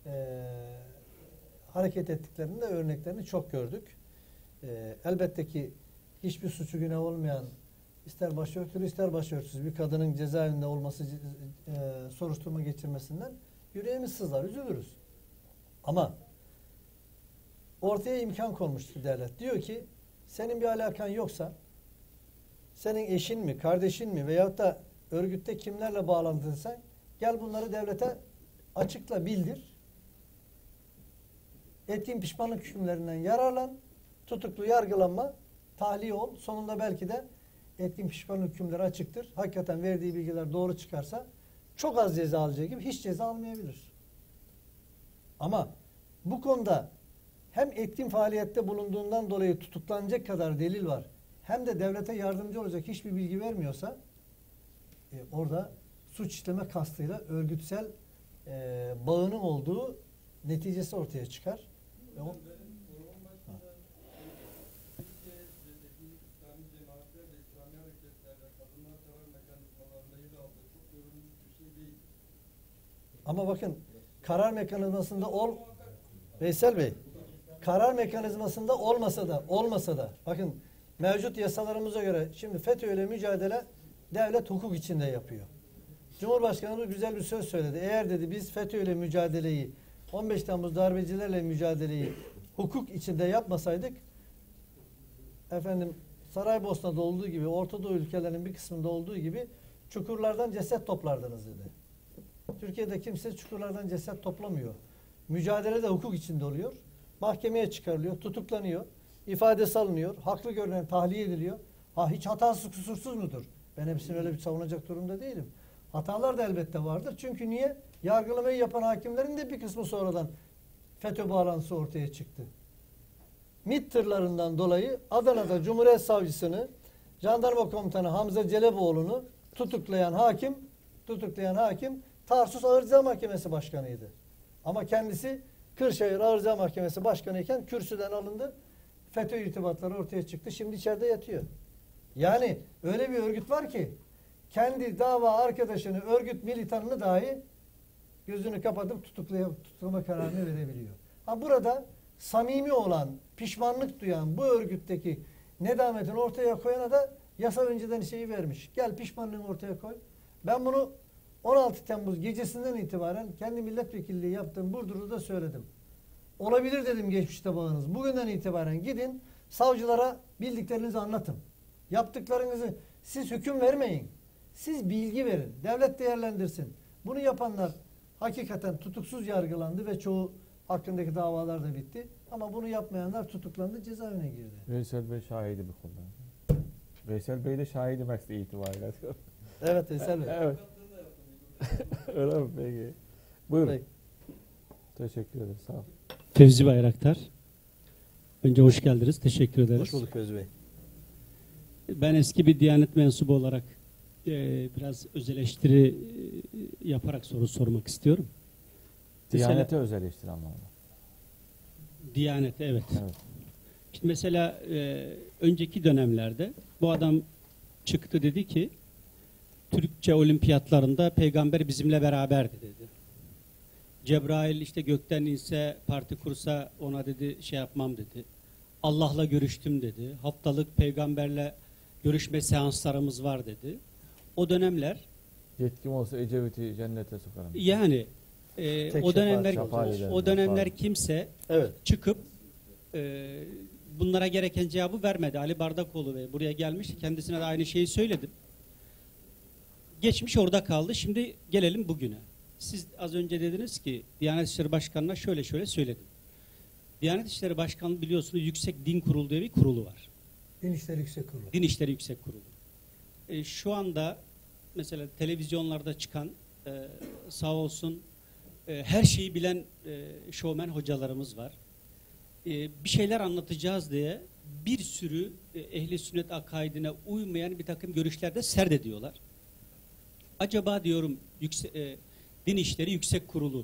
hareket ettiklerinin de örneklerini çok gördük. Elbette ki hiçbir suçu günah olmayan ister başörtülü ister başörtüsüz bir kadının cezaevinde olması soruşturma geçirmesinden yüreğimiz sızlar, üzülürüz. Ama ortaya imkan konmuştur devlet. Diyor ki senin bir alakan yoksa senin eşin mi, kardeşin mi veyahut da örgütte kimlerle bağlantıysan gel bunları devlete açıkla bildir. Ettiğin pişmanlık hükümlerinden yararlan, tutuklu yargılanma, tahliye ol. Sonunda belki de ettiğin pişmanlık hükümleri açıktır. Hakikaten verdiği bilgiler doğru çıkarsa çok az ceza alacağı gibi hiç ceza almayabilir. Ama bu konuda hem etkin faaliyette bulunduğundan dolayı tutuklanacak kadar delil var. Hem de devlete yardımcı olacak hiçbir bilgi vermiyorsa orada suç işleme kastıyla örgütsel bağının olduğu neticesi ortaya çıkar. Ama bakın karar mekanizmasında Veysel Bey, karar mekanizmasında olmasa da bakın mevcut yasalarımıza göre şimdi FETÖ ile mücadele devlet hukuk içinde yapıyor. Cumhurbaşkanımız güzel bir söz söyledi. Eğer dedi biz FETÖ ile mücadeleyi 15 Temmuz darbecilerle mücadeleyi hukuk içinde yapmasaydık Saraybosna'da olduğu gibi Orta Doğu ülkelerinin bir kısmında olduğu gibi çukurlardan ceset toplardınız dedi. Türkiye'de kimse çukurlardan ceset toplamıyor. Mücadele de hukuk içinde oluyor. Mahkemeye çıkarılıyor, tutuklanıyor, ifadesi alınıyor, haklı görünen tahliye ediliyor. Ha hiç hatası kusursuz mudur? Ben hepsini öyle bir savunacak durumda değilim. Hatalar da elbette vardır. Çünkü niye? Yargılamayı yapan hakimlerin de bir kısmı sonradan FETÖ bağlantısı ortaya çıktı. MİT tırlarından dolayı Adana'da Cumhuriyet Savcısını, Jandarma Komutanı Hamza Celeboğlu'nu tutuklayan hakim Tarsus Ağır Ceza Mahkemesi Başkanı'ydı. Ama kendisi Kırşehir Ağır Ceza Mahkemesi Başkanı iken kürsüden alındı. FETÖ irtibatları ortaya çıktı. Şimdi içeride yatıyor. Yani öyle bir örgüt var ki kendi dava arkadaşını, örgüt militanını dahi gözünü kapatıp tutuklama kararını verebiliyor. Ha burada samimi olan, pişmanlık duyan bu örgütteki nedametini ortaya koyana da yasa önceden şeyi vermiş. Gel pişmanlığını ortaya koy. Ben bunu 16 Temmuz gecesinden itibaren kendi milletvekilliği yaptığım Burdur'da da söyledim. Olabilir dedim geçmişte bağınız. Bugünden itibaren gidin savcılara bildiklerinizi anlatın. Yaptıklarınızı siz hüküm vermeyin. Siz bilgi verin. Devlet değerlendirsin. Bunu yapanlar hakikaten tutuksuz yargılandı ve çoğu hakkındaki davalar da bitti. Ama bunu yapmayanlar tutuklandı, cezaevine girdi. Veysel Bey şahidi bu konuda. Veysel Bey de şahidi mesleği itibariyle. Evet Veysel Bey. Evet. Öyle mi? Peki. Buyurun. Peki. Teşekkür ederim. Sağ olun. Fevzi Bayraktar. Önce hoş geldiniz. Teşekkür ederiz. Hoş bulduk Fevzi Bey. Ben eski bir Diyanet mensubu olarak biraz öz eleştiri yaparak soru sormak istiyorum. Diyanete öz eleştiri anlamında. Diyanet, evet. Evet. İşte mesela önceki dönemlerde bu adam çıktı dedi ki Türkçe olimpiyatlarında peygamber bizimle beraberdi dedi. Cebrail işte gökten inse parti kursa ona dedi şey yapmam dedi. Allah'la görüştüm dedi. Haftalık peygamberle görüşme seanslarımız var dedi. O dönemler Yetkim olsa Ecevit'i cennete sokarım. yani o dönemler kimse Evet. çıkıp bunlara gereken cevabı vermedi. Ali Bardakoğlu Bey buraya gelmiş. Kendisine de aynı şeyi söyledim. Geçmiş orada kaldı. Şimdi gelelim bugüne. Siz az önce dediniz ki Diyanet İşleri Başkanı'na şöyle söyledim. Diyanet İşleri Başkanlığı biliyorsunuz Yüksek Din Kurulu diye bir kurulu var. Din İşleri Yüksek Kurulu. Din İşleri Yüksek Kurulu. Şu anda mesela televizyonlarda çıkan sağ olsun her şeyi bilen şovmen hocalarımız var. Bir şeyler anlatacağız diye bir sürü ehli sünnet akaidine uymayan bir takım görüşlerde serdediyorlar. Acaba diyorum Din İşleri Yüksek Kurulu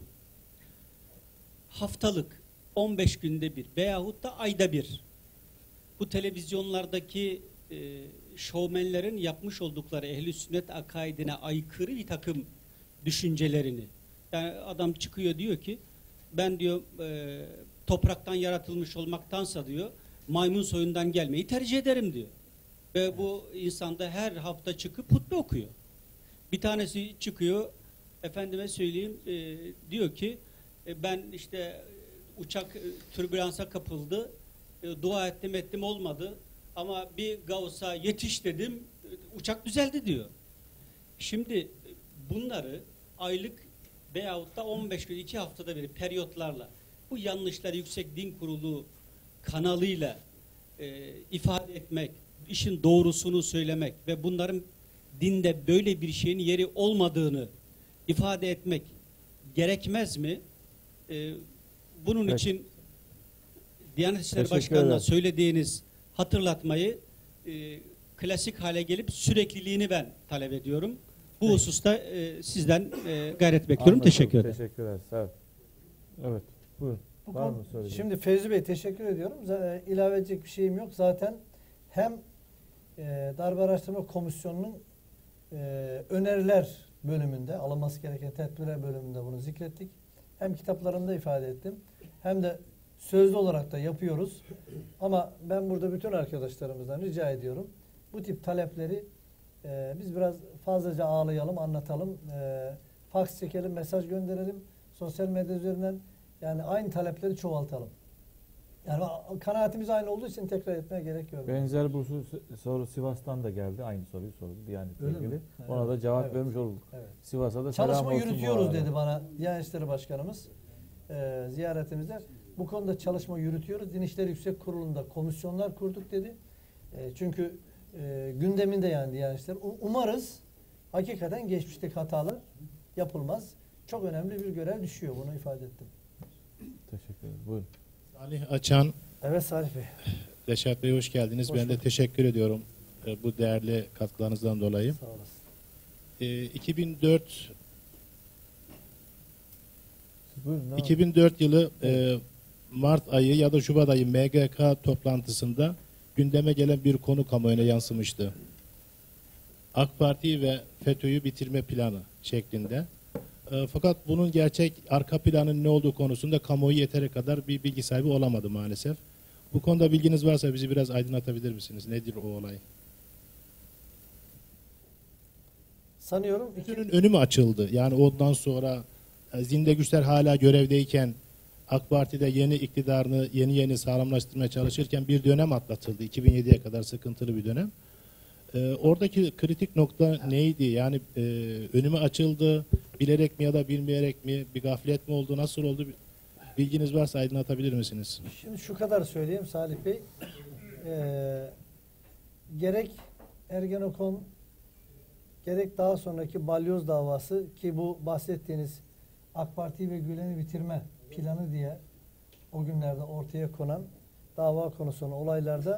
haftalık 15 günde bir veyahut da ayda bir bu televizyonlardaki şovmenlerin yapmış oldukları ehli sünnet akaidine aykırı bir takım düşüncelerini, yani adam çıkıyor diyor ki ben diyor topraktan yaratılmış olmaktansa diyor maymun soyundan gelmeyi tercih ederim diyor. Ve bu insanda her hafta çıkıp hutbe okuyor. Bir tanesi çıkıyor efendime söyleyeyim diyor ki ben işte uçak türbülansa kapıldı, dua ettim olmadı ama bir Gavs'a yetiş dedim uçak düzeldi diyor. Şimdi bunları aylık veyahut da 15 gün 2 haftada bir periyotlarla bu yanlışları Yüksek Din Kurulu kanalıyla ifade etmek, işin doğrusunu söylemek ve bunların dinde böyle bir şeyin yeri olmadığını ifade etmek gerekmez mi? Bunun evet. için Diyanet İşleri Başkanı'na söylediğiniz hatırlatmayı klasik hale gelip sürekliliğini ben talep ediyorum. Bu hususta sizden gayret bekliyorum. Anladım. Teşekkür ederim. Teşekkür ederiz. Sağ olun. Evet. Buyurun. Var mı söyleyeceğim? Şimdi Fevzi Bey teşekkür ediyorum. İlave edecek bir şeyim yok. Zaten hem Darbe Araştırma Komisyonu'nun öneriler bölümünde, alınması gereken tedbirler bölümünde bunu zikrettik. Hem kitaplarımda ifade ettim. Hem de sözlü olarak da yapıyoruz. Ama ben burada bütün arkadaşlarımızdan rica ediyorum. Bu tip talepleri biz biraz fazlaca ağlayalım, anlatalım. Faks çekelim, mesaj gönderelim. Sosyal medya üzerinden yani aynı talepleri çoğaltalım. Yani kanaatimiz aynı olduğu için tekrar etmeye gerek yok. Benzer bu soru Sivas'tan da geldi. Aynı soruyu sordu Diyanet'le Öyle ilgili. mi? Ona da cevap Evet. vermiş olduk. Evet. Sivas'a da selam Çalışma olsun bu yürütüyoruz arada. dedi bana Diyanet İşleri Başkanımız ziyaretimizde. Bu konuda çalışma yürütüyoruz. Din İşleri Yüksek Kurulu'nda komisyonlar kurduk dedi. Çünkü gündeminde yani Diyanet İşleri. Umarız hakikaten geçmişteki hatalar yapılmaz. Çok önemli bir görev düşüyor. Bunu ifade ettim. Teşekkür ederim. Buyurun. Salih Açan, Evet Salih Bey. Reşat Bey hoş geldiniz. Hoş Ben de bulduk. teşekkür ediyorum bu değerli katkılarınızdan dolayı. Sağ olasın. 2004 Buyurun. ne 2004 yılı Mart ayı ya da Şubat ayı MGK toplantısında gündeme gelen bir konu kamuoyuna yansımıştı. AK Parti ve FETÖ'yü bitirme planı şeklinde. Fakat bunun gerçek arka planın ne olduğu konusunda kamuoyu yeteri kadar bir bilgi sahibi olamadı maalesef. Bu konuda bilginiz varsa bizi biraz aydınlatabilir misiniz? Nedir o olay? Sanıyorum FETÖ'nün önü mü açıldı? Yani ondan sonra zinde güçler hala görevdeyken AK Parti'de yeni iktidarını yeni sağlamlaştırmaya çalışırken bir dönem atlatıldı. 2007'ye kadar sıkıntılı bir dönem. Oradaki kritik nokta neydi? Yani önüme açıldı, bilerek mi ya da bilmeyerek mi, bir gaflet mi oldu, nasıl oldu? Bilginiz varsa aydınlatabilir misiniz? Şimdi şu kadar söyleyeyim Salih Bey. Gerek Ergenekon gerek daha sonraki balyoz davası ki bu bahsettiğiniz AK Parti ve Gülen'i bitirme planı diye o günlerde ortaya konan dava konusu olan olaylarda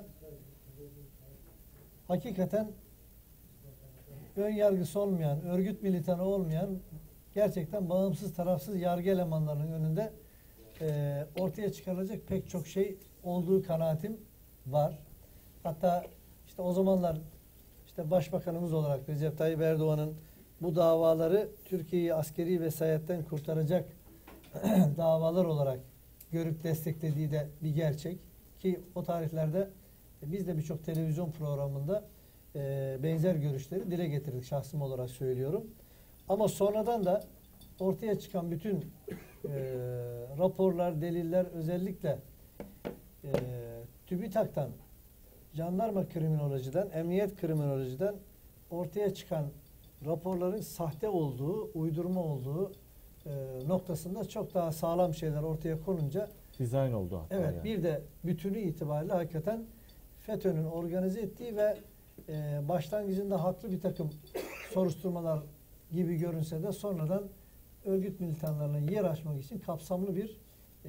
hakikaten ön yargısı olmayan, örgüt militanı olmayan gerçekten bağımsız tarafsız yargı elemanlarının önünde ortaya çıkarılacak pek çok şey olduğu kanaatim var. Hatta işte o zamanlar işte Başbakanımız olarak Recep Tayyip Erdoğan'ın bu davaları Türkiye'yi askeri vesayetten kurtaracak davalar olarak görüp desteklediği de bir gerçek. Ki o tarihlerde biz de birçok televizyon programında benzer görüşleri dile getirdik, şahsım olarak söylüyorum. Ama sonradan da ortaya çıkan bütün raporlar, deliller, özellikle TÜBİTAK'tan, jandarma kriminolojiden, emniyet kriminolojiden ortaya çıkan raporların sahte olduğu, uydurma olduğu noktasında çok daha sağlam şeyler ortaya konunca dizayn oldu hatta. evet, yani. bir de bütünü itibariyle hakikaten FETÖ'nün organize ettiği ve başlangıcında haklı bir takım soruşturmalar gibi görünse de sonradan örgüt militanlarına yer açmak için kapsamlı bir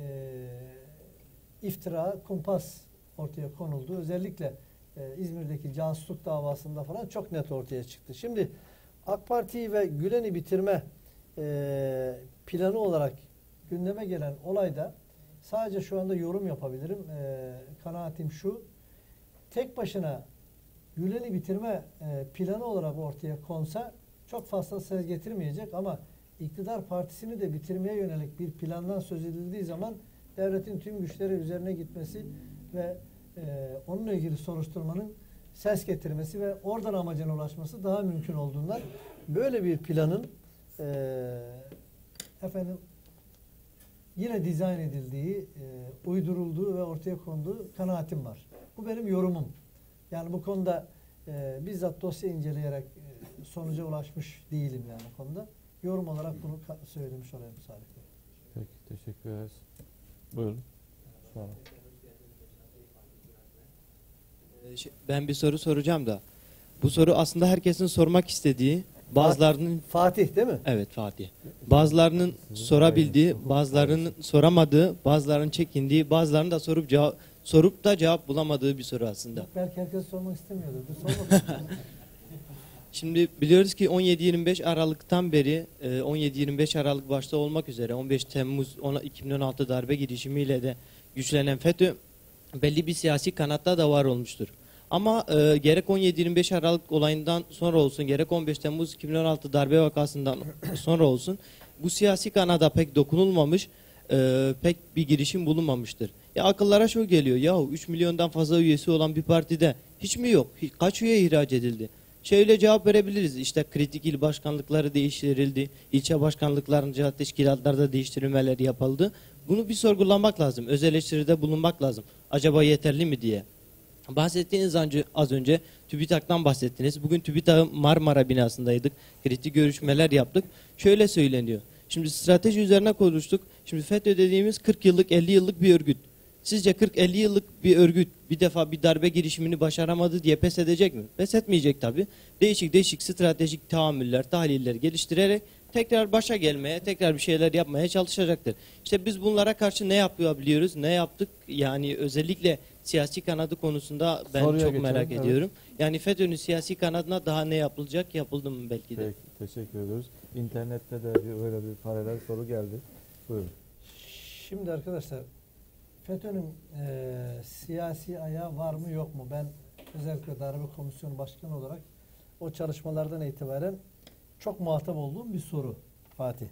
iftira, kumpas ortaya konuldu. Özellikle İzmir'deki casusluk davasında falan çok net ortaya çıktı. Şimdi AK Parti ve Gülen'i bitirme planı olarak gündeme gelen olayda sadece şu anda yorum yapabilirim. Kanaatim şu: tek başına Gülen'i bitirme planı olarak ortaya konsa çok fazla ses getirmeyecek, ama iktidar partisini de bitirmeye yönelik bir plandan söz edildiği zaman devletin tüm güçleri üzerine gitmesi ve onunla ilgili soruşturmanın ses getirmesi ve oradan amacına ulaşması daha mümkün olduğundan böyle bir planın yine dizayn edildiği, uydurulduğu ve ortaya konduğu kanaatim var. Bu benim yorumum. Yani bu konuda bizzat dosya inceleyerek sonuca ulaşmış değilim yani bu konuda. Yorum olarak bunu söylemiş olayım Salih Bey. Peki, teşekkür ederiz. Buyurun. Sonra. Ben bir soru soracağım da. Bu soru aslında herkesin sormak istediği, bazılarının... Fatih değil mi? Evet, Fatih. Bazılarının sorabildiği, bazılarının soramadığı, bazılarının çekindiği, bazılarının da sorup da cevap bulamadığı bir soru aslında. Belki herkes sormak istemiyordur. Sormak Şimdi biliyoruz ki 17-25 Aralık'tan beri, 17-25 Aralık başta olmak üzere 15 Temmuz 2016 darbe girişimiyle de güçlenen FETÖ belli bir siyasi kanatta da var olmuştur. Ama gerek 17-25 Aralık olayından sonra olsun, gerek 15 Temmuz 2016 darbe vakasından sonra olsun, bu siyasi kanada pek dokunulmamış, pek bir girişim bulunmamıştır. Ya akıllara şu geliyor, yahu 3 milyondan fazla üyesi olan bir partide hiç mi yok? Kaç üye ihraç edildi? şöyle cevap verebiliriz. İşte kritik il başkanlıkları değiştirildi. İlçe başkanlıklarınca teşkilatlarda değiştirmeler yapıldı. Bunu bir sorgulamak lazım. Öz eleştiride bulunmak lazım. Acaba yeterli mi diye. Bahsettiğiniz az önce TÜBİTAK'tan bahsettiniz. Bugün TÜBİTAK'ın Marmara binasındaydık. Kritik görüşmeler yaptık. Şöyle söyleniyor. Şimdi strateji üzerine konuştuk. Şimdi FETÖ dediğimiz 40 yıllık 50 yıllık bir örgüt. Sizce 40-50 yıllık bir örgüt bir defa bir darbe girişimini başaramadı diye pes edecek mi? Pes etmeyecek tabii. Değişik stratejik tahammüller, tahliller geliştirerek tekrar başa gelmeye, tekrar bir şeyler yapmaya çalışacaktır. İşte biz bunlara karşı ne yapabiliyoruz, ne yaptık? Yani özellikle siyasi kanadı konusunda ben Soruya çok geçelim, merak evet. ediyorum. Yani FETÖ'nün siyasi kanadına daha ne yapılacak, yapıldı mı belki de? Peki, teşekkür ediyoruz. İnternette de böyle bir paralel soru geldi. Buyurun. Şimdi arkadaşlar FETÖ'nün siyasi ayağı var mı yok mu? Ben özellikle Darbe Komisyonu Başkanı olarak o çalışmalardan itibaren çok muhatap olduğum bir soru Fatih.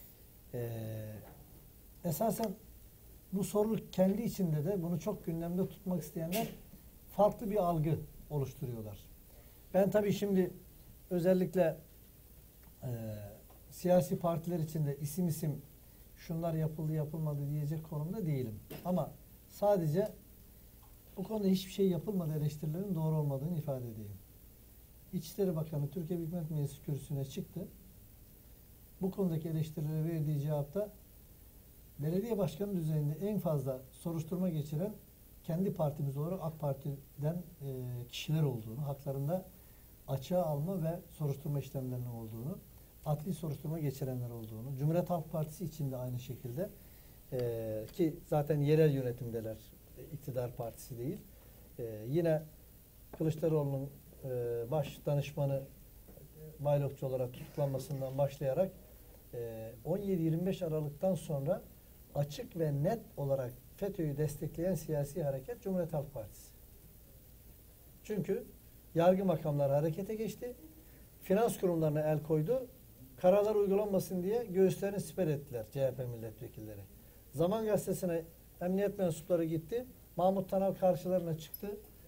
Esasen bu soru kendi içinde de bunu çok gündemde tutmak isteyenler farklı bir algı oluşturuyorlar. Ben tabii şimdi özellikle siyasi partiler içinde isim şunlar yapıldı yapılmadı diyecek konumda değilim. Ama sadece bu konuda hiçbir şey yapılmadı eleştirilerin doğru olmadığını ifade edeyim. İçişleri Bakanı Türkiye Büyük Millet Meclisi kürsüsüne çıktı. Bu konudaki eleştirilere verdiği cevapta belediye başkanı düzeyinde en fazla soruşturma geçiren kendi partimiz olarak AK Parti'den kişiler olduğunu, haklarında açığa alma ve soruşturma işlemlerinin olduğunu, adli soruşturma geçirenler olduğunu, Cumhuriyet Halk Partisi içinde aynı şekilde ki zaten yerel yönetimdeler, iktidar partisi değil. Yine Kılıçdaroğlu'nun baş danışmanı Baylokçu olarak tutuklanmasından başlayarak 17-25 Aralık'tan sonra açık ve net olarak FETÖ'yü destekleyen siyasi hareket Cumhuriyet Halk Partisi. Çünkü yargı makamları harekete geçti. Finans kurumlarına el koydu. Kararlar uygulanmasın diye göğüslerini siper ettiler CHP milletvekilleri. Zaman Gazetesi'ne emniyet mensupları gitti. Mahmut Tanal karşılarına çıktı.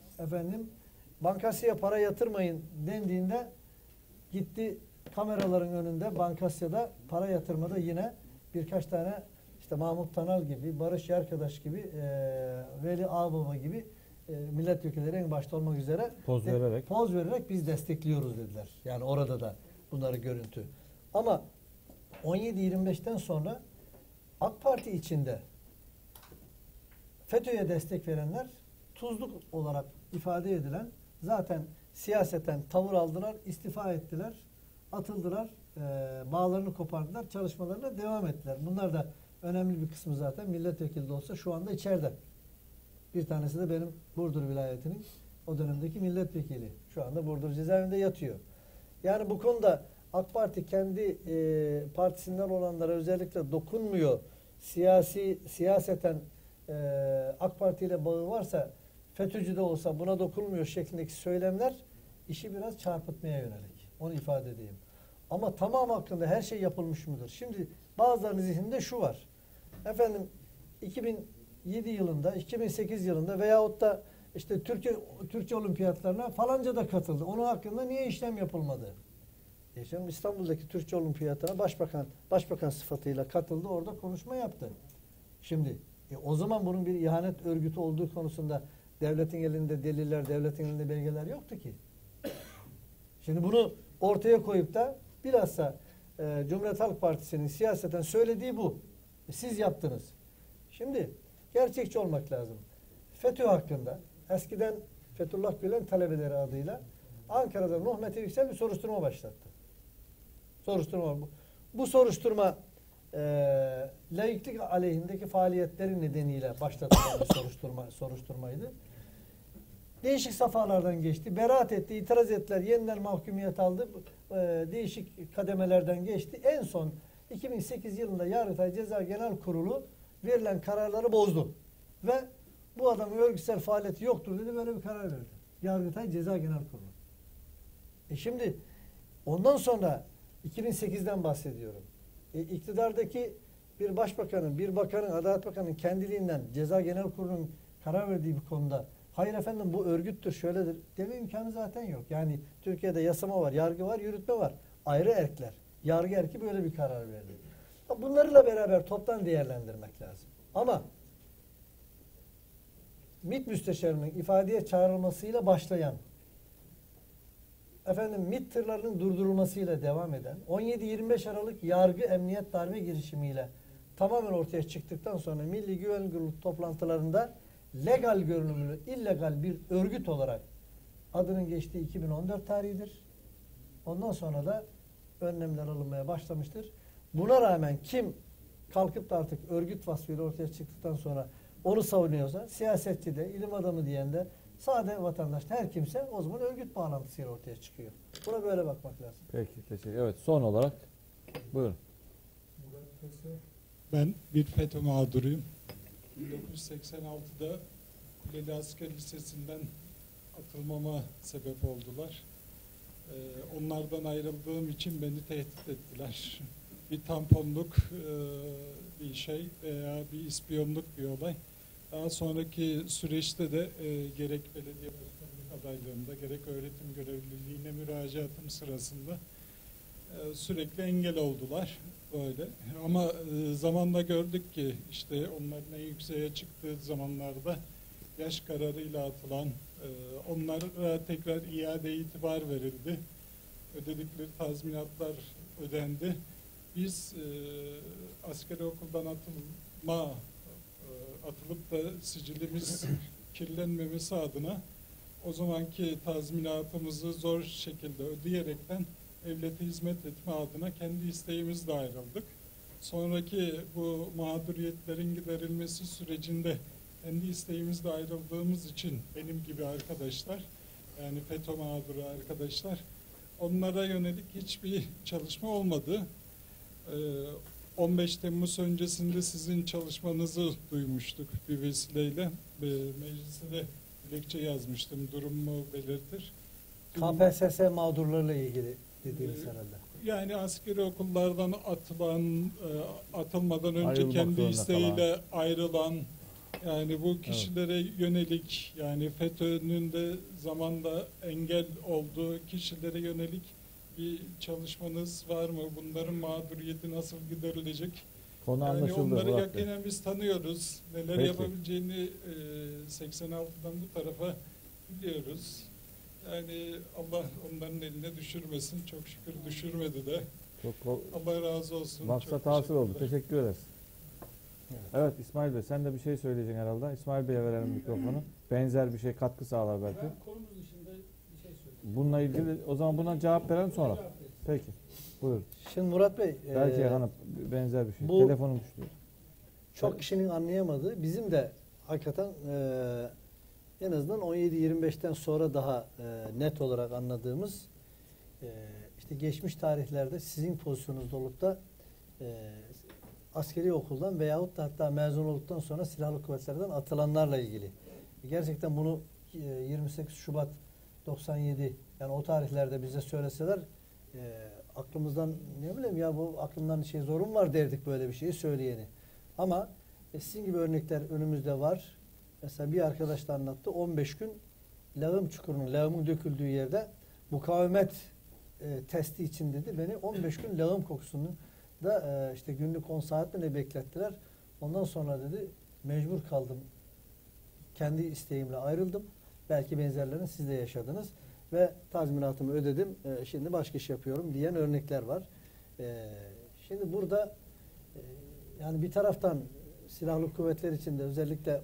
Bankasya'ya para yatırmayın dendiğinde gitti kameraların önünde Bankasya'da para yatırmada yine birkaç tane işte Mahmut Tanal gibi, Barış Yarkadaş gibi, Veli Ağbaba gibi milletvekilleri en başta olmak üzere poz vererek biz destekliyoruz dediler. Yani orada da bunları görüntü. Ama 17-25'ten sonra AK Parti içinde FETÖ'ye destek verenler tuzluk olarak ifade edilen zaten siyaseten tavır aldılar, istifa ettiler, atıldılar, bağlarını kopardılar, çalışmalarına devam ettiler. Bunlar da önemli bir kısmı zaten milletvekili de olsa şu anda içeride. Bir tanesi de benim Burdur vilayetinin o dönemdeki milletvekili. Şu anda Burdur cezaevinde yatıyor. Yani bu konuda AK Parti kendi partisinden olanlara özellikle dokunmuyor. Siyaseten AK Parti ile bağı varsa FETÖ'cü de olsa buna dokunmuyor şeklindeki söylemler işi biraz çarpıtmaya yönelik. Onu ifade edeyim. Ama tamam hakkında her şey yapılmış mıdır? Şimdi bazılarının zihninde şu var. 2007 yılında, 2008 yılında veyahut da işte Türkçe olimpiyatlarına falanca da katıldı. Onun hakkında niye işlem yapılmadı? Şimdi İstanbul'daki Türkçe olimpiyatına başbakan sıfatıyla katıldı. Orada konuşma yaptı. Şimdi o zaman bunun bir ihanet örgütü olduğu konusunda devletin elinde deliller, devletin elinde belgeler yoktu ki. Şimdi bunu ortaya koyup da bilhassa Cumhuriyet Halk Partisi'nin siyaseten söylediği bu. Siz yaptınız. Şimdi gerçekçi olmak lazım. FETÖ hakkında eskiden Fethullah Gülen talebeleri adıyla Ankara'da Nuh Mete Yüksel bir soruşturma başlattı. Bu soruşturma laiklik aleyhindeki faaliyetleri nedeniyle başlatılan bir soruşturmaydı. Değişik safhalardan geçti. Beraat etti, itiraz ettiler, yeniden mahkumiyet aldı. Değişik kademelerden geçti. En son 2008 yılında Yargıtay Ceza Genel Kurulu verilen kararları bozdu. Ve bu adamın örgütsel faaliyeti yoktur dedi. Böyle bir karar verdi. Yargıtay Ceza Genel Kurulu. Şimdi ondan sonra 2008'den bahsediyorum. İktidardaki bir başbakanın, bir bakanın, Adalet Bakanı'nın kendiliğinden Ceza Genel Kurulu'nun karar verdiği bir konuda hayır efendim bu örgüttür, şöyledir deme imkanı zaten yok. Yani Türkiye'de yasama var, yargı var, yürütme var. Ayrı erkler. Yargı erki böyle bir karar verdi. Bunlarla beraber toptan değerlendirmek lazım. Ama MİT müsteşarının ifadeye çağrılmasıyla başlayan, MİT tırlarının durdurulmasıyla devam eden, 17-25 Aralık yargı emniyet darbe girişimiyle tamamen ortaya çıktıktan sonra Milli Güvenlik Kurulu toplantılarında legal görünümlü, illegal bir örgüt olarak adının geçtiği 2014 tarihidir. Ondan sonra da önlemler alınmaya başlamıştır. Buna rağmen kim kalkıp da artık örgüt vasfıyla ortaya çıktıktan sonra onu savunuyorsa, siyasetçi de, ilim adamı diyen de, sade vatandaş, her kimse o zaman örgüt bağlantısıyla ortaya çıkıyor. Buna böyle bakmak lazım. Peki, teşekkür ederim. Evet, son olarak buyurun. Ben bir FETÖ mağduruyum. 1986'da Kuleli Asker Lisesi'nden atılmama sebep oldular. Onlardan ayrıldığım için beni tehdit ettiler. Bir tamponluk bir şey veya bir ispiyonluk bir olay. Daha sonraki süreçte de gerek belediye başkanlık adaylığında gerek öğretim görevliliğine müracaatım sırasında sürekli engel oldular böyle. Ama zamanla gördük ki işte onların en yükseğe çıktığı zamanlarda yaş kararıyla atılan onlara tekrar iade itibar verildi. Ödedikleri tazminatlar ödendi. Biz askeri okuldan atılıp da sicilimiz kirlenmemesi adına o zamanki tazminatımızı zor şekilde ödeyerekten devlete hizmet etme adına kendi isteğimizle ayrıldık. Sonraki bu mağduriyetlerin giderilmesi sürecinde kendi isteğimizle ayrıldığımız için benim gibi arkadaşlar, yani FETÖ mağduru arkadaşlar, onlara yönelik hiçbir çalışma olmadı. 15 Temmuz öncesinde sizin çalışmanızı duymuştuk bir vesileyle. Meclise de dilekçe yazmıştım, durumumu belirtir. KPSS mağdurlarıyla ilgili dediğiniz herhalde. Yani askeri okullardan atılmadan önce Ayrılmak kendi zorunda isteğiyle ayrılan, yani bu kişilere yönelik, yani FETÖ'nün de zamanda engel olduğu kişilere yönelik bir çalışmanız var mı? Bunların mağduriyeti nasıl giderilecek? Konu Yani anlaşıldı. onları Murat Bey. yakinen biz tanıyoruz. Neler Peki. yapabileceğini 86'dan bu tarafa biliyoruz. Yani Allah onların eline düşürmesin. Çok şükür düşürmedi de. Allah razı olsun. Maksat Çok hasıl oldu. teşekkürler. Teşekkür ederiz. Evet İsmail Bey, sen de bir şey söyleyeceksin herhalde. İsmail Bey'e verelim mikrofonu. Benzer bir şey katkı sağlar belki. Konumuz dışında bir şey söyleyeyim. Bununla ilgili o zaman buna cevap verelim sonra. Peki. Buyurun. Şimdi Murat Bey, Belki hanım benzer bir şey. bu Telefonum düştü. çok kişinin anlayamadığı, bizim de hakikaten en azından 17-25'ten sonra daha net olarak anladığımız, işte geçmiş tarihlerde sizin pozisyonunuzda olup da askeri okuldan veyahut da hatta mezun olduktan sonra silahlı kuvvetlerden atılanlarla ilgili. Gerçekten bunu 28 Şubat 97, yani o tarihlerde bize söyleseler aklımızdan, ne bileyim ya, bu aklımdan zorun var derdik böyle bir şeyi söyleyeni. Ama sizin gibi örnekler önümüzde var. Mesela bir arkadaş da anlattı. 15 gün lağım çukurunun, lağımın döküldüğü yerde mukavemet testi için dedi. Beni 15 gün lağım kokusunu da işte günlük 10 saat mi ne beklettiler. Ondan sonra dedi mecbur kaldım. Kendi isteğimle ayrıldım. Belki benzerlerini siz de yaşadınız. Ve tazminatımı ödedim. Şimdi başka iş yapıyorum diyen örnekler var. Şimdi burada yani bir taraftan silahlı kuvvetler içinde özellikle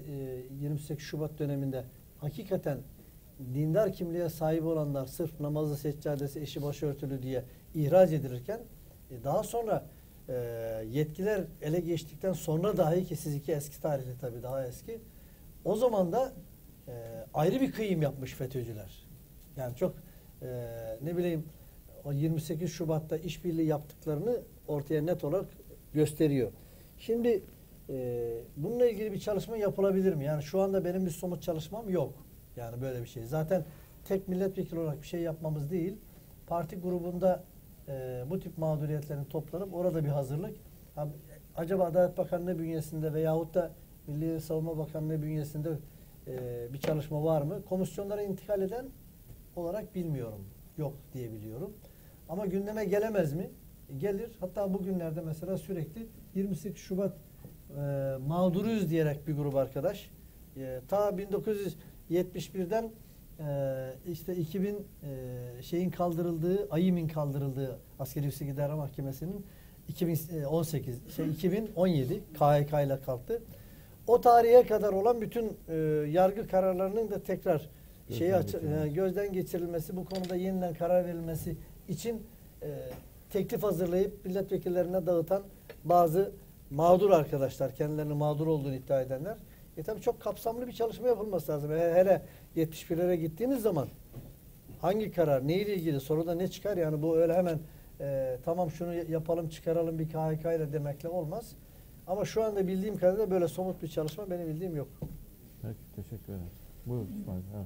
28 Şubat döneminde hakikaten dindar kimliğe sahip olanlar sırf namazı seccadesi eşi başörtülü diye ihraç edilirken daha sonra yetkiler ele geçtikten sonra dahi, ki sizinki eski tarihli tabii, daha eski, o zaman da ayrı bir kıyım yapmış FETÖ'cüler. Yani çok ne bileyim, o 28 Şubat'ta işbirliği yaptıklarını ortaya net olarak gösteriyor. Şimdi bununla ilgili bir çalışma yapılabilir mi? Yani şu anda benim bir somut çalışmam yok. Yani böyle bir şey. Zaten tek milletvekili olarak bir şey yapmamız değil. Parti grubunda bu tip mağduriyetlerin toplanıp orada bir hazırlık. Acaba Adalet Bakanlığı bünyesinde veyahut da Milli Savunma Bakanlığı bünyesinde bir çalışma var mı? Komisyonlara intikal eden olarak bilmiyorum. Yok diye biliyorum. Ama gündeme gelemez mi? Gelir. Hatta bugünlerde mesela sürekli 28 Şubat mağduruyuz diyerek bir grup arkadaş ta 1971'den işte 2000 şeyin kaldırıldığı, AYİM'in kaldırıldığı Askeri Yüksek İdare Mahkemesi'nin 2018 2017 KHK ile kalktı. O tarihe kadar olan bütün yargı kararlarının da tekrar gözden geçirilmesi, bu konuda yeniden karar verilmesi için teklif hazırlayıp milletvekillerine dağıtan bazı mağdur arkadaşlar, kendilerini mağdur olduğunu iddia edenler. Tabii çok kapsamlı bir çalışma yapılması lazım. Hele 71'lere gittiğiniz zaman hangi karar, neyle ilgili, soruda ne çıkar? Yani bu öyle hemen tamam şunu yapalım, çıkaralım bir KHK ile demekle olmaz. Ama şu anda bildiğim kadarıyla böyle somut bir çalışma benim bildiğim yok. Peki, teşekkür ederim. Buyurun İsmail. Evet.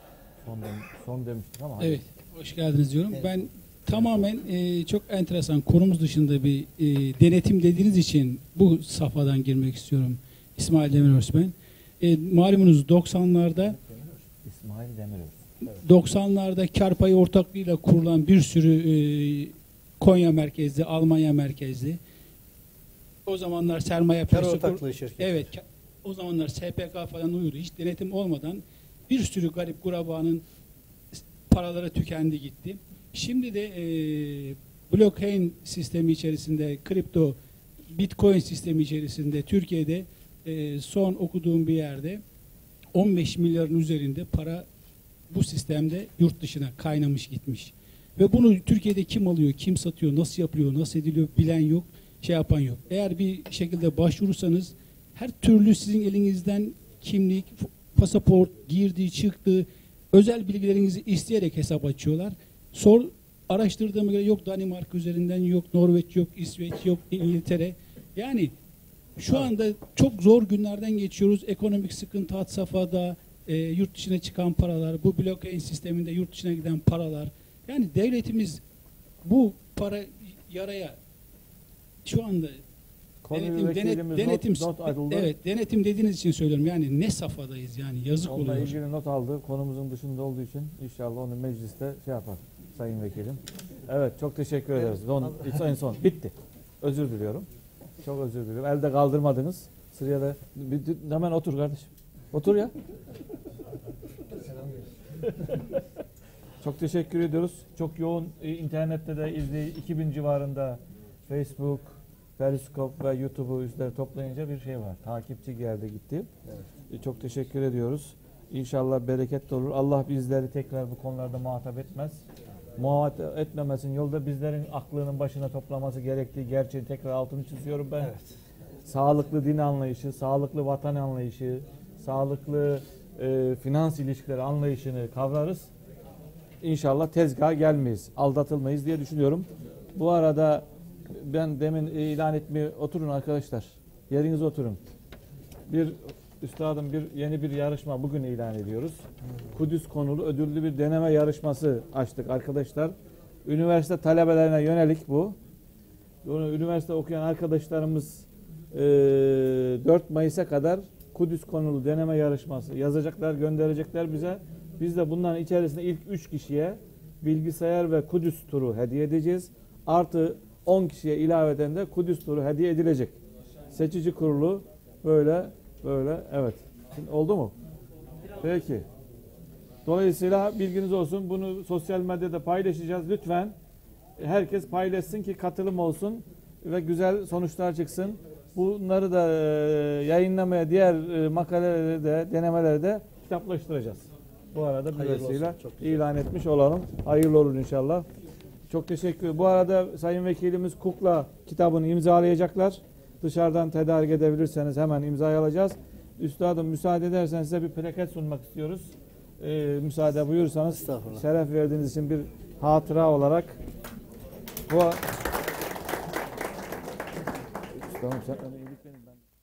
Son demiştik ama. Evet, hoş geldiniz diyorum. Evet. Ben tamamen çok enteresan, konumuz dışında bir denetim dediğiniz için bu safhadan girmek istiyorum. İsmail Demiröz ben. Malumunuz 90'larda İsmail Demiröz. Evet. 90'larda kar payı ortaklığıyla kurulan bir sürü Konya merkezli, Almanya merkezli, o zamanlar sermaye kar ortaklığı şirketi. Evet. O zamanlar SPK falan uyuyordu. Hiç denetim olmadan bir sürü garip gurabanın paraları tükendi gitti. Şimdi de blockchain sistemi içerisinde, kripto, bitcoin sistemi içerisinde Türkiye'de son okuduğum bir yerde 15 milyarın üzerinde para bu sistemde yurt dışına kaynamış gitmiş. Ve bunu Türkiye'de kim alıyor, kim satıyor, nasıl yapılıyor, nasıl ediliyor bilen yok, şey yapan yok. Eğer bir şekilde başvurursanız her türlü sizin elinizden kimlik, pasaport, girdi, çıktı, özel bilgilerinizi isteyerek hesap açıyorlar. Araştırdığıma göre yok Danimarka üzerinden, yok Norveç, yok İsveç, yok İngiltere. Yani şu anda çok zor günlerden geçiyoruz. Ekonomik sıkıntı had safhada, yurt dışına çıkan paralar, bu blockchain sisteminde yurt dışına giden paralar. Yani devletimiz bu para yaraya şu anda denetim dediğiniz için söylüyorum. Yani ne safhadayız yani, yazık oluyor. Onunla ilgili not aldı. Konumuzun dışında olduğu için inşallah onu mecliste şey yapar Sayın Vekilim. Evet, çok teşekkür ederiz. En son bitti. Özür diliyorum. Çok özür diliyorum. Elde kaldırmadınız. Sıraya da hemen otur kardeşim. Otur ya. Çok teşekkür ediyoruz. Çok yoğun internette de 2000 civarında Facebook, Periscope ve YouTube'u üstleri toplayınca bir şey var. Takipçi geldi gitti. Evet. Çok teşekkür ediyoruz. İnşallah bereketli olur. Allah bizleri tekrar bu konularda muhatap etmez. Muhatap etmemesin yolda bizlerin aklının başına toplaması gerektiği gerçeği tekrar altını çiziyorum ben. Evet. Sağlıklı din anlayışı, sağlıklı vatan anlayışı, sağlıklı finans ilişkileri anlayışını kavrarız. İnşallah tezgaha gelmeyiz, aldatılmayız diye düşünüyorum. Bu arada ben demin ilan etmeye oturun arkadaşlar. Yerinize oturun. Üstadım yeni bir yarışma bugün ilan ediyoruz. Kudüs konulu ödüllü bir deneme yarışması açtık arkadaşlar. Üniversite talebelerine yönelik bu. Bunu üniversite okuyan arkadaşlarımız 4 Mayıs'a kadar Kudüs konulu deneme yarışması yazacaklar, gönderecekler bize. Biz de bunların içerisinde ilk 3 kişiye bilgisayar ve Kudüs turu hediye edeceğiz. Artı 10 kişiye ilaveten de Kudüs turu hediye edilecek. Seçici kurulu böyle evet. Şimdi oldu mu? Peki. Dolayısıyla bilginiz olsun. Bunu sosyal medyada paylaşacağız. Lütfen herkes paylaşsın ki katılım olsun ve güzel sonuçlar çıksın. Bunları da yayınlamaya, diğer makaleleri de, denemeleri de kitaplaştıracağız. Bu arada bir vesile ilan etmiş olalım. Hayırlı olur inşallah. Çok teşekkür ederim. Bu arada Sayın Vekilimiz Kukla kitabını imzalayacaklar. Dışarıdan tedarik edebilirseniz hemen imzayı alacağız. Üstadım müsaade ederseniz size bir plaket sunmak istiyoruz. Müsaade buyursanız şeref verdiğiniz için bir hatıra olarak. Üstadım sen iyilik benim.